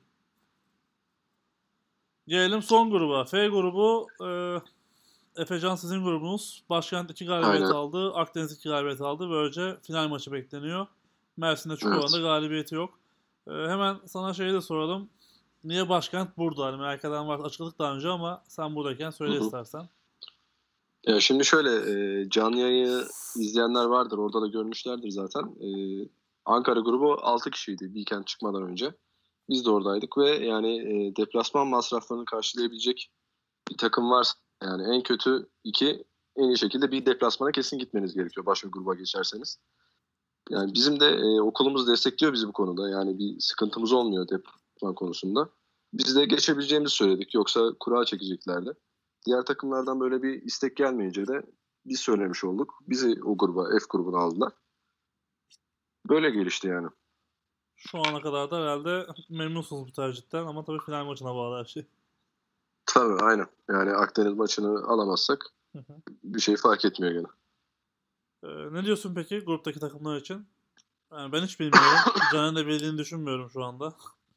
Gelelim son gruba. F grubu e, Efecan sizin grubunuz. Başkent iki galibiyet Aynen. aldı. Akdeniz iki galibiyet aldı. Böylece final maçı bekleniyor. Mersin'de Çukurova'da Evet. galibiyeti yok. E, hemen sana şeyi de soralım. Niye Başkent burada? Hani merak eden var. Açıkladık daha önce ama sen buradayken Hı söyle hı. istersen. Ya şimdi şöyle e, canlı yayını izleyenler vardır. Orada da görmüşlerdir zaten. E, Ankara grubu altı kişiydi weekend çıkmadan önce. Biz de oradaydık ve yani e, deplasman masraflarını karşılayabilecek bir takım varsa yani en kötü iki en iyi şekilde bir deplasmana kesin gitmeniz gerekiyor başka gruba geçerseniz. Yani bizim de e, okulumuz destekliyor bizi bu konuda. Yani bir sıkıntımız olmuyor deplasman konusunda. Biz de geçebileceğimizi söyledik. Yoksa kura çekeceklerdi. Diğer takımlardan böyle bir istek gelmeyince de biz söylemiş olduk. Bizi o gruba, F grubuna aldılar. Böyle gelişti yani. Şu ana kadar da herhalde memnunsunuz bu tercihten ama tabii final maçına bağlı her şey. Tabii aynen. Yani Akdeniz maçını alamazsak Hı hı. bir şey fark etmiyor gene. Ee, ne diyorsun peki gruptaki takımlar için? Yani ben hiç bilmiyorum. Caner'in de bildiğini düşünmüyorum şu anda.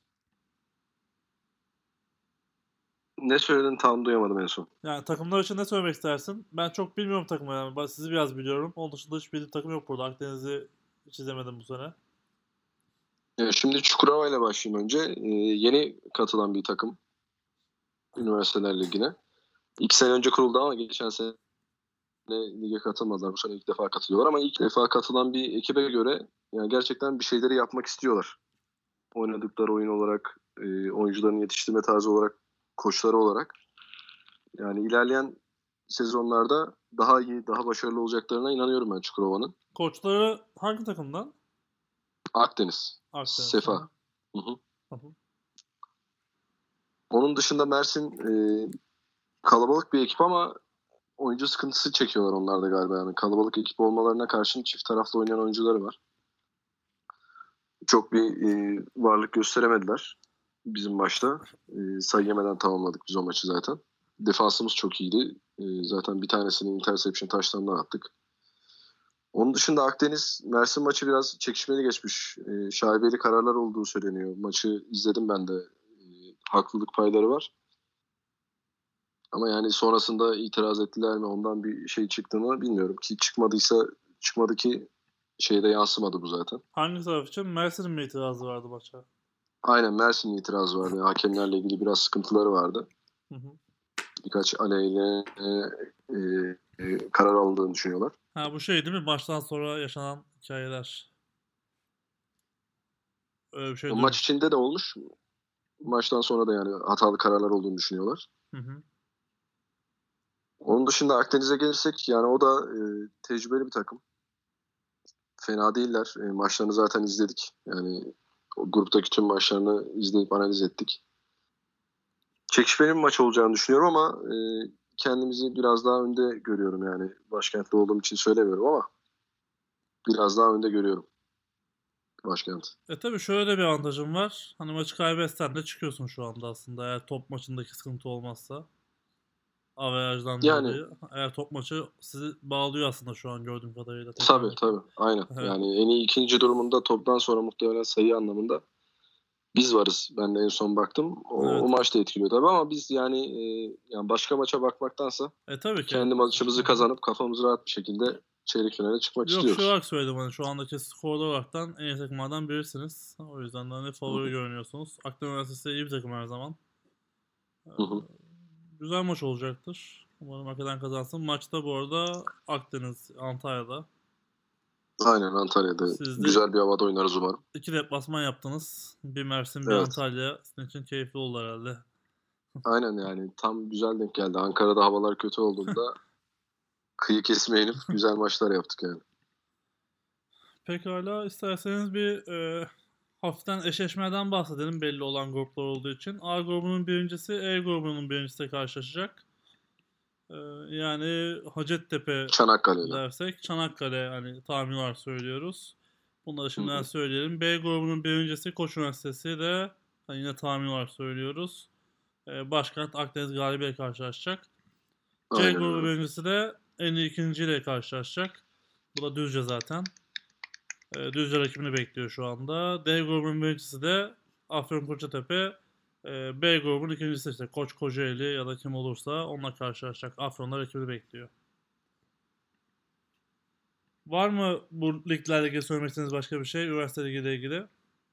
Ne söyledin tam duyamadım en son. Yani takımlar için ne söylemek istersin? Ben çok bilmiyorum takımları yani. Ben sizi biraz biliyorum. Onun dışında hiç bildiğim takım yok burada. Akdeniz'i hiç izlemedim bu sene. Ya şimdi Çukurova ile başlayayım önce. Ee, yeni katılan bir takım. Üniversiteler Ligi'ne. İki sene önce kuruldu ama geçen sene lige katılmadılar. Bu sene ilk defa katılıyorlar ama ilk defa katılan bir ekibe göre yani gerçekten bir şeyleri yapmak istiyorlar. Oynadıkları oyun olarak, e, oyuncuların yetiştirme tarzı olarak, koçları olarak. Yani ilerleyen sezonlarda daha iyi, daha başarılı olacaklarına inanıyorum ben Çukurova'nın. Koçları hangi takımdan? Akdeniz, Akdeniz. Hı Sefa. hı. Hı hı. Hı hı. Onun dışında Mersin e, kalabalık bir ekip ama oyuncu sıkıntısı çekiyorlar onlar da galiba. Yani kalabalık ekip olmalarına karşın çift taraflı oynayan oyuncuları var. Çok bir e, varlık gösteremediler bizim maçta. E, sayı yemeden tamamladık biz o maçı zaten. Defansımız çok iyiydi. E, zaten bir tanesini interception taşlarından attık. Onun dışında Akdeniz Mersin maçı biraz çekişmeli geçmiş. E, şaibeli kararlar olduğu söyleniyor. Maçı izledim ben de. E, haklılık payları var. Ama yani sonrasında itiraz ettiler mi ondan bir şey çıktı mı bilmiyorum. Ki çıkmadıysa çıkmadı ki şeyde yansımadı bu zaten. Hangi taraf için? Mersin'in mi itirazı vardı maça? Aynen Mersin'in itirazı vardı. Hakemlerle ilgili biraz sıkıntıları vardı. Hı hı. Birkaç aleyhine e, e, e, karar alındığını düşünüyorlar. Ha bu şey değil mi? Maçtan sonra yaşanan hikayeler. Öyle bir şey O maç duymuş. içinde de olmuş. Maçtan sonra da yani hatalı kararlar olduğunu düşünüyorlar. Hı hı. Onun dışında Akdeniz'e gelirsek yani o da e, tecrübeli bir takım. Fena değiller. E, maçlarını zaten izledik. Yani o gruptaki tüm maçlarını izleyip analiz ettik. Çekişmeli bir maç olacağını düşünüyorum ama e, kendimizi biraz daha önde görüyorum yani. Başkentte olduğum için söylemiyorum ama biraz daha önde görüyorum Başkent. E tabii şöyle de bir avantajım var. Hani maçı kaybetsen de çıkıyorsun şu anda aslında eğer top maçındaki sıkıntı olmazsa. Averajdan Yani dolayı. Eğer top maçı sizi bağlıyor aslında şu an gördüğüm kadarıyla. Tekrar tabii bakayım. tabii aynen. Evet. Yani en iyi ikinci durumunda toptan sonra muhtemelen sayı anlamında biz varız. Ben de en son baktım. O, Evet. o maç da etkiliyor tabii ama biz yani e, yani başka maça bakmaktansa E tabii ki. kendi maçımızı Hı hı. kazanıp kafamızı rahat bir şekilde çeyrek finale çıkmak Yok şu istiyoruz. olarak söyledim hani şu andaki skor olaraktan en iyi takımlardan birisiniz. O yüzden de hani Hı favori hı. görünüyorsunuz. Akdeniz Üniversitesi iyi bir takım her zaman. Hı hı. Güzel maç olacaktır. Umarım hak eden kazansın. Maçta bu arada Akdeniz, Antalya'da. Aynen, Antalya'da Siz de güzel bir havada oynarız umarım. iki deplasman yaptınız. Bir Mersin, bir Evet. Antalya. Sizin için keyifli oldu herhalde. Aynen, yani tam güzel denk geldi. Ankara'da havalar kötü olduğunda kıyı kesime inip güzel maçlar yaptık yani. Pekala, isterseniz bir e, hafiften eşleşmeden bahsedelim belli olan gruplar olduğu için. A grubunun birincisi E grubunun birincisiyle karşılaşacak. E, yani Hacettepe Çanakkale'yle. dersek Çanakkale hani tahmin olarak söylüyoruz. Bunları Hı şimdiden hı. söyleyelim. B grubunun birincisi Koç Üniversitesi de hani yine tahmin olarak söylüyoruz. E, Başkent Akdeniz Galibiyet ile karşılaşacak. C Aynen grubu öyle. birincisi de en iyi ikinciyle karşılaşacak. Bu da Düzce zaten. E, Düzce rakibini bekliyor şu anda. D grubunun birincisi de Afyon Kocatepe. E, B grubunun ikincisi işte Koç Kocaeli ya da kim olursa onunla karşılaşacak. Afyon'da rakibini bekliyor. Var mı bu liglerle ilgili söylemek istediğiniz başka bir şey? Üniversite ligiyle ilgili.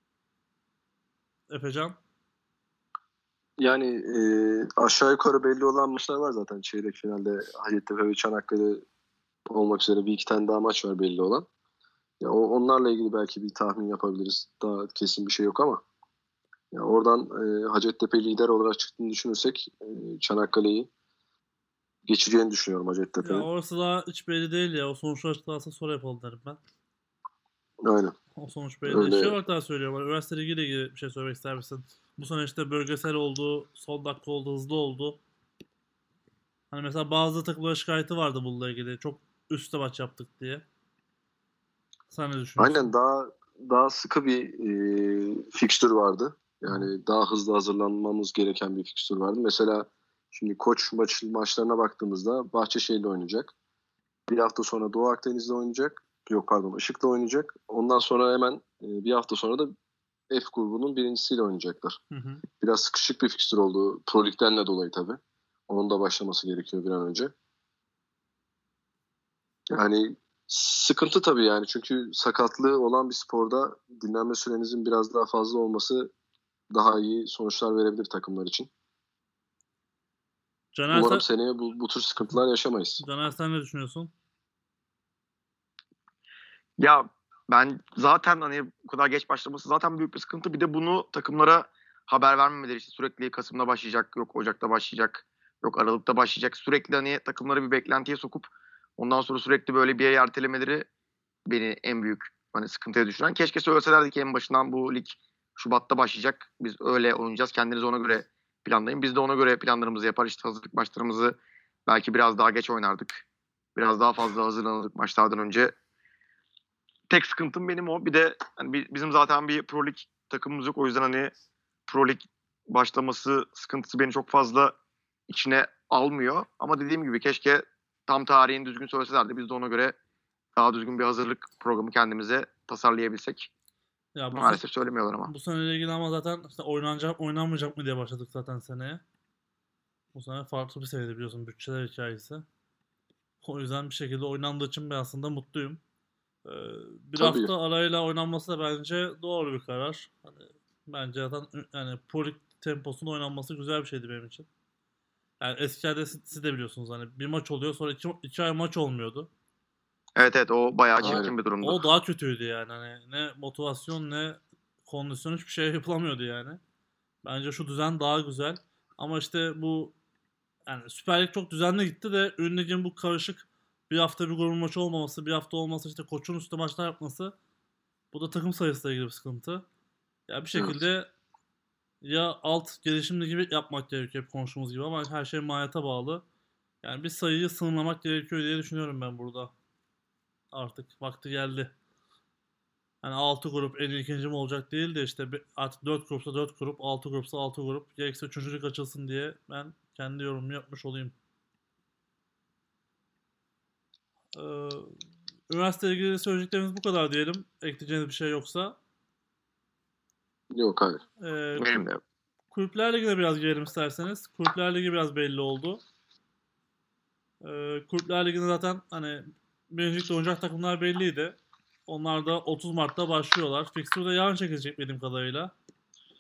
Efecan. Yani e, aşağı yukarı belli olan maçlar var zaten. Çeyrek finalde Hacettepe ve Çanakkale olmak üzere bir iki tane daha maç var belli olan. Ya o, onlarla ilgili belki bir tahmin yapabiliriz. Daha kesin bir şey yok ama. Ya oradan e, Hacettepe lider olarak çıktığını düşünürsek e, Çanakkale'yi geçeceğini düşünüyorum Ya Hacettepe'nin. orası daha hiç belli değil ya. O sonuçlar açıklarsa sonra yapalım derim ben. Aynen. O sonuç belli değil. Öyle. Şey olarak daha söylüyorum. Hani üniversite ligiyle ilgili bir şey söylemek ister misin? Bu sene işte bölgesel oldu, son dakika oldu, hızlı oldu. Hani mesela bazı takımlara şikayeti vardı bununla ilgili. Çok üstte maç yaptık diye. Sen ne düşünüyorsun? Aynen, daha daha sıkı bir e, fikstür vardı. Hı hı. Yani daha hızlı hazırlanmamız gereken bir fikstür vardı. Mesela şimdi Koç maç, maçlarına baktığımızda Bahçeşehir'le oynayacak. Bir hafta sonra Doğu Akdeniz'de oynayacak. Yok pardon, Işık'la oynayacak. Ondan sonra hemen e, bir hafta sonra da F grubunun birincisiyle oynayacaklar. Hı hı. Biraz sıkışık bir fikstür oldu. Pro Lig'den de dolayı tabii. Onun da başlaması gerekiyor bir an önce. Yani sıkıntı tabii yani. Çünkü sakatlığı olan bir sporda dinlenme sürenizin biraz daha fazla olması daha iyi sonuçlar verebilir takımlar için. Caner Umarım sen, seneye bu, bu tür sıkıntılar yaşamayız. Caner sen ne düşünüyorsun? Ya ben zaten hani bu kadar geç başlaması zaten büyük bir sıkıntı. Bir de bunu takımlara haber vermemeleri, işte sürekli Kasım'da başlayacak, yok Ocak'ta başlayacak, yok Aralık'ta başlayacak. Sürekli hani takımları bir beklentiye sokup ondan sonra sürekli böyle bir ay ertelemeleri beni en büyük hani sıkıntıya düşüren. Keşke söyleselerdi ki en başından bu lig Şubat'ta başlayacak. Biz öyle oynayacağız. Kendiniz ona göre planlayın. Biz de ona göre planlarımızı yapar. İşte hazırlık maçlarımızı belki biraz daha geç oynardık. Biraz daha fazla hazırlanırdık maçlardan önce. Tek sıkıntım benim o. Bir de hani bizim zaten bir Pro Lig takımımız yok. O yüzden hani Pro Lig başlaması sıkıntısı beni çok fazla içine almıyor. Ama dediğim gibi keşke tam tarihini düzgün söyleselerdi. Biz de ona göre daha düzgün bir hazırlık programı kendimize tasarlayabilsek. Ya bu, se- Maalesef söylemiyorlar ama. bu seneyle ilgili ama zaten işte oynanacak oynanmayacak mı diye başladık zaten seneye. Bu sene farklı bir seviyede biliyorsun bütçeler hikayesi. O yüzden bir şekilde oynandığı için ben aslında mutluyum. Ee, bir Tabii. hafta arayla oynanması da bence doğru bir karar. Hani bence zaten yani Pro Lig temposunun oynanması güzel bir şeydi benim için. Yani eskilerde siz, siz de biliyorsunuz hani bir maç oluyor sonra iki, iki ay maç olmuyordu. Evet evet, o bayağı Aynen. çirkin bir durumdu. O daha kötüydü yani. Hani ne motivasyon ne kondisyon hiçbir şey yapılamıyordu yani. Bence şu düzen daha güzel. Ama işte bu yani Süper Lig çok düzenli gitti de Ün Lig'in bu karışık bir hafta bir grubun maçı olmaması, bir hafta olması işte koçun üstü maçlar yapması, bu da takım sayısıyla ilgili bir sıkıntı. Ya bir Evet. şekilde ya alt gelişim gibi yapmak gerekiyor hep konuştuğumuz gibi ama her şey maliyete bağlı. Yani bir sayıyı sınırlamak gerekiyor diye düşünüyorum ben burada. Artık vakti geldi. Yani altı grup en iyi ikinci mi olacak değil de işte bir- artık dört grupsa dört grup, altı grupsa altı grup. Gerekse üçüncü lig açılsın diye ben kendi yorumumu yapmış olayım. Ee, üniversiteyle ilgili söyleyeceklerimiz bu kadar diyelim. Ekleyeceğiniz bir şey yoksa. Yok, hayır. Ee, Benim de. kulüpler Ligi'ne biraz girelim isterseniz. Kulüpler Ligi biraz belli oldu. Ee, Kulüpler Ligi'nde zaten hani birincilikte oynayacak takımlar belliydi. Onlar da otuz Mart'ta başlıyorlar. Fixture de yarın çekilecek benim kadarıyla.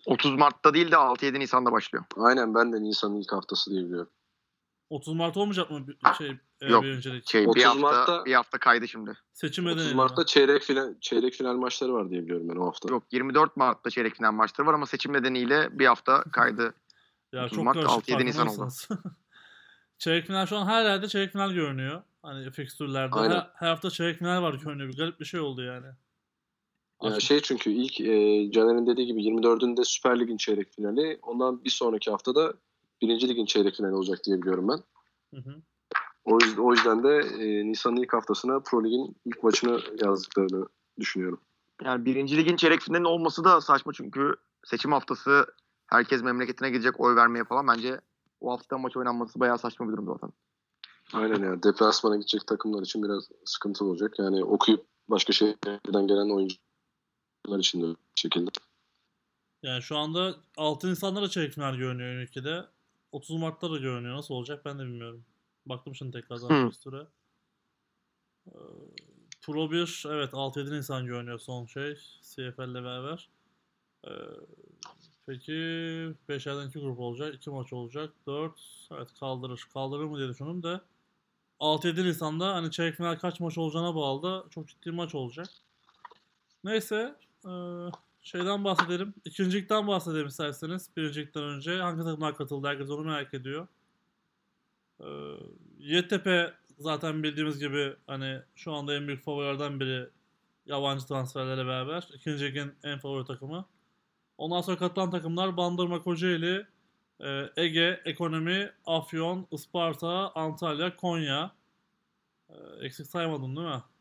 otuz Mart'ta değil de altı yedi Nisan'da başlıyor. Aynen, ben de Nisan'ın ilk haftası diye biliyorum. otuz Mart olmayacak mı bir- şey e, Yok, birincilik? Şey bir otuz hafta Mart'ta bir hafta kaydı şimdi. Seçim otuz nedeniyle Mart'ta mi? çeyrek final çeyrek final maçları var diye biliyorum ben o hafta. Yok, yirmi dört Mart'ta çeyrek final maçları var ama seçim nedeniyle bir hafta kaydı. Ya otuz çok Mart, karışık, altı yedi Nisan farkında oldu. mısınız? Çeyrek final şu an her yerde çeyrek final görünüyor. Hani fikstürlerde. Aynen. Her, her hafta çeyrek final var görünüyor. Bir garip bir şey oldu yani. Ya Aç- şey, çünkü ilk e, Caner'in dediği gibi yirmi dördünde Süper Lig'in çeyrek finali. Ondan bir sonraki haftada Birinci Lig'in çeyrek finali olacak diye biliyorum ben. Hı hı. O yüzden, o yüzden de e, Nisan'ın ilk haftasına Pro Lig'in ilk maçını yazdıklarını düşünüyorum. Yani birinci ligin çeyrek finalinin olması da saçma çünkü seçim haftası herkes memleketine gidecek oy vermeye falan. Bence o hafta maç oynanması bayağı saçma bir durum zaten. Aynen ya. Deplasmana gidecek takımlar için biraz sıkıntılı olacak. Yani okuyup başka şehirden gelen oyuncular için de bu şekilde. Yani şu anda altı Nisan'da da çeyrek final görünüyor ülkede. otuz Mart'ta da görünüyor. Nasıl olacak ben de bilmiyorum. Baktım şimdi tekrardan Hı. fikstüre. Ee, Pro bir evet altı yedi Nisan görünüyor son şey. C F L ile beraber. Ee, peki beşerden iki grup olacak. iki maç olacak. dört evet kaldırır. Kaldırır mı diye düşündüm de altı yedi Nisan'da hani çeyrek final kaç maç olacağına bağlı da çok ciddi maç olacak. Neyse ee, şeyden bahsedelim. İkincilikten bahsedelim isterseniz. Birincilikten önce hangi takımlar katıldı? Herkes onu merak ediyor. Ee, Yeditepe zaten bildiğimiz gibi hani şu anda en büyük favorilerden biri yabancı transferlerle beraber. İkinci ligin en favori takımı. Ondan sonra katılan takımlar Bandırma, Kocaeli, e, Ege, Ekonomi, Afyon, Isparta, Antalya, Konya. E, eksik saymadım değil mi?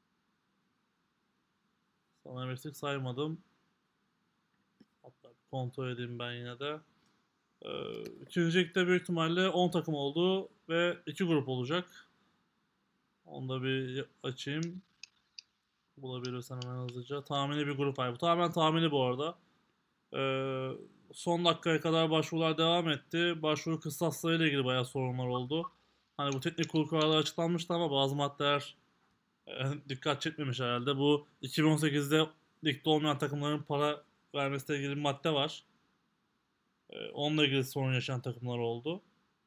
Sanırım eksik saymadım. Hatta bir kontrol edeyim ben yine de. E, ikinci ligde büyük ihtimalle on takım oldu ve iki grup olacak. Onu da bir açayım. Bulabilirsen hemen hızlıca. Tahmini bir grup ay. Bu tamamen tahmini bu arada. Ee, son dakikaya kadar başvurular devam etti. Başvuru kıstaslarıyla ilgili bayağı sorunlar oldu. Hani bu teknik kurul kararı açıklanmıştı ama bazı maddeler e, dikkat çekmemiş herhalde. Bu iki bin on sekizde ligde olmayan takımların para vermesiyle ilgili bir madde var. Ee, onunla ilgili sorun yaşayan takımlar oldu.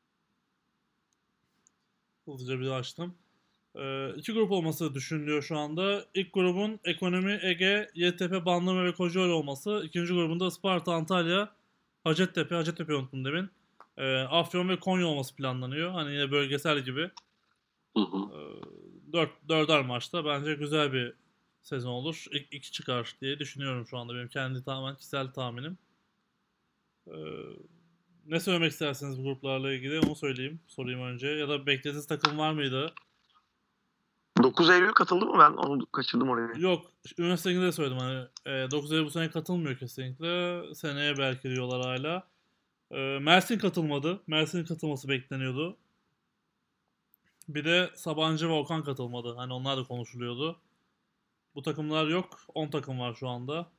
Hızlıca bir açtım. Ee, iki grup olması düşünülüyor şu anda. İlk grubun Ekonomi, Ege, Yeditepe, Bandırma ve Kocaeli olması. İkinci grubunda Isparta, Antalya, Hacettepe, Hacettepe unuttum demin. Ee, Afyon ve Konya olması planlanıyor. Hani yine bölgesel gibi. Hı hı. Ee, dört, dörder maçta bence güzel bir sezon olur. İlk iki çıkar diye düşünüyorum şu anda. Benim kendi tamamen kişisel tahminim. Ee, ne söylemek istersiniz bu gruplarla ilgili onu söyleyeyim. Sorayım önce. Ya da beklediğiniz takım var mıydı? dokuz Eylül katıldı mı ben? Onu kaçırdım oraya. Yok. Üniversitede de söyledim hani e, dokuz Eylül bu sene katılmıyor kesinlikle. Seneye belki diyorlar hala. E, Mersin katılmadı. Mersin'in katılması bekleniyordu. Bir de Sabancı ve Okan katılmadı. Hani onlar da konuşuluyordu. Bu takımlar yok. on takım var şu anda.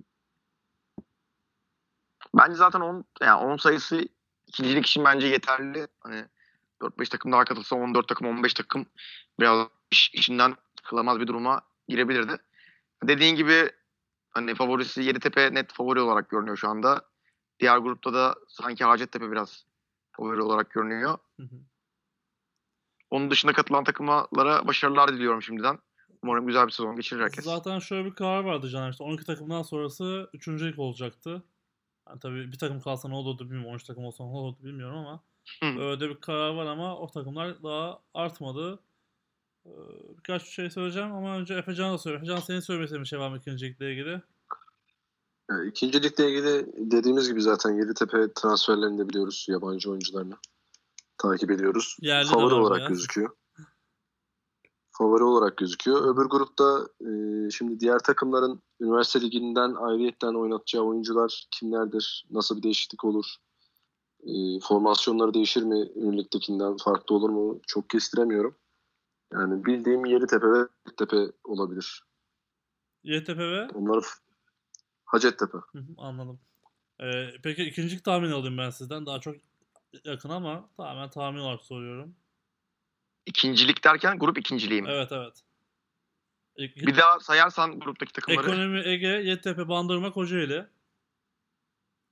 Bence zaten on yani on sayısı ikincilik için bence yeterli. Hani dört beş takım daha katılsa on dört takım on beş takım biraz iş, içinden çıkılamaz bir duruma girebilirdi. Dediğin gibi hani favorisi Yeditepe net favori olarak görünüyor şu anda. Diğer grupta da sanki Hacettepe biraz favori olarak görünüyor. Hı hı. Onun dışında katılan takımlara başarılar diliyorum şimdiden. Umarım güzel bir sezon geçirir herkes. Zaten şöyle bir karar vardı Caner. İşte on iki takımdan sonrası üçüncülük olacaktı. Yani tabii bir takım kalsa ne olurdu bilmiyorum. on üç takım olsa ne olurdu bilmiyorum ama Hı. öyle bir karar var ama o takımlar daha artmadı. Ee, birkaç şey söyleyeceğim ama önce Efecan'a da söyleyeyim. Efecan senin söylemek istediğin bir şey var mı ikincilikle ilgili? Yani İkinci ligle ilgili dediğimiz gibi zaten Yeditepe transferlerini de biliyoruz. Yabancı oyuncularını takip ediyoruz. Yerli de Favori var olarak bayağı. gözüküyor. Favori olarak gözüküyor. Öbür grupta e, şimdi diğer takımların üniversite liginden ayrıyetten oynatacağı oyuncular kimlerdir? Nasıl bir değişiklik olur? E, formasyonları değişir mi? Ünlü ligdekinden farklı olur mu? Çok kestiremiyorum. Yani bildiğim Yeditepe ve Hacettepe olabilir. Y T P ve? Onlar Hacettepe. Hı hı, anladım. Ee, peki ikincilik tahmini alayım ben sizden. Daha çok yakın ama tamamen tahmin olarak soruyorum. İkincilik derken grup ikinciliği mi? Evet evet. İlk- Bir daha sayarsan gruptaki takımları. Ekonomi, Ege, Y T P, Bandırma, Kocaeli.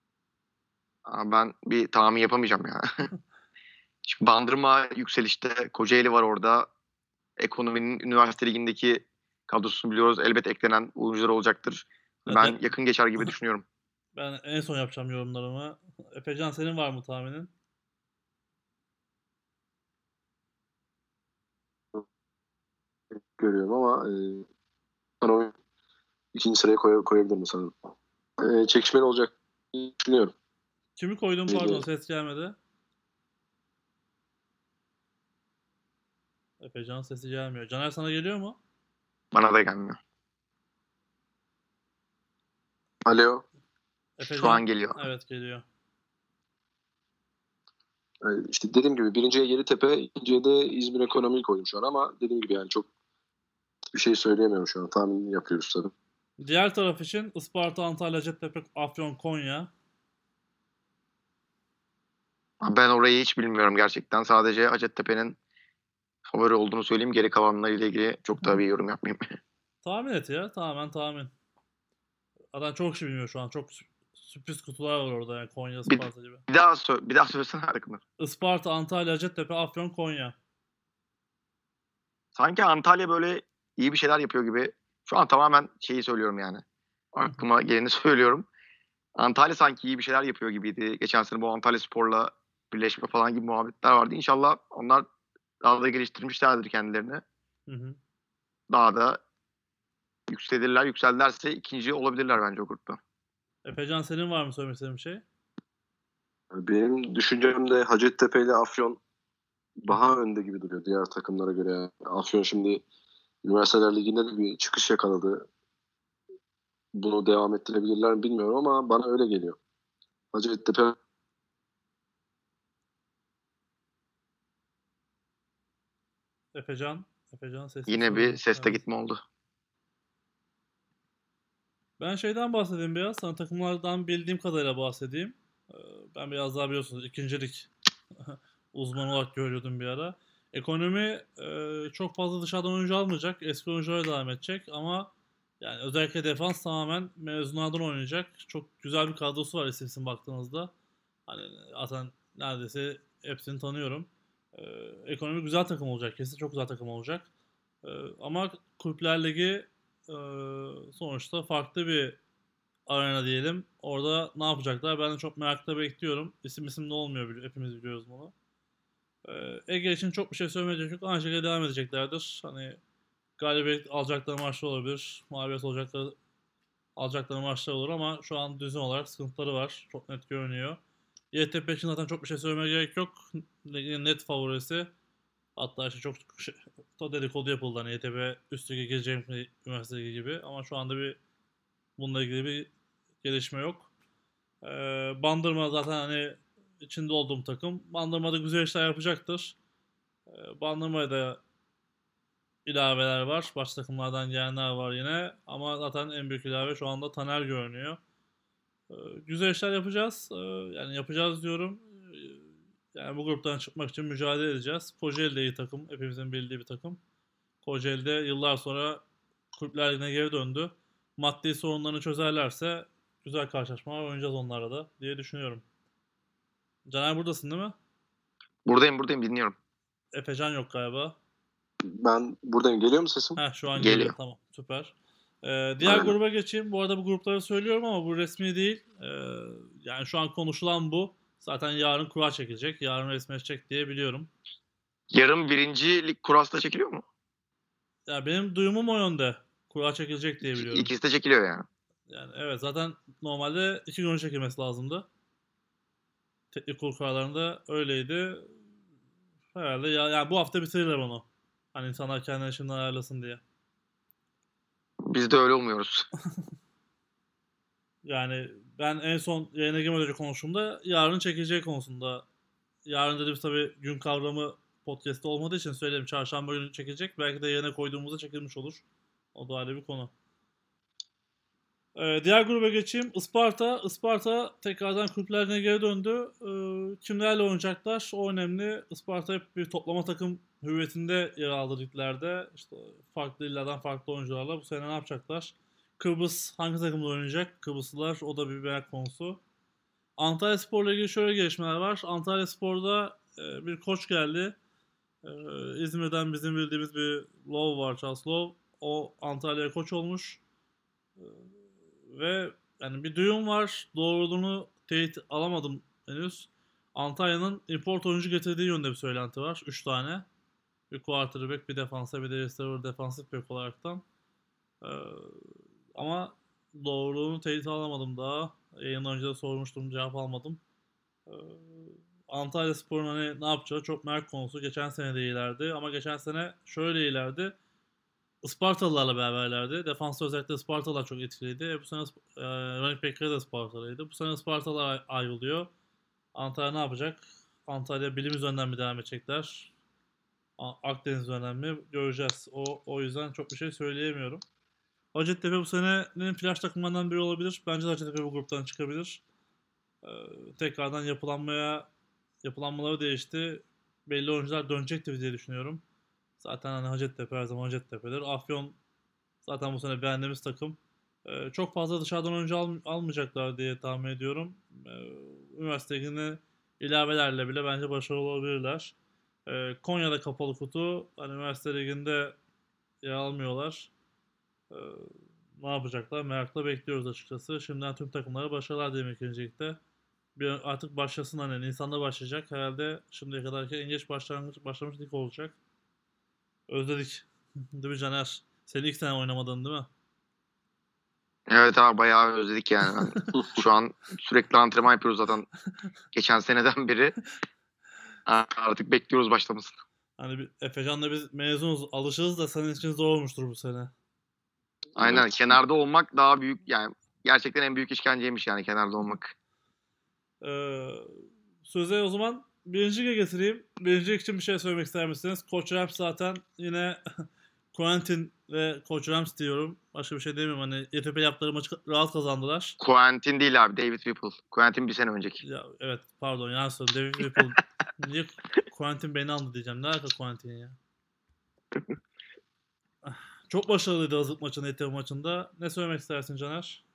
Aa, ben bir tahmin yapamayacağım ya. Şimdi Bandırma yükselişte. Kocaeli var orada. Ekonominin üniversite ligindeki kadrosunu biliyoruz. Elbet eklenen oyuncular olacaktır. Ya Ben de- yakın geçer gibi düşünüyorum. ben en son yapacağım yorumlarımı. Efecan senin var mı tahminin? Görüyorum ama e, ekonomi ikinci sıraya koy, koyabilirim sanırım. E, çekişmeli olacak diye düşünüyorum. Kimi koydun pardon Geliyor. ses gelmedi. Efecan sesi gelmiyor. Caner sana geliyor mu? Bana da gelmiyor. Alo. Şu an Efecan geliyor. evet geliyor. E, işte dediğim gibi birinciye Yeditepe, ikinciye de İzmir Ekonomi'yi koydum şu an ama dediğim gibi yani çok bir şey söyleyemiyorum şu an. Tahmin yapıyoruz tabii. Diğer taraf için Isparta, Antalya, Hacettepe, Afyon, Konya. Ben orayı hiç bilmiyorum gerçekten. Sadece Hacettepe'nin favori olduğunu söyleyeyim. Geri kalanlarıyla ilgili çok daha bir yorum yapmayayım. Tahmin et ya. Tamamen tahmin. Adam çok şey bilmiyor şu an. Çok sü- sürpriz kutular var orada yani Konya, Bir, Isparta gibi. bir daha sö- bir daha söylesene takımı. Isparta, Antalya, Hacettepe, Afyon, Konya. Sanki Antalya böyle iyi bir şeyler yapıyor gibi. Şu an tamamen şeyi söylüyorum yani. Aklıma geleni söylüyorum. Antalya sanki iyi bir şeyler yapıyor gibiydi. Geçen sene bu Antalya Spor'la birleşme falan gibi muhabbetler vardı. İnşallah onlar daha da geliştirmişlerdir kendilerini. Hı hı. Daha da yükselirler. Yükselirlerse ikinci olabilirler bence o grupta. Efecan senin var mı söylemek istediğin bir şey? Benim düşüncemde Hacettepe ile Afyon daha önde gibi duruyor diğer takımlara göre. Yani Afyon şimdi Üniversiteler Ligi'nde de bir çıkış yakaladı. Bunu devam ettirebilirler mi bilmiyorum ama bana öyle geliyor. Hacettepe Efecan. Efecan sesi Yine bir sorunu. seste Evet. gitme oldu. Ben şeyden bahsedeyim biraz. Sana takımlardan bildiğim kadarıyla bahsedeyim. Ee, Ben biraz daha biliyorsunuz ikincilik uzman olarak görüyordum bir ara. Ekonomi e, çok fazla dışarıdan oyuncu almayacak. Eski oyunculara devam edecek ama yani özellikle defans tamamen mezunlardan oynayacak. Çok güzel bir kadrosu var isim isim baktığınızda. Hani zaten neredeyse hepsini tanıyorum. Ee, Ekonomi güzel takım olacak. Kesin çok güzel takım olacak. Ee, Ama Kulüpler Ligi e, sonuçta farklı bir arena diyelim. Orada ne yapacaklar? Ben de çok merakla bekliyorum. İsim isim ne olmuyor bili- hepimiz biliyoruz bunu. Ee, Ege için çok bir şey söylemeyecek yok. Aynı şekilde devam edeceklerdir. Hani galibiyet alacakları maçlar olabilir. Mağlubiyet olacakları alacakları maçlar olur ama şu an düzen olarak sıkıntıları var. Çok net görünüyor. Y T P için zaten çok bir şey söylemeye gerek yok. Ligin net favorisi. Hatta işte çok şey, to dedikodu yapıldı hani Y T P üst lige girecek mi üniversite ligi gibi ama şu anda bir bununla ilgili bir gelişme yok. Ee, Bandırma zaten hani içinde olduğum takım. Bandırma'da güzel işler yapacaktır. Ee, Bandırma'ya da ilaveler var. Baş takımlardan gelenler var yine. Ama zaten en büyük ilave şu anda Taner görünüyor. Ee, Güzel işler yapacağız. Ee, Yani yapacağız diyorum. Ee, Yani bu gruptan çıkmak için mücadele edeceğiz. Kocaeli de iyi takım. Hepimizin bildiği bir takım. Kocaeli'de yıllar sonra Kulüpler Ligi'ne geri döndü. Maddi sorunlarını çözerlerse güzel karşılaşmalar oynayacağız onlarla da diye düşünüyorum. Caner buradasın değil mi? Buradayım buradayım dinliyorum. Efecan yok galiba. ben buradayım. Geliyor mu sesim? Heh şu an geliyor Geliyor. tamam süper. Ee, diğer Aynen. gruba geçeyim. Bu arada bu grupları söylüyorum ama bu resmi değil. Ee, yani şu an konuşulan bu. Zaten yarın kura çekilecek. Yarın resmileşecek diye biliyorum. Yarın birinci lig kurasla çekiliyor mu? Ya benim duyumum o yönde. Kura çekilecek diye İki- biliyorum. İkisi de çekiliyor yani. Yani evet zaten normalde iki gün önce çekilmesi lazımdı. Teknik kurul kararlarında öyleydi. Herhalde ya, yani bu hafta bitirirler onu. Hani insanlar kendini şimdiden ayarlasın diye. Biz de öyle olmuyoruz. Yani ben en son yayına girmeden önce konuştuğumda yarın çekileceği konusunda. Yarın dediğimiz tabii gün kavramı podcast'te olmadığı için söyleyeyim. Çarşamba günü çekilecek. Belki de yerine koyduğumuzda çekilmiş olur. O da ayrı bir konu. Ee, diğer gruba geçeyim. Isparta. Isparta tekrardan kulüplerine geri döndü. Ee, kimlerle oynayacaklar? O önemli. Isparta hep bir toplama takım hüviyetinde yer aldı liglerde. İşte farklı illerden farklı oyuncularla. Bu sene ne yapacaklar? Kıbrıs hangi takımda oynayacak? Kıbrıslılar o da bir merak konusu. Antalyaspor'la ilgili şöyle gelişmeler var. Antalyaspor'da e, bir koç geldi. E, İzmir'den bizim bildiğimiz bir Love var, Charles Love. O Antalya'ya koç olmuş. E, ve yani bir duyum var. Doğruluğunu teyit alamadım henüz. Antalya'nın import oyuncu getirdiği yönde bir söylenti var. Üç tane. Bir quarterback, bir defansa, bir de receiver defansif bek olaraktan. Ee, ama doğruluğunu teyit alamadım daha. Yayın önce de sormuştum, cevap almadım. Ee, Antalyaspor'un hani ne yapacağı çok merak konusu. Geçen sene de iyilerdi ama geçen sene şöyle iyilerdi. Ispartalılarla beraberlerdi. Defansta özellikle Ispartalılar çok etkiliydi. E, bu sene e, running back'leri de Ispartalıydı. Bu sene Ispartalılar ayrılıyor. Antalya ne yapacak? Antalya bilim üzerinden mi devam edecekler? Akdeniz üzerinden mi? Göreceğiz. O, o yüzden çok bir şey söyleyemiyorum. Hacettepe bu senenin flash takımlarından biri olabilir. Bence de Hacettepe bu gruptan çıkabilir. Ee, tekrardan yapılanmaya yapılanmaları değişti. Belli oyuncular dönecektir diye düşünüyorum. Zaten hani Hacettepe her zaman Hacettepe'dir. Afyon zaten bu sene beğendiğimiz takım. Ee, çok fazla dışarıdan oyuncu al, almayacaklar diye tahmin ediyorum. Ee, üniversite ligine ilavelerle bile bence başarılı olabilirler. Ee, Konya'da kapalı kutu. Hani üniversite liginde yer almıyorlar. Ee, ne yapacaklar? Merakla bekliyoruz açıkçası. Şimdiden tüm takımlara başarılar dilerim ikinci ligde. Bir artık başlasın hani Nisan'da başlayacak. Herhalde şimdiye kadarki en geç başlangıç başlamış lig olacak. Özledik. Değil mi Caner? Senin ilk sene oynamadın değil mi? Evet abi bayağı özledik yani. Ben şu an sürekli antrenman yapıyoruz zaten geçen seneden beri. Artık bekliyoruz başlamasını. Hani bir, Efecan'la biz mezunuz, alışırız da senin için zor olmuştur bu sene. Aynen Evet. kenarda olmak daha büyük yani gerçekten en büyük işkenceymiş yani kenarda olmak. Ee, söze o zaman birinci lige getireyim. Birinci lig için bir şey söylemek ister misiniz? Koç Rams zaten yine Quentin ve Koç Rams diyorum. Başka bir şey demiyorum. Hani Y T P yaptıkları maçı rahat kazandılar. Quentin değil abi David Whipple. Quentin bir sene önceki. Ya, evet pardon yanlış söyledim. David Whipple. Niye Quentin beni andı diyeceğim. Ne alaka Quentin ya? Çok başarılıydı hazırlık maçında, Y T P maçında. Ne söylemek istersin Caner?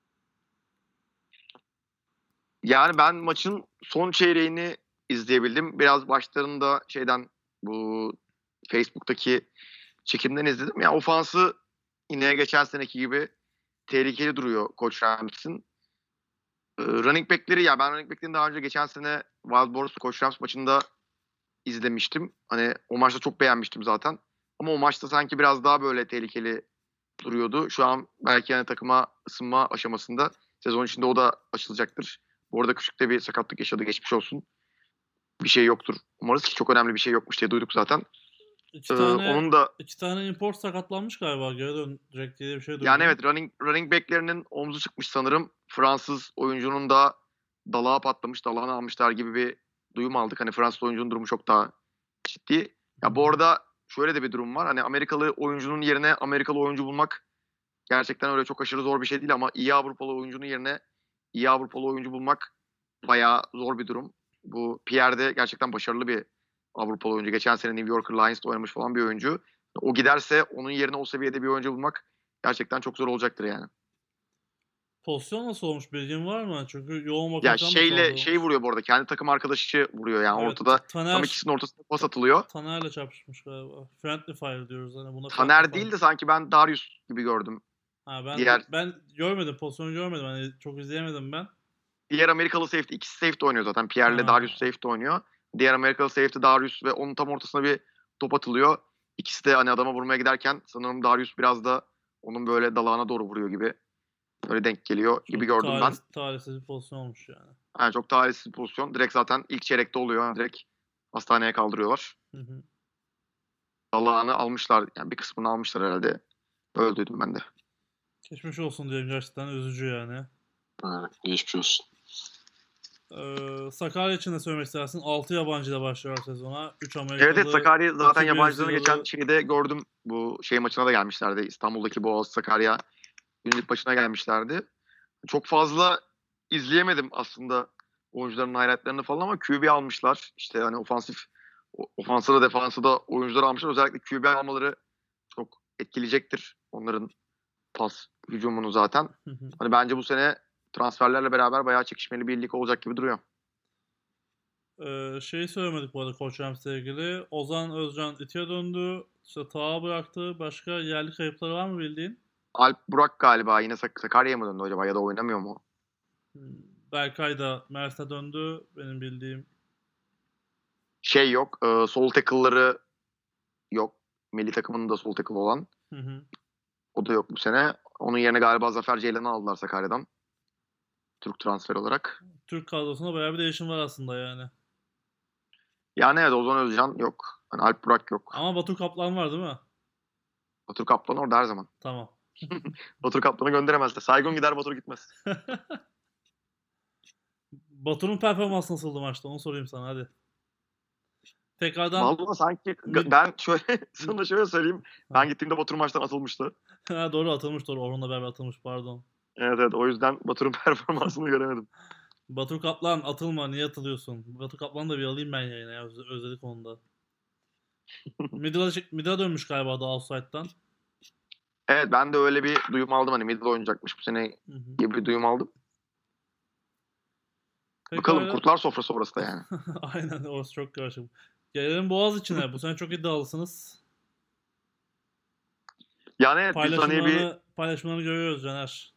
Yani ben maçın son çeyreğini izleyebildim. Biraz başlarında şeyden bu Facebook'taki çekimden izledim. Ya ofansı yine geçen seneki gibi tehlikeli duruyor Koç Rams'in. Ee, running back'leri ya ben running back'lerini daha önce geçen sene Wild Boars Koç Rams maçında izlemiştim. Hani o maçta çok beğenmiştim zaten. Ama o maçta sanki biraz daha böyle tehlikeli duruyordu. Şu an belki yani takıma ısınma aşamasında. Sezon içinde o da açılacaktır. Bu arada küçük de bir sakatlık yaşadı. Geçmiş olsun. Bir şey yoktur. Umarız ki çok önemli bir şey yokmuş diye duyduk zaten. İki Ee, tane onun da iki tane import sakatlanmış galiba. Geri dönecek diye bir şey duydum. yani evet running, running back'lerinin omzu çıkmış sanırım. Fransız oyuncunun da dalağı patlamış. Dalağını almışlar gibi bir duyum aldık. Hani Fransız oyuncunun durumu çok daha ciddi. Ya bu arada şöyle de bir durum var. Hani Amerikalı oyuncunun yerine Amerikalı oyuncu bulmak gerçekten öyle çok aşırı zor bir şey değil ama iyi Avrupalı oyuncunun yerine iyi Avrupalı oyuncu bulmak bayağı zor bir durum. Bu Pierre de gerçekten başarılı bir Avrupalı oyuncu. Geçen sene New Yorker Lions'ta oynamış falan bir oyuncu. O giderse onun yerine o seviyede bir oyuncu bulmak gerçekten çok zor olacaktır yani. Pozisyon nasıl olmuş bilgin var mı? Çünkü yoğun Ya bakım falan da şeyle sağlamış. şey vuruyor bu arada. Kendi takım arkadaşı vuruyor yani Evet, ortada. Taner, Tam ikisinin ortasında pas atılıyor. Taner'le çarpışmış galiba. Friendly fire diyoruz hani buna. Taner değil de sanki ben Darius gibi gördüm. Ha, ben Diğer ben görmedim, pozisyonu görmedim. Hani çok izleyemedim ben. diğer Amerikalı safety ikisi safety oynuyor zaten. Pierre ile Ha. Darius safety oynuyor. Diğer Amerikalı safety Darius ve onun tam ortasına bir top atılıyor. İkisi de hani adama vurmaya giderken sanırım Darius biraz da onun böyle dalağına doğru vuruyor gibi. Öyle denk geliyor gibi Çok gördüm ben. talihsiz, talihsiz bir pozisyon olmuş yani. Yani çok talihsiz bir pozisyon. Direkt zaten ilk çeyrekte oluyor. Direkt hastaneye kaldırıyorlar. Hı hı. Dalağını almışlar. Yani bir kısmını almışlar herhalde. Öyle duydum ben de. Geçmiş olsun diyelim, gerçekten üzücü yani. Aynen. Geçmiş olsun. Ee, Sakarya için de söylemek istersin. altı yabancıyla başlıyor sezona. üç Amerikalı. Evet evet Sakarya zaten iki yabancılarını Brezilyalı. geçen şeyde gördüm. Bu şey maçına da gelmişlerdi. İstanbul'daki Boğaz Sakarya günlük maçına gelmişlerdi. Çok fazla izleyemedim aslında oyuncuların highlightlarını falan ama Q B almışlar. İşte hani ofansif ofansı da defansı da oyuncular almışlar. Özellikle Q B almaları çok etkileyecektir onların pas hücumunu zaten. Hı hı. Hani bence bu sene transferlerle beraber bayağı çekişmeli bir lig olacak gibi duruyor. Ee, şeyi söylemedik bu arada Koç Rams'le ilgili. Ozan Özcan İTÜ'ye döndü. İşte Taha bıraktı. Başka yerli kayıpları var mı bildiğin? Alp Burak galiba yine Sak- Sakarya'ya mı döndü acaba ya da oynamıyor mu? Hmm, Berkay da Mersin'e döndü benim bildiğim. Şey yok. E, sol tackle'ları yok. Milli takımının da sol tackle olan. Hı hı. O da yok bu sene. Onun yerine galiba Zafer Ceylan'ı aldılar Sakarya'dan. Türk transfer olarak. Türk kadrosunda bayağı bir değişim var aslında yani. Yani evet Ozan Özcan yok. Hani Alp Burak yok. Ama Batur Kaplan var değil mi? Batur Kaplan orada her zaman. Tamam. Batur Kaplan'ı gönderemezler. Saygun gider Batur gitmez. Batur'un performansı nasıldı maçta? Onu sorayım sana hadi. Tekrardan Vallahi sanki Mid- ben şöyle sana şöyle söyleyeyim. Ben gittiğimde Batur maçtan atılmıştı. ha, doğru atılmış doğru. Orhun'la beraber atılmış pardon. Evet evet o yüzden Batur'un performansını göremedim. Batur Kaplan atılma niye atılıyorsun? Batur Kaplan'ı da bir alayım ben yayına ya. Öz- özledik onu da. Midra, Midra dönmüş galiba da outside'dan. Evet ben de öyle bir duyum aldım. Hani middle oynayacakmış bu sene Hı hı. gibi bir duyum aldım. Pekala. Bakalım kurtlar sofrası orası da yani. Aynen orası çok karışık. Gelelim Boğaziçi'ne. Bu sene çok iddialısınız. Yani evet biz hani bir Paylaşımlarını, paylaşımlarını görüyoruz Caner.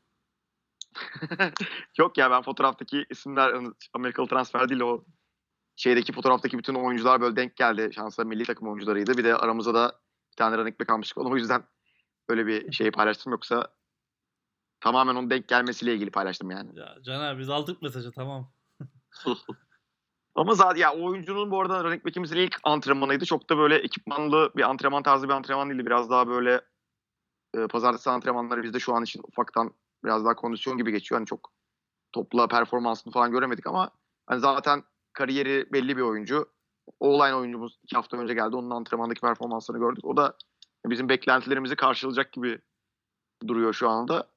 yok ya ben fotoğraftaki isimler hani Amerikalı transfer değil o şeydeki fotoğraftaki bütün oyuncular böyle denk geldi. Şansa milli takım oyuncularıydı. Bir de aramızda da bir tane running back almıştık. O yüzden öyle bir şeyi paylaştım yoksa tamamen onun denk gelmesiyle ilgili paylaştım yani. Ya Caner biz aldık mesajı tamam. Ama zaten ya o oyuncunun bu arada running back'imizin ilk antrenmanıydı. Çok da böyle ekipmanlı bir antrenman tarzı bir antrenman değildi. Biraz daha böyle e, pazartesi antrenmanları bizde şu an için ufaktan biraz daha kondisyon gibi geçiyor. Hani çok topla performansını falan göremedik ama hani zaten kariyeri belli bir oyuncu. O-line oyuncumuz iki hafta önce geldi. Onun antrenmandaki performanslarını gördük. O da bizim beklentilerimizi karşılayacak gibi duruyor şu anda.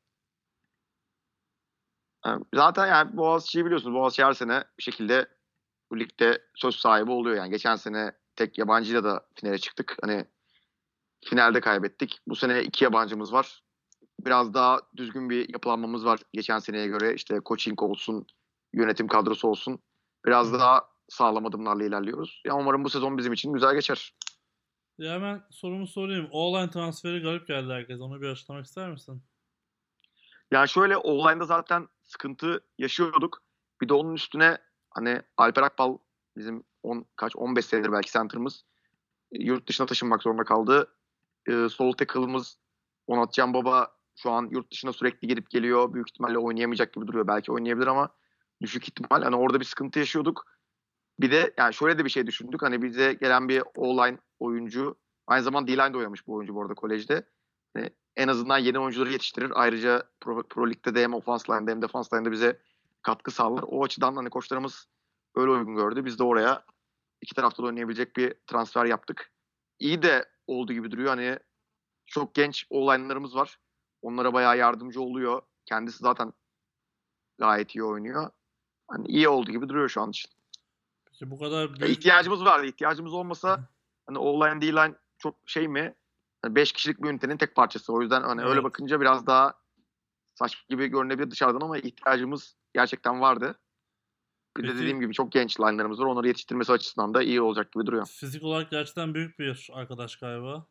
Yani zaten yani Boğaziçi'yi biliyorsunuz. Boğaziçi her sene bir şekilde bu ligde söz sahibi oluyor. Yani geçen sene tek yabancıyla da finale çıktık. Hani finalde kaybettik. Bu sene iki yabancımız var. Biraz daha düzgün bir yapılanmamız var geçen seneye göre. İşte coaching olsun, yönetim kadrosu olsun. Biraz daha sağlam adımlarla ilerliyoruz. Ya umarım bu sezon bizim için güzel geçer. Ya hemen sorumu sorayım. O-line transferi garip geldi herkes. Onu bir açıklamak ister misin? Yani şöyle online'da zaten sıkıntı yaşıyorduk. Bir de onun üstüne hani Alper Akbal bizim on, kaç on beş senedir belki center'ımız yurt dışına taşınmak zorunda kaldı. Ee, sol tackle'ımız Onat Can Baba şu an yurt dışına sürekli gidip geliyor. Büyük ihtimalle oynayamayacak gibi duruyor. Belki oynayabilir ama düşük ihtimal. Hani orada bir sıkıntı yaşıyorduk. Bir de yani şöyle de bir şey düşündük. Hani bize gelen bir O-line oyuncu aynı zamanda D-line'de oynamış bu oyuncu bu arada kolejde. Hani en azından yeni oyuncuları yetiştirir. Ayrıca Pro, Pro Lig'de de hem offense line'de hem defense line'de bize katkı sağlar. O açıdan hani koçlarımız öyle uygun gördü. Biz de oraya iki tarafta da oynayabilecek bir transfer yaptık. İyi de oldu gibi duruyor. Hani çok genç O-line'larımız var. Onlara bayağı yardımcı oluyor. Kendisi zaten gayet iyi oynuyor. Hani iyi oldu gibi duruyor şu an için. Peki bu kadar Ya büyük... ihtiyacımız vardı. İhtiyacımız olmasa hani O-line D-line çok şey mi? Hani beş kişilik bir ünitenin tek parçası. O yüzden hani öyle Evet. bakınca biraz daha saçma gibi görünebilir dışarıdan ama ihtiyacımız gerçekten vardı. Bir de Peki dediğim gibi çok genç line'larımız var. Onları yetiştirmesi açısından da iyi olacak gibi duruyor. fizik olarak gerçekten büyük bir arkadaş galiba.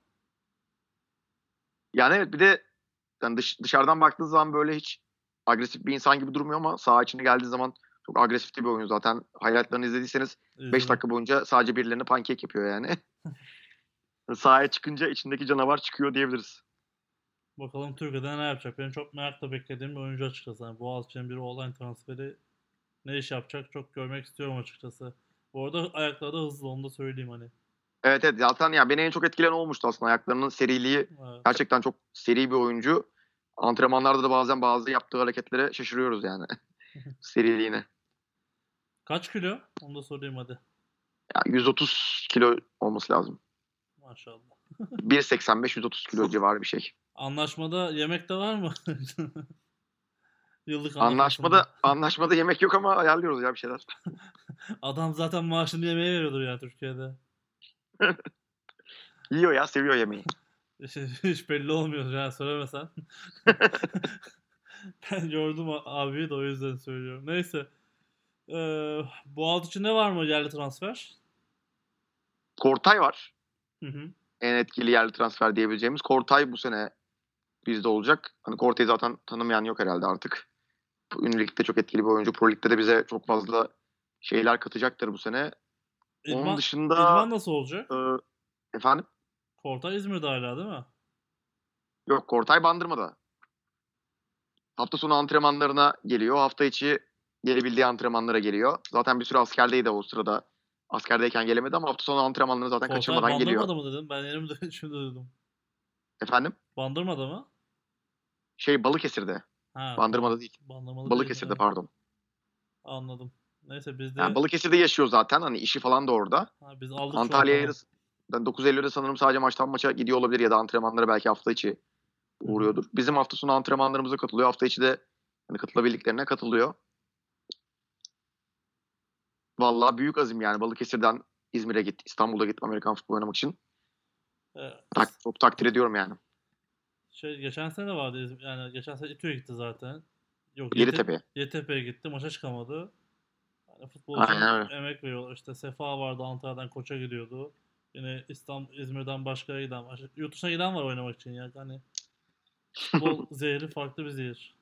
Yani evet bir de yani dış, dışarıdan baktığı zaman böyle hiç agresif bir insan gibi durmuyor ama saha içine geldiği zaman çok agresif bir oyun zaten. Highlightlarını izlediyseniz beş İzledim. dakika boyunca sadece birilerini pankek yapıyor yani. Sahaya çıkınca içindeki canavar çıkıyor diyebiliriz. Bakalım Türkiye'de ne yapacak? Benim çok merakla beklediğim bir oyuncu açıkçası. Yani Boğaziçi'nin bir online transferi ne iş yapacak çok görmek istiyorum açıkçası. Bu arada ayakları da hızlı onu da söyleyeyim hani. Evet evet zaten ya beni en çok etkileyen olmuştu aslında ayaklarının seriliği. Evet. Gerçekten çok seri bir oyuncu. Antrenmanlarda da bazen bazı yaptığı hareketlere şaşırıyoruz yani. Seriliğine. Kaç kilo? Onu da sorayım hadi. Ya yüz otuz kilo olması lazım. Maşallah. bir seksen beş yüz otuz kilo civarı bir şey. Anlaşmada yemek de var mı? Yıllık anlaşmasında. Anlaşmada anlaşmada yemek yok ama ayarlıyoruz ya bir şeyler. Adam zaten maaşını yemeğe veriyordur ya Türkiye'de. Yiyor ya seviyor yemeği. Hiç belli olmuyor ya söylemesen. Ben gördüm a- abiyi de o yüzden söylüyorum. Neyse. Ee, Boğaziçi ne var mı yerli transfer? Kortay var. Hı hı. En etkili yerli transfer diyebileceğimiz. Kortay bu sene bizde olacak. Hani Kortay'ı zaten tanımayan yok herhalde artık. Ünlü Lig'de çok etkili bir oyuncu. Pro Lig'de de bize çok fazla şeyler katacaktır bu sene. Onun İdman, dışında İdman nasıl olacak? e, efendim Kortay İzmir'de hala değil mi? yok, Kortay Bandırma'da. Hafta sonu antrenmanlarına geliyor. Hafta içi gelebildiği antrenmanlara geliyor. Zaten bir süre askerdeydi o sırada. Askerdeyken gelemedi ama hafta sonu antrenmanlarına zaten Kortay kaçırmadan geliyor. Bandırma'da mı dedim? Ben yerim de şimdi dedim. Efendim? Bandırma'da mı? Şey Balıkesir'de. Ha tamam. Bandırma'da değil. Bandırmalı değil. Balıkesir'de Evet. pardon. Anladım. Neyse biz Yani de Balıkesir'de yaşıyor zaten. Hani işi falan da orada. ha, biz aldık şu an Antalya'ya tamam. yarısı- dokuz Eylül'de sanırım sadece maçtan maça gidiyor olabilir ya da antrenmanlara belki hafta içi Hı hı. uğruyordur. Bizim hafta sonu antrenmanlarımıza katılıyor. Hafta içi de hani katılabildiklerine katılıyor. Vallahi büyük azim yani Balıkesir'den İzmir'e git, İstanbul'a git Amerikan futbolu oynamak için. Ee, Tak, çok takdir ediyorum yani. şey geçen sene vardı İzmir- yani geçen sene İTÜ'ye gitti zaten. Yok Yete, Yeditepe. Yeditepe'ye gitti. Maça çıkamadı. Yani futbol için Aynen öyle. emek veriyorlar. İşte Sefa vardı Antalya'dan koça gidiyordu. Yine İstanbul, İzmir'den başka yere giden var. Yurt dışına giden var oynamak için ya. Hani futbol zehri farklı bir zehir.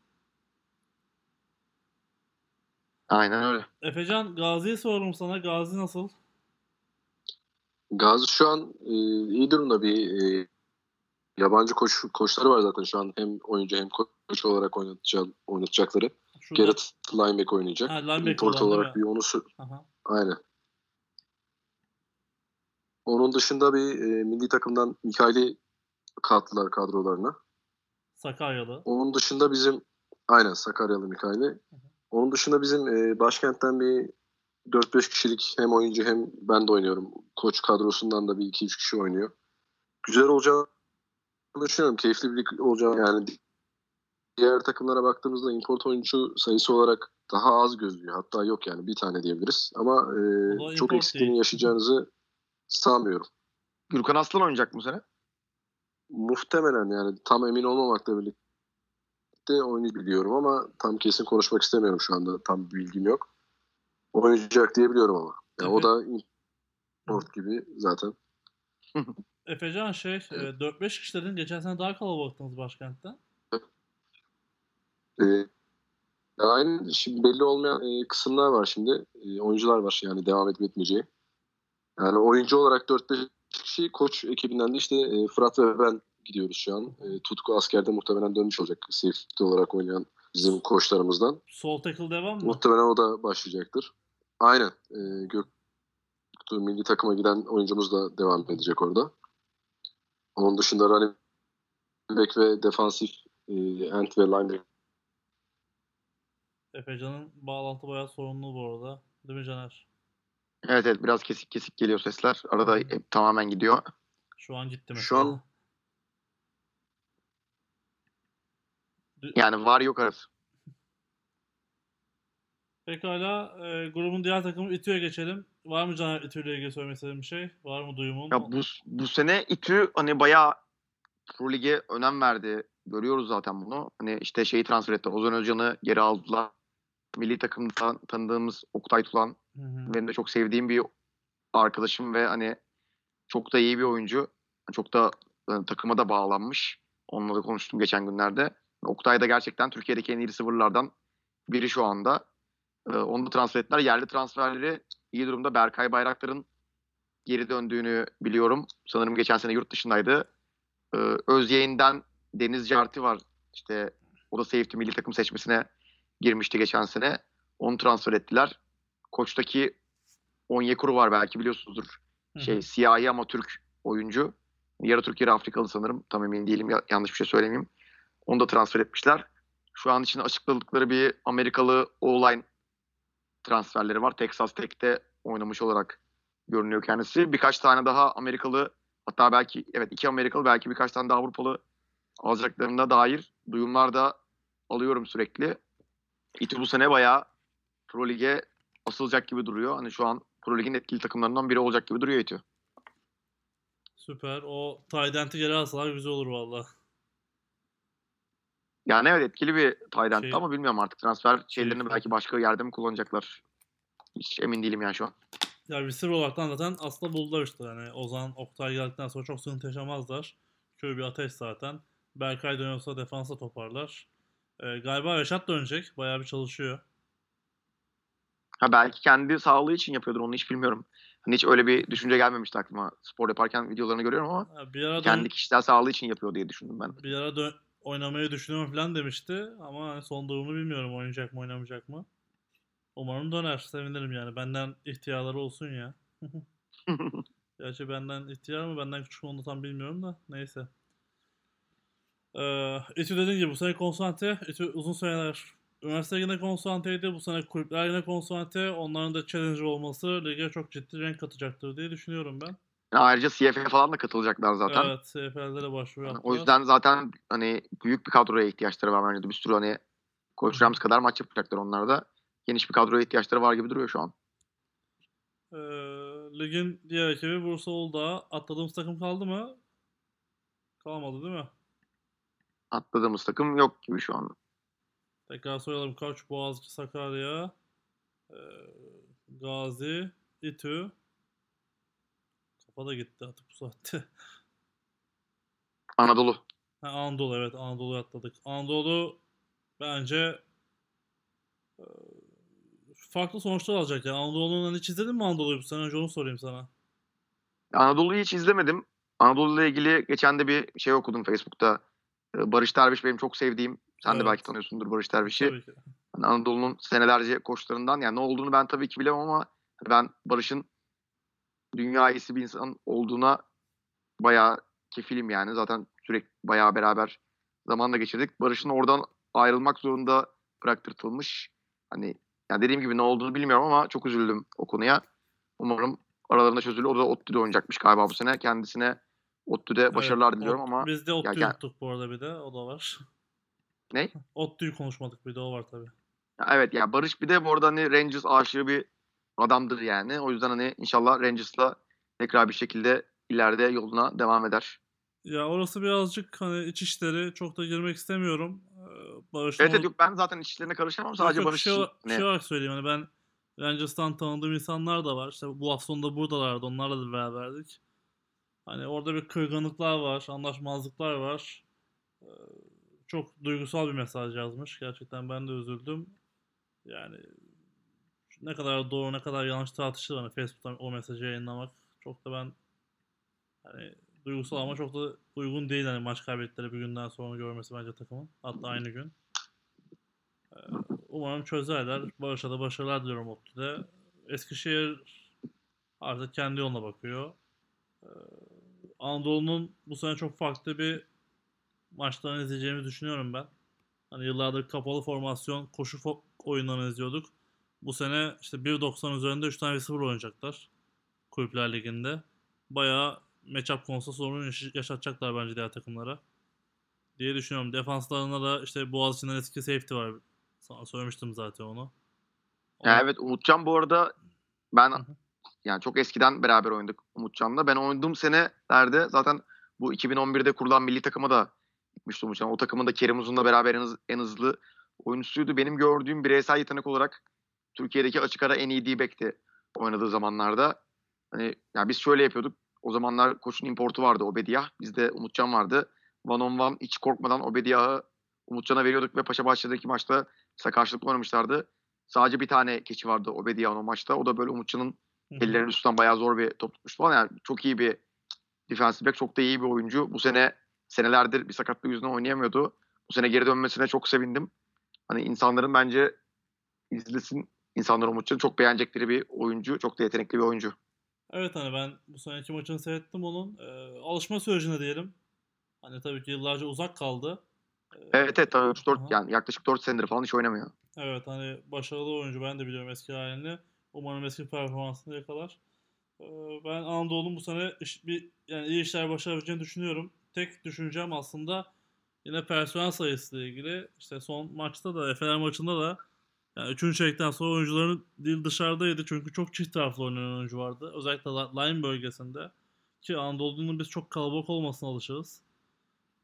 Aynen öyle. Efecan Gazi'yi soralım sana. Gazi nasıl? Gazi şu an e, iyi durumda bir e, yabancı koç, koçları var zaten şu an hem oyuncu hem koç olarak oynatacak, oynatacakları. Şurada Garrett linebacker oynayacak. ha, linebacker Import olan değil olarak mi? bir onu sü- Aha. aynen. Onun dışında bir e, milli takımdan Mikail'i kattılar kadrolarına. Sakaryalı. Onun dışında bizim aynen Sakaryalı Mikail'i. Onun dışında bizim e, başkentten bir dört beş kişilik hem oyuncu hem ben de oynuyorum. Koç kadrosundan da bir iki üç kişi oynuyor. Güzel olacağını düşünüyorum. Keyifli bir lig olacağını yani diğer takımlara baktığımızda import oyuncu sayısı olarak daha az gözlüyor. Hatta yok yani bir tane diyebiliriz. Ama e, O da çok import eksikliğini değil. yaşayacağınızı sanmıyorum. Gürkan Aslan oynayacak mı bu sene? Muhtemelen yani tam emin olmamakla birlikte oynayabiliyorum ama tam kesin konuşmak istemiyorum şu anda. Tam bir bilgim yok. Oynayacak diye biliyorum ama. Ya o Efe, da import gibi zaten. Efecan şey Evet. e, dört beş kişilerin geçen sene daha kalabalıktınız başkentten. E, aynı şimdi belli olmayan e, kısımlar var şimdi. E, oyuncular var yani devam edip etmeyeceği. Yani oyuncu olarak dört beş kişi koç ekibinden de işte e, Fırat ve ben gidiyoruz şu an. E, Tutku askerde muhtemelen dönmüş olacak safety olarak oynayan bizim koçlarımızdan. Sol tackle devam mı? Muhtemelen o da başlayacaktır. Aynen. E, Göktuğ milli takıma giden oyuncumuz da devam edecek orada. Onun dışında running back ve defansif e, end ve linebacker. Efecan'ın bağlantı bayağı sorunlu bu arada. Değil mi Caner? Evet evet biraz kesik kesik geliyor sesler. Arada hep tamamen gidiyor. Şu an gitti Şu mesela. an Dü- Yani var yok arası. Pekala e, grubun diğer takımı İTÜ'ye geçelim. Var mı Caner İTÜ ile ilgili söylemek istediğin bir şey? Var mı duyumun? Ya bu bu sene İTÜ hani bayağı Pro Lig'e önem verdi. Görüyoruz zaten bunu. Hani işte şeyi transfer ettiler. Ozan Özcan'ı geri aldılar. Milli takımda tanıdığımız Oktay Tulan. Hı hı. Benim de çok sevdiğim bir arkadaşım ve hani çok da iyi bir oyuncu. Çok da e, takıma da bağlanmış. Onunla da konuştum geçen günlerde. Oktay da gerçekten Türkiye'deki en iyi receiver'lardan biri şu anda. E, onu da transfer ettiler. Yerli transferleri iyi durumda. Berkay Bayraktar'ın geri döndüğünü biliyorum. Sanırım geçen sene yurt dışındaydı. E, Özyeğin'den Deniz Carti var. İşte o da safety milli takım seçmesine girmişti geçen sene. Onu transfer ettiler. Koç'taki Onyekuru var belki biliyorsunuzdur. Hı Şey hı. siyahi ama Türk oyuncu. Yarı Türk yarı Afrikalı sanırım. Tam emin değilim. Ya- yanlış bir şey söylemeyeyim. Onu da transfer etmişler. Şu an için açıkladıkları bir Amerikalı O-line transferleri var. Texas Tech'te oynamış olarak görünüyor kendisi. Birkaç tane daha Amerikalı, hatta belki evet iki Amerikalı, belki birkaç tane daha Avrupalı alacaklarına dair duyumlar da alıyorum sürekli. İTÜ bu sene bayağı Pro Lig'e asılacak gibi duruyor. Hani şu an Pro Lig'in etkili takımlarından biri olacak gibi duruyor İTÜ. Süper. O Tydent'i geri alsalar güzel olur valla. Yani evet etkili bir tight end'ti Şey- ama bilmiyorum artık transfer şeylerini Keyifli. belki başka yerde mi kullanacaklar? Hiç emin değilim yani şu an. Ya receiver olaraktan zaten aslında buldular işte. Yani Ozan, Oktay geldikten sonra çok sıkıntı yaşamazlar. Köy bir ateş zaten. Berkay dönüyorsa defansa toparlar. Ee, galiba Reşat dönecek. Bayağı bir çalışıyor. Ha belki kendi sağlığı için yapıyordur onu hiç bilmiyorum. Hani hiç öyle bir düşünce gelmemişti aklıma. Spor yaparken videolarını görüyorum ama Ha, bir ara kendi dön, kişisel sağlığı için yapıyor diye düşündüm ben. bir ara dön, oynamayı düşünüyorum falan demişti. Ama hani son durumunu bilmiyorum. Oynayacak mı oynamayacak mı? Umarım döner. Sevinirim yani. Benden ihtiyarları olsun ya. Gerçi benden ihtiyar mı benden küçük mü onu tam bilmiyorum da. Neyse. Ee, İTÜ dediğim gibi bu sene konsantre. İTÜ uzun seneler üniversite yine konsantreydi. Bu sene kulüpler yine konsantre. Onların da challenger olması lige çok ciddi renk katacaktır diye düşünüyorum ben. Ayrıca C FA'ya falan da katılacaklar zaten. Evet, S F L'de de başvuru Yani o yaptılar. yüzden zaten hani büyük bir kadroya ihtiyaçları var bence de. Bir sürü hani Koç Rams kadar maç yapacaklar onlar da. Geniş bir kadroya ihtiyaçları var gibi duruyor şu an. Ee, ligin diğer ekibi Bursa Uludağ. Atladığımız takım kaldı mı? Kalmadı değil mi? Atladığımız takım yok gibi şu an. Tekrar soralım. Koç, Boğaziçi, Sakarya, ee, Gazi, İTÜ. Kafa da gitti artık bu saatte. Anadolu. Ha, Anadolu, evet, Anadolu'yu atladık. Anadolu bence e, farklı sonuçlar alacak ya. Anadolu'nun hiç izledin mi Anadolu'yu bu sene? Önce onu sorayım sana. Anadolu'yu hiç izlemedim. Anadolu ile ilgili geçen de bir şey okudum Facebook'ta. Ee, Barış Derviş benim çok sevdiğim. Sen de belki Evet. tanıyorsundur Barış Derviş'i. Tabii ki. Hani Anadolu'nun senelerce koçlarından yani ne olduğunu ben tabii ki bilemem ama ben Barış'ın dünya iyisi bir insan olduğuna bayağı kefilim yani. Zaten sürekli bayağı beraber zaman da geçirdik. Barış'ın oradan ayrılmak zorunda bıraktırtılmış. Hani yani dediğim gibi ne olduğunu bilmiyorum ama çok üzüldüm o konuya. Umarım aralarında çözülür. O da ODTÜ'de oynayacakmış galiba bu sene. Kendisine ODTÜ'de Evet. başarılar diliyorum Ot, ama biz de ya, ODTÜ'yü ya unuttuk bu arada bir de. O da var. ne? ODTÜ'yü konuşmadık bir de o var tabii. Ya evet ya Barış bir de bu arada hani Rangers aşığı bir adamdır yani. O yüzden hani inşallah Rangers'la tekrar bir şekilde ileride yoluna devam eder. Ya orası birazcık hani iç işleri çok da girmek istemiyorum. Ee, Barış'ın Evet, evet onu... yok ben zaten işlerine karışamam Yok sadece yok Barış şey, için. ola- Hani şey olarak söyleyeyim hani ben Rangers'tan tanıdığım insanlar da var. İşte bu hafta sonunda buradalardı. Onlarla da beraberdik. Hani orada bir kırgınlıklar var, anlaşmazlıklar var. Ee, Çok duygusal bir mesaj yazmış. Gerçekten ben de üzüldüm. Yani ne kadar doğru ne kadar yanlış tartışılır hani Facebook'tan o mesajı yayınlamak. Çok da ben hani duygusal ama çok da uygun değil hani maç kaybettikleri bir günden sonra görmesi bence takımın. Hatta aynı gün. Ee, Umarım çözerler. Barış'a da başarılar diliyorum ODTÜ'de. Eskişehir artık kendi yoluna bakıyor. Ee, Anadolu'nun bu sene çok farklı bir maçlarını izleyeceğimizi düşünüyorum ben. Hani yıllardır kapalı formasyon, koşu fo- oyunlarını izliyorduk. Bu sene işte bir doksan üzerinde üç tane sıfır oynayacaklar Kulüpler Ligi'nde. Bayağı matchup konusunda sorun yaş- yaşatacaklar bence diğer takımlara diye düşünüyorum. Defanslarında da işte Boğaziçi'nden eski safety var. Sana söylemiştim zaten onu. ya Onu evet Umutcan bu arada ben Hı hı. yani çok eskiden beraber oynadık Umutcan'la. Ben oynadığım senelerde zaten bu iki bin on birde kurulan milli takıma da gitmişti Umutcan. O takımın da Kerim Uzun'la beraber en, hız- en hızlı oyuncusuydu. Benim gördüğüm bireysel yetenek olarak Türkiye'deki açık ara en iyi D-back'ti oynadığı zamanlarda. Hani yani biz şöyle yapıyorduk. O zamanlar koçun importu vardı Obediyah. Bizde Umutcan vardı. One on one hiç korkmadan Obediyah'ı Umutcan'a veriyorduk ve Paşabahçe'deki maçta mesela karşılıklı oynamışlardı. Sadece bir tane keçi vardı Obediyah'ın o maçta. O da böyle Umutcan'ın Hı hı. ellerinin üstünden bayağı zor bir top tutmuştu falan. Yani çok iyi bir defensive back, çok da iyi bir oyuncu. Bu sene senelerdir bir sakatlık yüzünden oynayamıyordu. Bu sene geri dönmesine çok sevindim. Hani insanların bence izlesin insanlar Umutcan'ı çok beğenecekleri bir oyuncu. Çok da yetenekli bir oyuncu. Evet hani ben bu seneki maçını seyrettim onun. Ee, alışma sürecinde diyelim. Hani tabii ki yıllarca uzak kaldı. Ee, Evet, evet tabii üç dört aha. yani yaklaşık dört senedir falan hiç oynamıyor. Evet hani başarılı oyuncu ben de biliyorum eski halini. Umarım eski performansını yakalar. Ee, Ben Anadolu'nun bu sene iş- bir yani iyi işler başarabileceğini düşünüyorum. Tek düşüncem aslında yine personel sayısıyla ilgili. İşte son maçta da Efeler maçında da yani üçüncü çeyrekten sonra oyuncuların dil dışarıdaydı. Çünkü çok çift taraflı oynayan oyuncu vardı. Özellikle line bölgesinde. Ki Anadolu'nun biz çok kalabalık olmasına alışığız.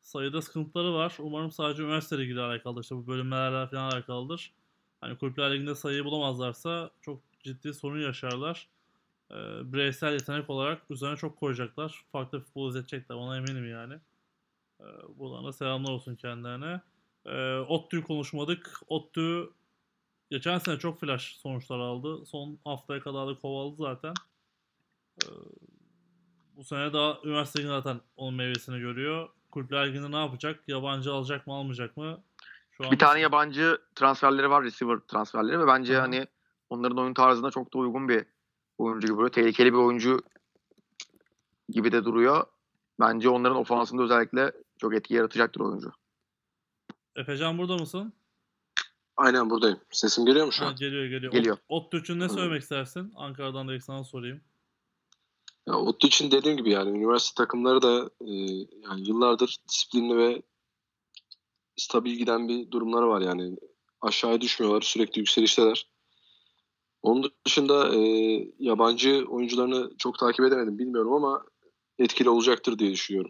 sayıda sıkıntıları var. Umarım sadece üniversite ligiyle alakalı, işte bu bölümlerle falan alakalıdır. Hani Kulüpler Ligi'nde sayıyı bulamazlarsa çok ciddi sorun yaşarlar. Ee, bireysel yetenek olarak üzerine çok koyacaklar. Farklı futbol izletecekler. Ona eminim yani. Ee, buradan da selamlar olsun kendilerine. Ee, ODTÜ'yü konuşmadık. ODTÜ geçen sene çok flash sonuçlar aldı. Son haftaya kadar da kovaladı zaten. Ee, bu sene daha üniversite Ligi zaten onun meyvesini görüyor. Kulüpler Ligi'nde ne yapacak? Yabancı alacak mı almayacak mı? Şu Bir an bir tane sıkıntı. yabancı transferleri var, receiver transferleri ve bence Aha. hani onların oyun tarzına çok da uygun bir oyuncu gibi duruyor. Tehlikeli bir oyuncu gibi de duruyor. Bence onların ofansında özellikle çok etki yaratacaktır oyuncu. Efecan burada mısın? Aynen buradayım. Sesim geliyor mu şu Ha, an? geliyor geliyor. Geliyor. Ot, ODTÜ için ne Hı. söylemek istersin? Ankara'dan da ilk sana sorayım. Ya ODTÜ için dediğim gibi yani üniversite takımları da e, yani yıllardır disiplinli ve stabil giden bir durumları var yani. Aşağıya düşmüyorlar, sürekli yükselişteler. Onun dışında e, yabancı oyuncularını çok takip edemedim bilmiyorum ama etkili olacaktır diye düşünüyorum.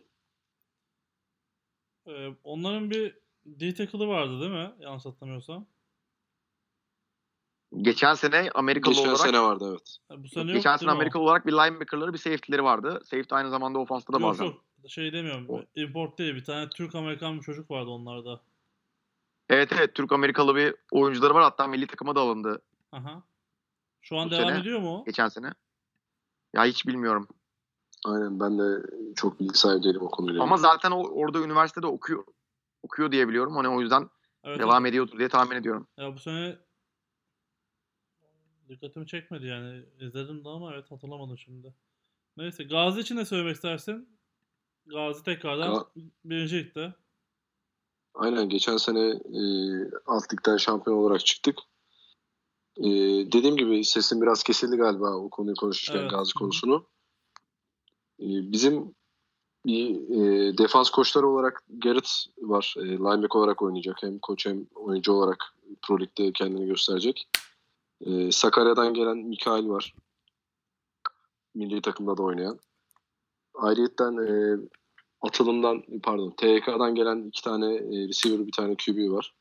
Ee, onların bir D tackle'ı vardı değil mi? Yanlış hatırlamıyorsam. Geçen sene Amerikalı Geçen olarak sene vardı evet. Ha, bu yok, sene geçen yok sene değil mi o? Amerikalı olarak bir linebacker'ları, bir safety'leri vardı. Safety aynı zamanda ofansta da Yok bazen. yok, şey demiyorum. O. Import değil. Bir tane Türk Amerikan bir çocuk vardı onlarda. Evet evet, Türk Amerikalı bir oyuncuları var. Hatta milli takıma da alındı Aha. Şu bu an devam sene. ediyor mu o? Geçen sene. Ya hiç bilmiyorum. Aynen ben de çok bilgi sahibi değilim o konuyla Ama ilgili. zaten o orada üniversitede okuyor. Okuyor diye biliyorum. Hani o yüzden Evet evet. devam ediyordur diye tahmin ediyorum. Ya bu sene dikkatimi çekmedi yani. İzledim de ama evet hatırlamadım şimdi. Neyse, Gazi için ne söylemek istersin? Gazi tekrardan Ga- birinci ligde. Aynen geçen sene e, alt ligden şampiyon olarak çıktık. E, dediğim gibi sesim biraz kesildi galiba o konuyu konuşurken Evet. Gazi Hı hı. konusunu. E, bizim bir e, defans koçları olarak Garrett var. E, linebacker olarak oynayacak. Hem koç hem oyuncu olarak Pro Lig'de kendini gösterecek. E, Sakarya'dan gelen Mikail var. Milli takımda da oynayan. Ayrıyeten e, atılımdan pardon T Y K'dan gelen iki tane e, receiver bir tane Q B var.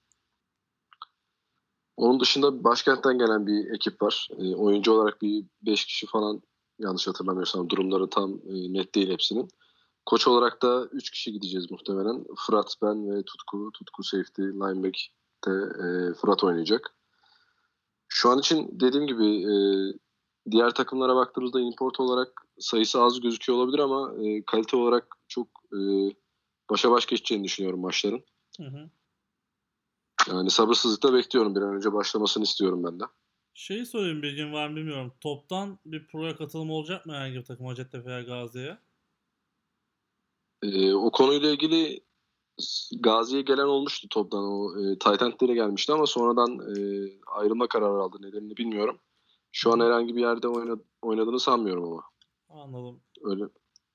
Onun dışında başkentten gelen bir ekip var. E, oyuncu olarak bir beş kişi falan yanlış hatırlamıyorsam durumları tam e, net değil hepsinin. Koç olarak da üç kişi gideceğiz muhtemelen. Fırat, ben ve Tutku. Tutku safety, lineback'te e, Fırat oynayacak. Şu an için dediğim gibi e, diğer takımlara baktığımızda import olarak sayısı az gözüküyor olabilir ama e, kalite olarak çok e, başa baş geçeceğini düşünüyorum maçların. Hı hı. Yani sabırsızlıkla bekliyorum. Bir an önce başlamasını istiyorum ben de. Şeyi sorayım, bilgin var mı bilmiyorum. Toptan bir proya katılım olacak mı herhangi bir takım Hacettepe veya Gazi'ye? E, o konuyla ilgili Gazi'ye gelen olmuştu toptan. O e, Titan'lere gelmişti ama sonradan e, ayrılma kararı aldı. Nedenini bilmiyorum. Hı Şu an hı. herhangi bir yerde oyna, oynadığını sanmıyorum ama. Anladım. Öyle.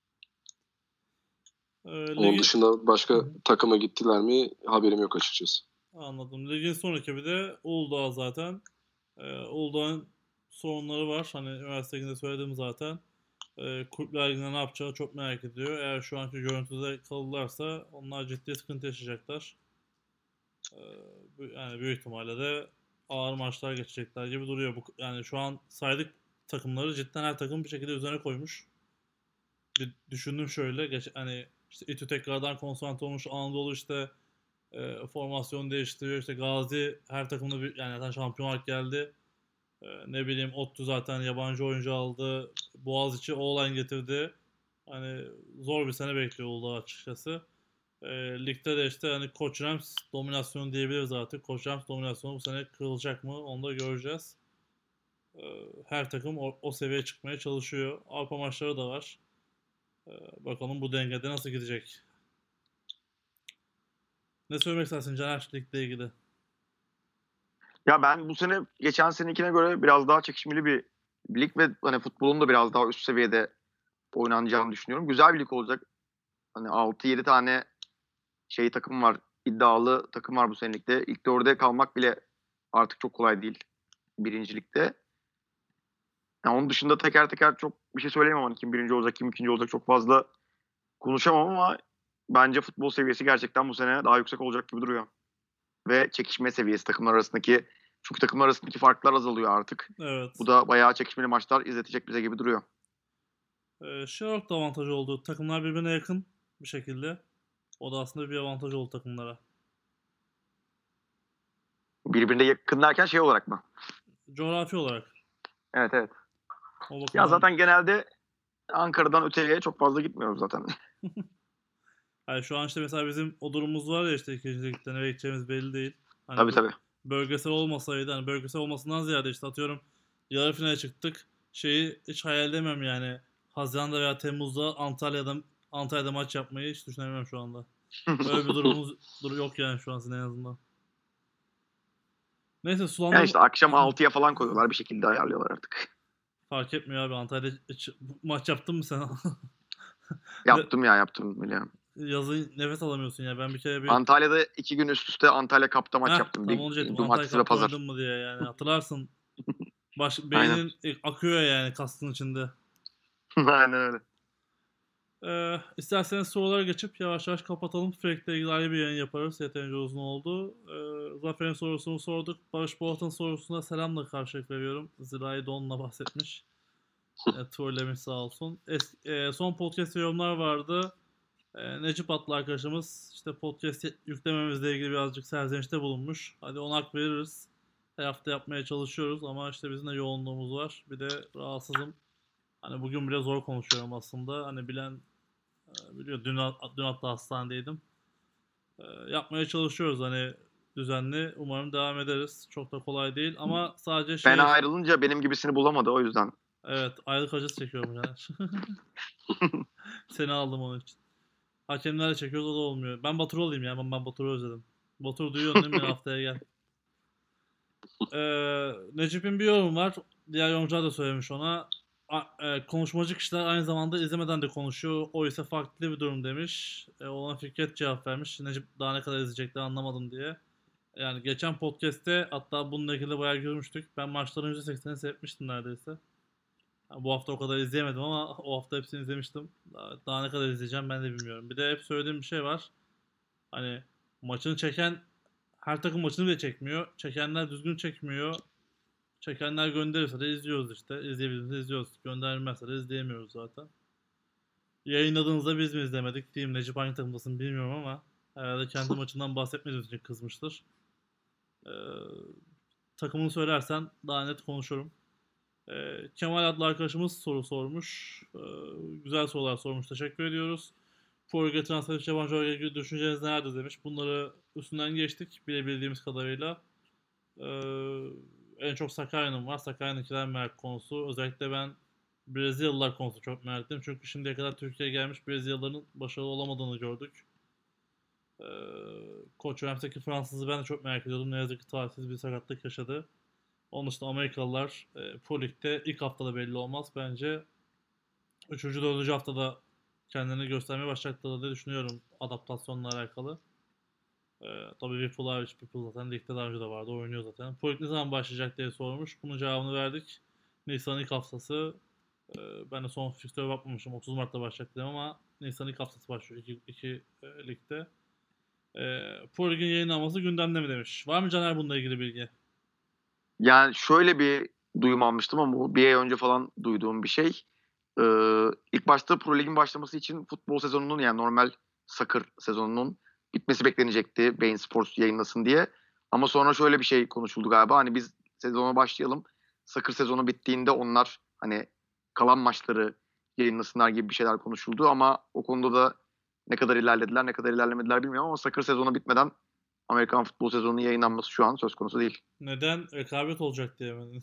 Ee, Onun ligin dışında Hı başka hı. takıma gittiler mi haberim yok açıkçası. Anladım. Ligin son ekibi de Uludağ zaten. Ee, Uludağ'ın sorunları var. Hani üniversite liginde söyledim zaten. Ee, kulüpler liginde ne yapacağı çok merak ediyor. Eğer şu anki görüntüde kalırlarsa onlar ciddi sıkıntı yaşayacaklar. Ee, bu- yani büyük ihtimalle de ağır maçlar geçecekler gibi duruyor. Bu, yani şu an saydık takımları cidden her takım bir şekilde üzerine koymuş. Bir düşündüm şöyle. Geç, hani işte İTÜ tekrardan konsantre olmuş. Anadolu işte e, formasyon değiştiriyor. İşte Gazi her takımda bir, yani zaten şampiyonlar geldi. E, ne bileyim ODTÜ zaten yabancı oyuncu aldı. Boğaziçi Oğlan getirdi. Hani zor bir sene bekliyor oldu açıkçası. E, ligde de işte hani Koç Rams dominasyonu diyebiliriz artık. Koç Rams dominasyonu bu sene kırılacak mı? Onu da göreceğiz. E, her takım o, o seviyeye çıkmaya çalışıyor. Avrupa maçları da var. E, bakalım bu dengede nasıl gidecek? Ne söylemek istersin Caner Lig'le ilgili? Ya ben bu sene geçen senekine göre biraz daha çekişmeli bir lig ve hani futbolun da biraz daha üst seviyede oynanacağını düşünüyorum. Güzel bir lig olacak. Hani altı yedi tane şey takım var. İddialı takım var bu senelikte. İlk dörde kalmak bile artık çok kolay değil birincilikte. Yani onun dışında teker teker çok bir şey söyleyemem. Hani kim birinci olacak, kim ikinci olacak çok fazla konuşamam ama bence futbol seviyesi gerçekten bu sene daha yüksek olacak gibi duruyor. Ve çekişme seviyesi takımlar arasındaki, çünkü takımlar arasındaki farklar azalıyor artık. Evet. Bu da bayağı çekişmeli maçlar izletecek bize gibi duruyor. Ee, şey olarak da avantajı oldu. Takımlar birbirine yakın bir şekilde. O da aslında bir avantaj oldu takımlara. Birbirine yakın derken şey olarak mı? Coğrafi olarak. Evet evet. O Ya bakımdan... zaten genelde Ankara'dan öteye çok fazla gitmiyoruz zaten. Yani şu an işte mesela bizim o durumumuz var ya, işte ikinci ligde nereye gideceğimiz belli değil. Hani Tabii bö- tabii. bölgesel olmasaydı, hani bölgesel olmasından ziyade işte atıyorum yarı finale çıktık. Şeyi hiç hayal edemem yani. Haziran'da veya Temmuz'da Antalya'da Antalya'da maç yapmayı hiç düşünemem şu anda. Öyle bir durumumuz dur yok yani şu an sizin en azından. Neyse Yani sulandırma işte akşam altıya falan koyuyorlar, bir şekilde ayarlıyorlar artık. fark etmiyor abi. Antalya'da hiç maç yaptın mı sen? Yaptım ya yaptım biliyorum. Yazın nefes alamıyorsun ya. Ben bir kere bir Antalya'da iki gün üst üste Antalya Cup'ta maç Heh, yaptım. tam Bir onu diyecektim. Antalya cumartesi ve Cup'ta pazar. oynadın mı diye yani. Hatırlarsın. Baş, Aynen. beynin akıyor yani kaskın içinde. Aynen öyle. Ee, isterseniz sorulara geçip yavaş yavaş kapatalım. Frank'le ilgili ayrı bir yayın yaparız. Yeterince uzun oldu. Ee, Zafer'in sorusunu sorduk. Barış Boğat'ın sorusuna selamla karşılık veriyorum. Zirai Don'la bahsetmiş. E, trollemiş sağ olsun. Es- e, son podcast yorumlar vardı. E, Necip adlı arkadaşımız işte podcast yüklememizle ilgili birazcık serzenişte bulunmuş. Hadi ona hak veririz. Her hafta yapmaya çalışıyoruz ama işte bizim de yoğunluğumuz var. Bir de rahatsızım. Hani bugün bile zor konuşuyorum aslında. Hani bilen e, biliyor, dün, dün hatta hastanedeydim. E, yapmaya çalışıyoruz hani düzenli. Umarım devam ederiz. Çok da kolay değil ama sadece Ben şey, ayrılınca benim gibisini bulamadı, o yüzden. evet, ayrılık acısı çekiyorum yani. Seni aldım onun için. Hakemlerle çekiyoruz, o da olmuyor. Ben Batur olayım ya. Ben, ben Batur'u özledim. Batur duyuyorsun değil mi? Haftaya gel. Ee, Necip'in bir yorum var. Diğer yorumcular da söylemiş ona. A- e, konuşmacı kişiler aynı zamanda izlemeden de konuşuyor. O ise farklı bir durum demiş. E, ona Fikret cevap vermiş. Necip daha ne kadar izleyecekler anlamadım diye. Yani geçen podcast'te hatta bununla ilgili bayağı görmüştük. Ben maçların yüzde seksenini seyretmiştim neredeyse. Yani bu hafta o kadar izleyemedim ama o hafta hepsini izlemiştim. Daha, daha ne kadar izleyeceğim ben de bilmiyorum. Bir de hep söylediğim bir şey var. Hani maçını çeken her takım maçını bile çekmiyor. Çekenler düzgün çekmiyor. Çekenler gönderirse de izliyoruz işte. İzleyebildiğimizde izliyoruz. Göndermezse de izleyemiyoruz zaten. Yayınladığınızda biz mi izlemedik diyeyim. Necip hangi takımdasın bilmiyorum ama herhalde kendi maçından bahsetmediğimiz için kızmıştır. Ee, takımını söylersen daha net konuşurum. Ee, Kemal adlı arkadaşımız soru sormuş. Ee, güzel sorular sormuş. Teşekkür ediyoruz. Forvet transfer için yabancı oyuncuya ilgili düşünceniz nelerdir demiş. Bunları üstünden geçtik bilebildiğimiz kadarıyla. Ee, en çok Sakarya'nın var. Sakarya'nınkiler merak konusu. Özellikle ben Brezilyalılar konusu çok merak ettim. Çünkü şimdiye kadar Türkiye'ye gelmiş Brezilyalıların başarılı olamadığını gördük. Ee, Koç Rams'taki Fransız'ı ben de çok merak ediyordum. Ne yazık ki talihsiz bir sakatlık yaşadı. Onun dışında Amerikalılar e, Pro Lig'de ilk haftada belli olmaz. Bence üçüncü dördüncü haftada kendini göstermeye başlayacaklar diye düşünüyorum adaptasyonla alakalı. Ee, tabii Whipple hariç, Whipple zaten ligde daha önce de vardı, oynuyor zaten. Pro Lig ne zaman başlayacak diye sormuş. Bunun cevabını verdik. Nisan ilk haftası. E, ben de son fikstüre bakmamışım. otuz Mart'ta başlayacak dedim ama Nisan ilk haftası başlıyor iki, iki e, ligde. E, Pro Lig'in yayınlanması gündemde mi demiş. Var mı Caner bununla ilgili bilgi? Yani şöyle bir duyum almıştım ama bu bir ay önce falan duyduğum bir şey. Ee, ilk başta Pro Lig'in başlaması için futbol sezonunun, yani normal soccer sezonunun bitmesi beklenecekti, Bein Sports yayınlasın diye. Ama sonra şöyle bir şey konuşuldu galiba. Hani biz sezona başlayalım. Soccer sezonu bittiğinde onlar hani kalan maçları yayınlasınlar gibi bir şeyler konuşuldu ama o konuda da ne kadar ilerlediler, ne kadar ilerlemediler bilmiyorum ama soccer sezonu bitmeden Amerikan futbol sezonunun yayınlanması şu an söz konusu değil. Neden? Rekabet olacak diye mi?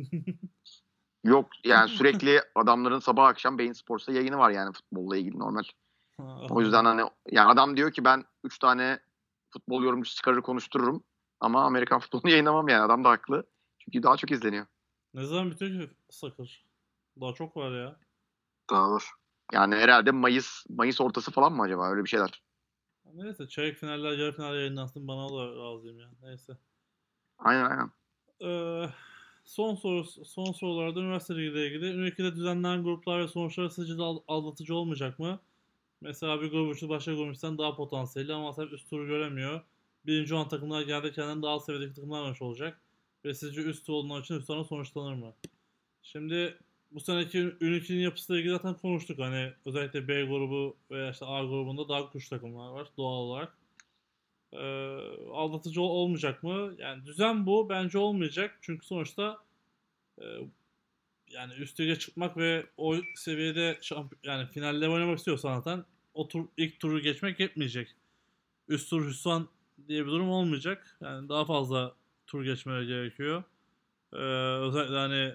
Yok yani sürekli adamların sabah akşam Bein Sports'ta yayını var yani futbolla ilgili normal. O yüzden hani yani adam diyor ki ben üç tane futbol yorumcusu çıkarır konuştururum ama Amerikan futbolunu yayınlamam, yani adam da haklı. Çünkü daha çok izleniyor. Ne zaman bitiyor ki Sakır? Daha çok var ya. Daha var. Yani herhalde Mayıs Mayıs ortası falan mı acaba, öyle bir şeyler. Neyse çeyrek finaller, yarı finaller yayınlansın, bana da razıyım ya. Neyse. Aynen aynen. Ee, son soru son sorularda üniversite ile ilgili. Üniversitede düzenlenen gruplar ve sonuçları sizce de al- aldatıcı olmayacak mı? Mesela bir grup üçü başka grup üçten daha potansiyelli ama tabii üst turu göremiyor. Birinci olan takımlar genelde kendinden daha alt seviyedeki takımlar oynamış olacak. Ve sizce üst tur olduğundan için üst turuna sonuçlanır mı? Şimdi bu seneki Unity'nin yapısıyla ilgili zaten konuştuk. Hani özellikle B grubu veya işte A grubunda daha güçlü takımlar var doğal olarak. Ee, aldatıcı ol- olmayacak mı? Yani düzen bu. Bence olmayacak. Çünkü sonuçta e, yani üst lige çıkmak ve o seviyede şamp- yani finalle oynamak istiyorsan zaten o tur, ilk turu geçmek yetmeyecek. Üst tur hüsran diye bir durum olmayacak. Yani daha fazla tur geçmeleri gerekiyor. Ee, özellikle hani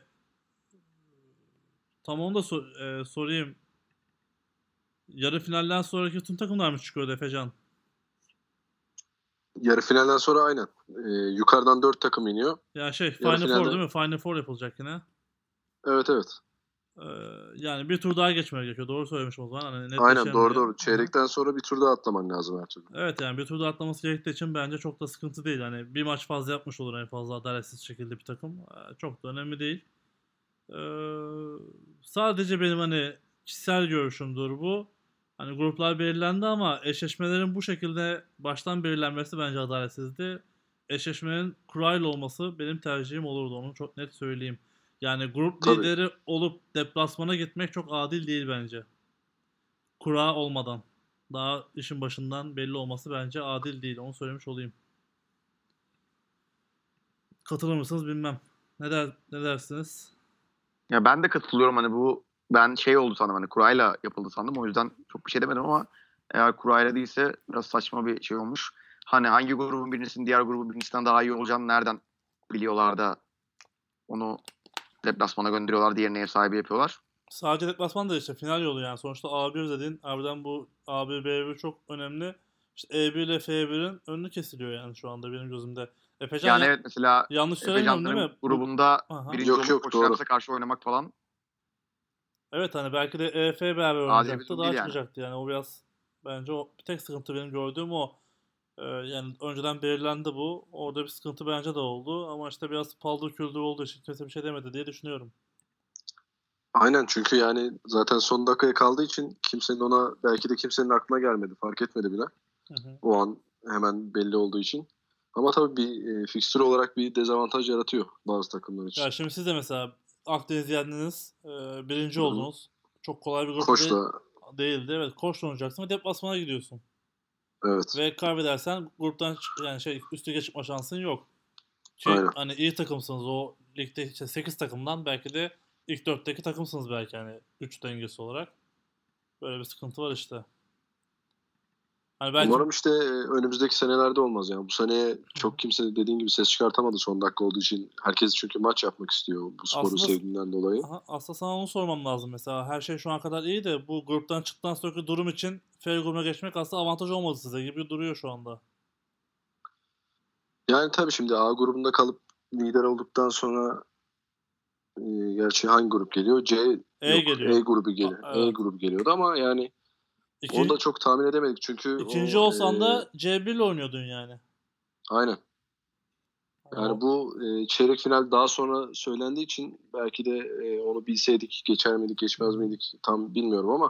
tam onu da sor- e, sorayım. Yarı finalden sonraki tüm takımlar mı çıkıyor Efecan? Yarı finalden sonra aynen. Ee, yukarıdan dört takım iniyor. Ya şey Yarı Final Four finalde değil mi? Final Four yapılacak yine. evet evet. Ee, yani bir tur daha geçmeye gerekiyor. Doğru söylemişim o zaman. Hani Aynen netleşelim doğru diye. doğru. Aha. Çeyrekten sonra bir tur daha atlaman lazım her türlü. Evet yani bir tur daha atlaması gerektiği için bence çok da sıkıntı değil. Hani bir maç fazla yapmış olur en fazla adaletsiz şekilde bir takım. Ee, çok da önemli değil. Ee, sadece benim hani kişisel görüşümdür bu. Hani gruplar belirlendi ama eşleşmelerin bu şekilde baştan belirlenmesi bence adaletsizdi. Eşleşmenin kurayla olması benim tercihim olurdu, onu çok net söyleyeyim. Yani grup Tabii. lideri olup deplasmana gitmek çok adil değil bence. Kura olmadan. Daha işin başından belli olması bence adil değil. Onu söylemiş olayım. Katılır mısınız bilmem. Ne der, ne dersiniz? Ya ben de katılıyorum hani bu ben şey oldu sandım hani kurayla yapıldı sandım. O yüzden çok bir şey demedim ama eğer kurayla değilse biraz saçma bir şey olmuş. Hani hangi grubun birincisinin diğer grubun birincisinden daha iyi olacağını nereden biliyorlar da onu deplasmana gönderiyorlar, diğerine ev sahibi yapıyorlar. Sadece deplasman da işte final yolu yani. Sonuçta A bir dediğin harbiden bu A bir B bir çok önemli. İşte E bir ile F birin önünü kesiliyor yani şu anda benim gözümde. Efecan Yani ya- evet mesela yanlış söylemiyorum değil Efecanların mi? Bu grubunda aha. birinci Yok olup yok doğru. Koçtaş'a karşı oynamak falan Evet hani belki de E F beraber adil bir oynayacaktı. durum değil Daha yani. çıkacaktı yani. O biraz bence o bir tek sıkıntı benim gördüğüm o. Ee, yani önceden belirlendi bu. Orada bir sıkıntı bence de oldu. Ama işte biraz paldır küldür olduğu için kimse bir şey demedi diye düşünüyorum. Aynen çünkü yani zaten son dakikaya kaldığı için kimsenin ona belki de kimsenin aklına gelmedi. Fark etmedi bile. Hı hı. O an hemen belli olduğu için. Ama tabii bir e, fikstür olarak bir dezavantaj yaratıyor bazı takımlar için. Ya şimdi siz de mesela Akdeniz yendiniz. e, birinci Hı hı. oldunuz. Çok kolay bir grupta değil, Koç'la değildi. Evet, Koç'la oynayacaksın ve deplasmana gidiyorsun. evet. Ve kaybedersen gruptan çık- yani şey üst lige çıkma şansın yok. Ki Aynen. hani iyi takımsınız o ligde işte sekiz takımdan belki de ilk dörtteki takımsınız belki hani güç dengesi olarak. Böyle bir sıkıntı var işte. Hani belki Umarım işte e, önümüzdeki senelerde olmaz yani. Bu sene hı hı. çok kimse dediğin gibi ses çıkartamadı son dakika olduğu için. Herkes çünkü maç yapmak istiyor bu sporu aslında sevdiğinden dolayı. aha, aslında sana onu sormam lazım mesela. Her şey şu ana kadar iyi de bu gruptan çıktıktan sonraki durum için fair gruba geçmek aslında avantaj olmadı size gibi duruyor şu anda. Yani tabii şimdi A grubunda kalıp lider olduktan sonra e, gerçi hangi grup geliyor? C E yok E geliyor. grubu A- geliyor. E evet. grubu geliyordu ama yani onu da İki, çok tahmin edemedik çünkü ikinci o e, olsan da C bir ile oynuyordun yani. aynen. Hani Yani o, bu e, çeyrek final daha sonra söylendiği için belki de e, onu bilseydik geçer miydik hı geçmez hı. miydik tam bilmiyorum ama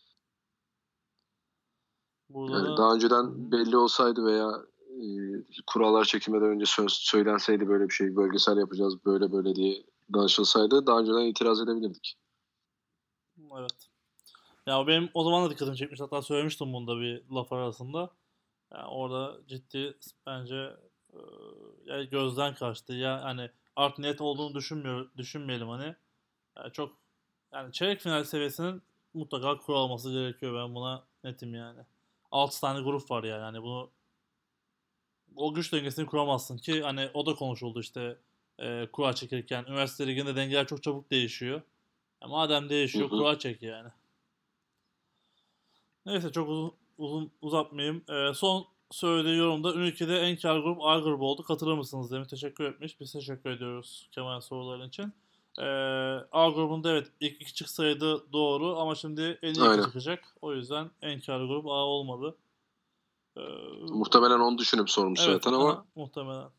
Burada yani da daha hı önceden hı. belli olsaydı veya e, kurallar çekilmeden önce söz söylenseydi böyle bir şey bölgesel yapacağız böyle böyle diye danışılsaydı daha önceden itiraz edebilirdik. Evet. Ya benim o zaman da dikkatimi çekmiş. Hatta söylemiştim bunu da bir laf arasında. Yani orada ciddi bence e, ya gözden kaçtı ya hani art niyet olduğunu düşünmüyor düşünmeyelim hani. Yani çok yani çeyrek final seviyesinin mutlaka kural olması gerekiyor, ben buna netim yani. altı tane grup var yani. Hani bunu o güç dengesini kuramazsın ki hani o da konuşuldu işte e, kura çekirken üniversite liginde dengeler çok çabuk değişiyor. Ya madem Hı değişiyor hı. kura çek yani. Neyse çok uzun, uzun uzatmayayım. Ee, son söylediği yorumda ülkede en kar grup A grubu oldu. Katılır mısınız demiş. Teşekkür etmiş. Biz teşekkür ediyoruz Kemal soruların için. Ee, A grubunda evet ilk iki çıksaydı doğru ama şimdi en iyi iki Aynen. çıkacak. O yüzden en kar grup A olmadı. Ee, Muhtemelen onu düşünüp sormuş evet zaten ama aha, muhtemelen.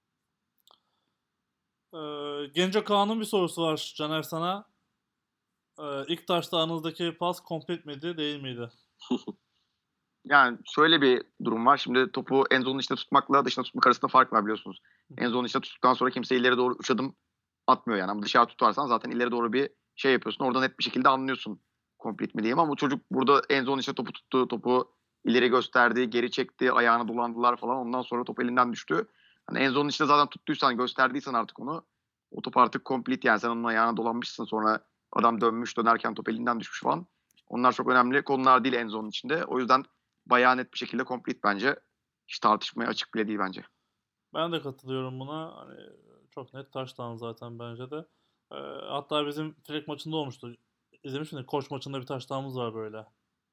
Ee, Genco Kaan'ın bir sorusu var Caner sana. Ee, ilk touchdown'ınızdaki pas complete miydi, değil miydi? Yani şöyle bir durum var. Şimdi topu en zonun içinde tutmakla dışına tutmak arasında fark var biliyorsunuz. En zonun içinde tuttuktan sonra kimse ileri doğru üç adım atmıyor yani. Ama dışarı tutarsan zaten ileri doğru bir şey yapıyorsun. Orada net bir şekilde anlıyorsun complete mi diyeyim. Ama bu çocuk burada en zonun içinde topu tuttu. Topu ileri gösterdi, geri çekti, ayağını dolandılar falan. Ondan sonra top elinden düştü. Hani en zonun içinde zaten tuttuysan, gösterdiysen artık onu, o top artık complete yani. Sen onun ayağına dolanmışsın, sonra adam dönmüş, dönerken top elinden düşmüş falan. Onlar çok önemli konular değil en zonun içinde. O yüzden bayağı net bir şekilde complete bence. Hiç tartışmaya açık bile değil bence. Ben de katılıyorum buna. Hani çok net touchdown zaten bence de. Ee, hatta bizim Frek maçında olmuştu. İzlemiş miydin? Koç maçında bir touchdown'ımız var böyle.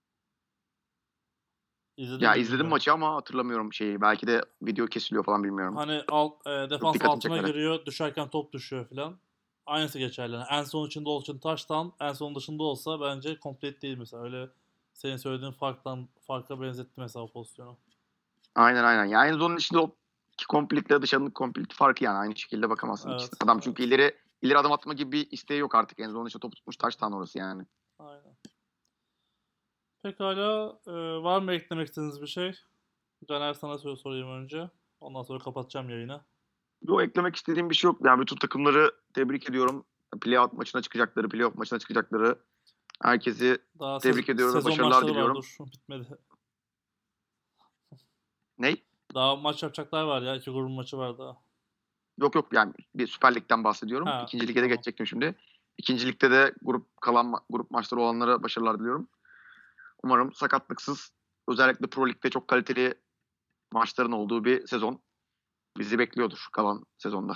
İzledin Ya mi izledim bilmiyorum. maçı ama hatırlamıyorum şeyi. Belki de video kesiliyor falan, bilmiyorum. Hani alt, e, Çok defans dikkatimi altına çekmedi. giriyor, düşerken top düşüyor filan. Aynısı geçerli. Yani en son içinde olduğu için touchdown, en son dışında olsa bence complete değil mesela. Öyle senin söylediğin farktan farka benzetti mesela o pozisyonu. Aynen aynen. Yani en zonun içinde o iki complete ile dışarının complete farkı yani. Aynı şekilde bakamazsın ikisine. Evet, Adam çünkü evet. ileri ileri adım atma gibi bir isteği yok artık. En zonun içinde topu tutmuş, taştan orası yani. Aynen. Pekala, e, var mı eklemek istediğiniz bir şey? Caner, sana soru sorayım önce. Ondan sonra kapatacağım yayını. Yo, eklemek istediğim bir şey yok. Yani bütün takımları tebrik ediyorum. Playoff maçına çıkacakları, playoff maçına çıkacakları herkesi Daha tebrik sez- ediyorum ve sezon başarılar maçları var, diliyorum. dur. Bitmedi. Ney? Daha maç yapacaklar var ya. İki grubun maçı var daha. Yok yok, yani bir Süper Lig'den bahsediyorum. Ha, İkinci lige de tamam. geçecektim şimdi. İkinci ligde de grup kalan ma- grup maçları olanlara başarılar diliyorum. Umarım sakatlıksız, özellikle Pro Lig'de çok kaliteli maçların olduğu bir sezon bizi bekliyordur kalan sezonda.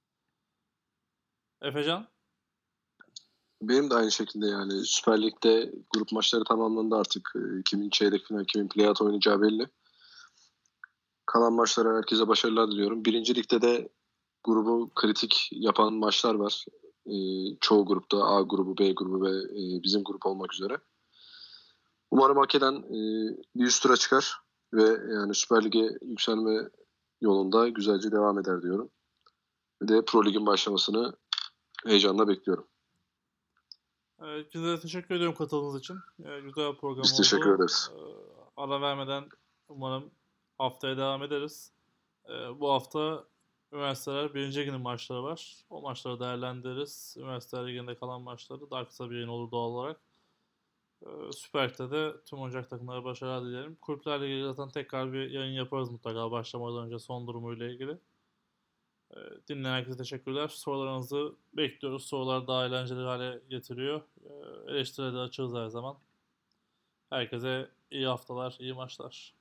Efecan? Benim de aynı şekilde yani Süper Lig'de grup maçları tamamlandı artık. Ee, Kimin çeyrek final, kimin playout oynayacağı belli. Kalan maçlara herkese başarılar diliyorum. Birinci Lig'de de grubu kritik yapan maçlar var. Ee, çoğu grupta A grubu, B grubu ve e, bizim grup olmak üzere. Umarım hak eden e, bir üst tura çıkar ve yani Süper Lig'e yükselme yolunda güzelce devam eder diyorum. Ve de Pro Lig'in başlamasını heyecanla bekliyorum. Evet, size teşekkür ediyorum katıldığınız için. Ee, güzel bir program Biz teşekkür oldu. ederiz. Ee, ara vermeden umarım haftaya devam ederiz. Ee, bu hafta üniversiteler birinci liginin maçları var. O maçları değerlendiririz. Üniversiteler liginde kalan maçları daha kısa bir yayın olur doğal olarak. Ee, Süper Lig'de de tüm oyuncak takımlara başarılar dilerim. Kulüplerle ilgili zaten tekrar bir yayın yaparız mutlaka başlamadan önce son durumuyla ilgili. Ee, Dinleyen herkese teşekkürler. Sorularınızı bekliyoruz. Sorular daha eğlenceli hale getiriyor. Ee, Eleştirileri de açığız her zaman. Herkese iyi haftalar, iyi maçlar.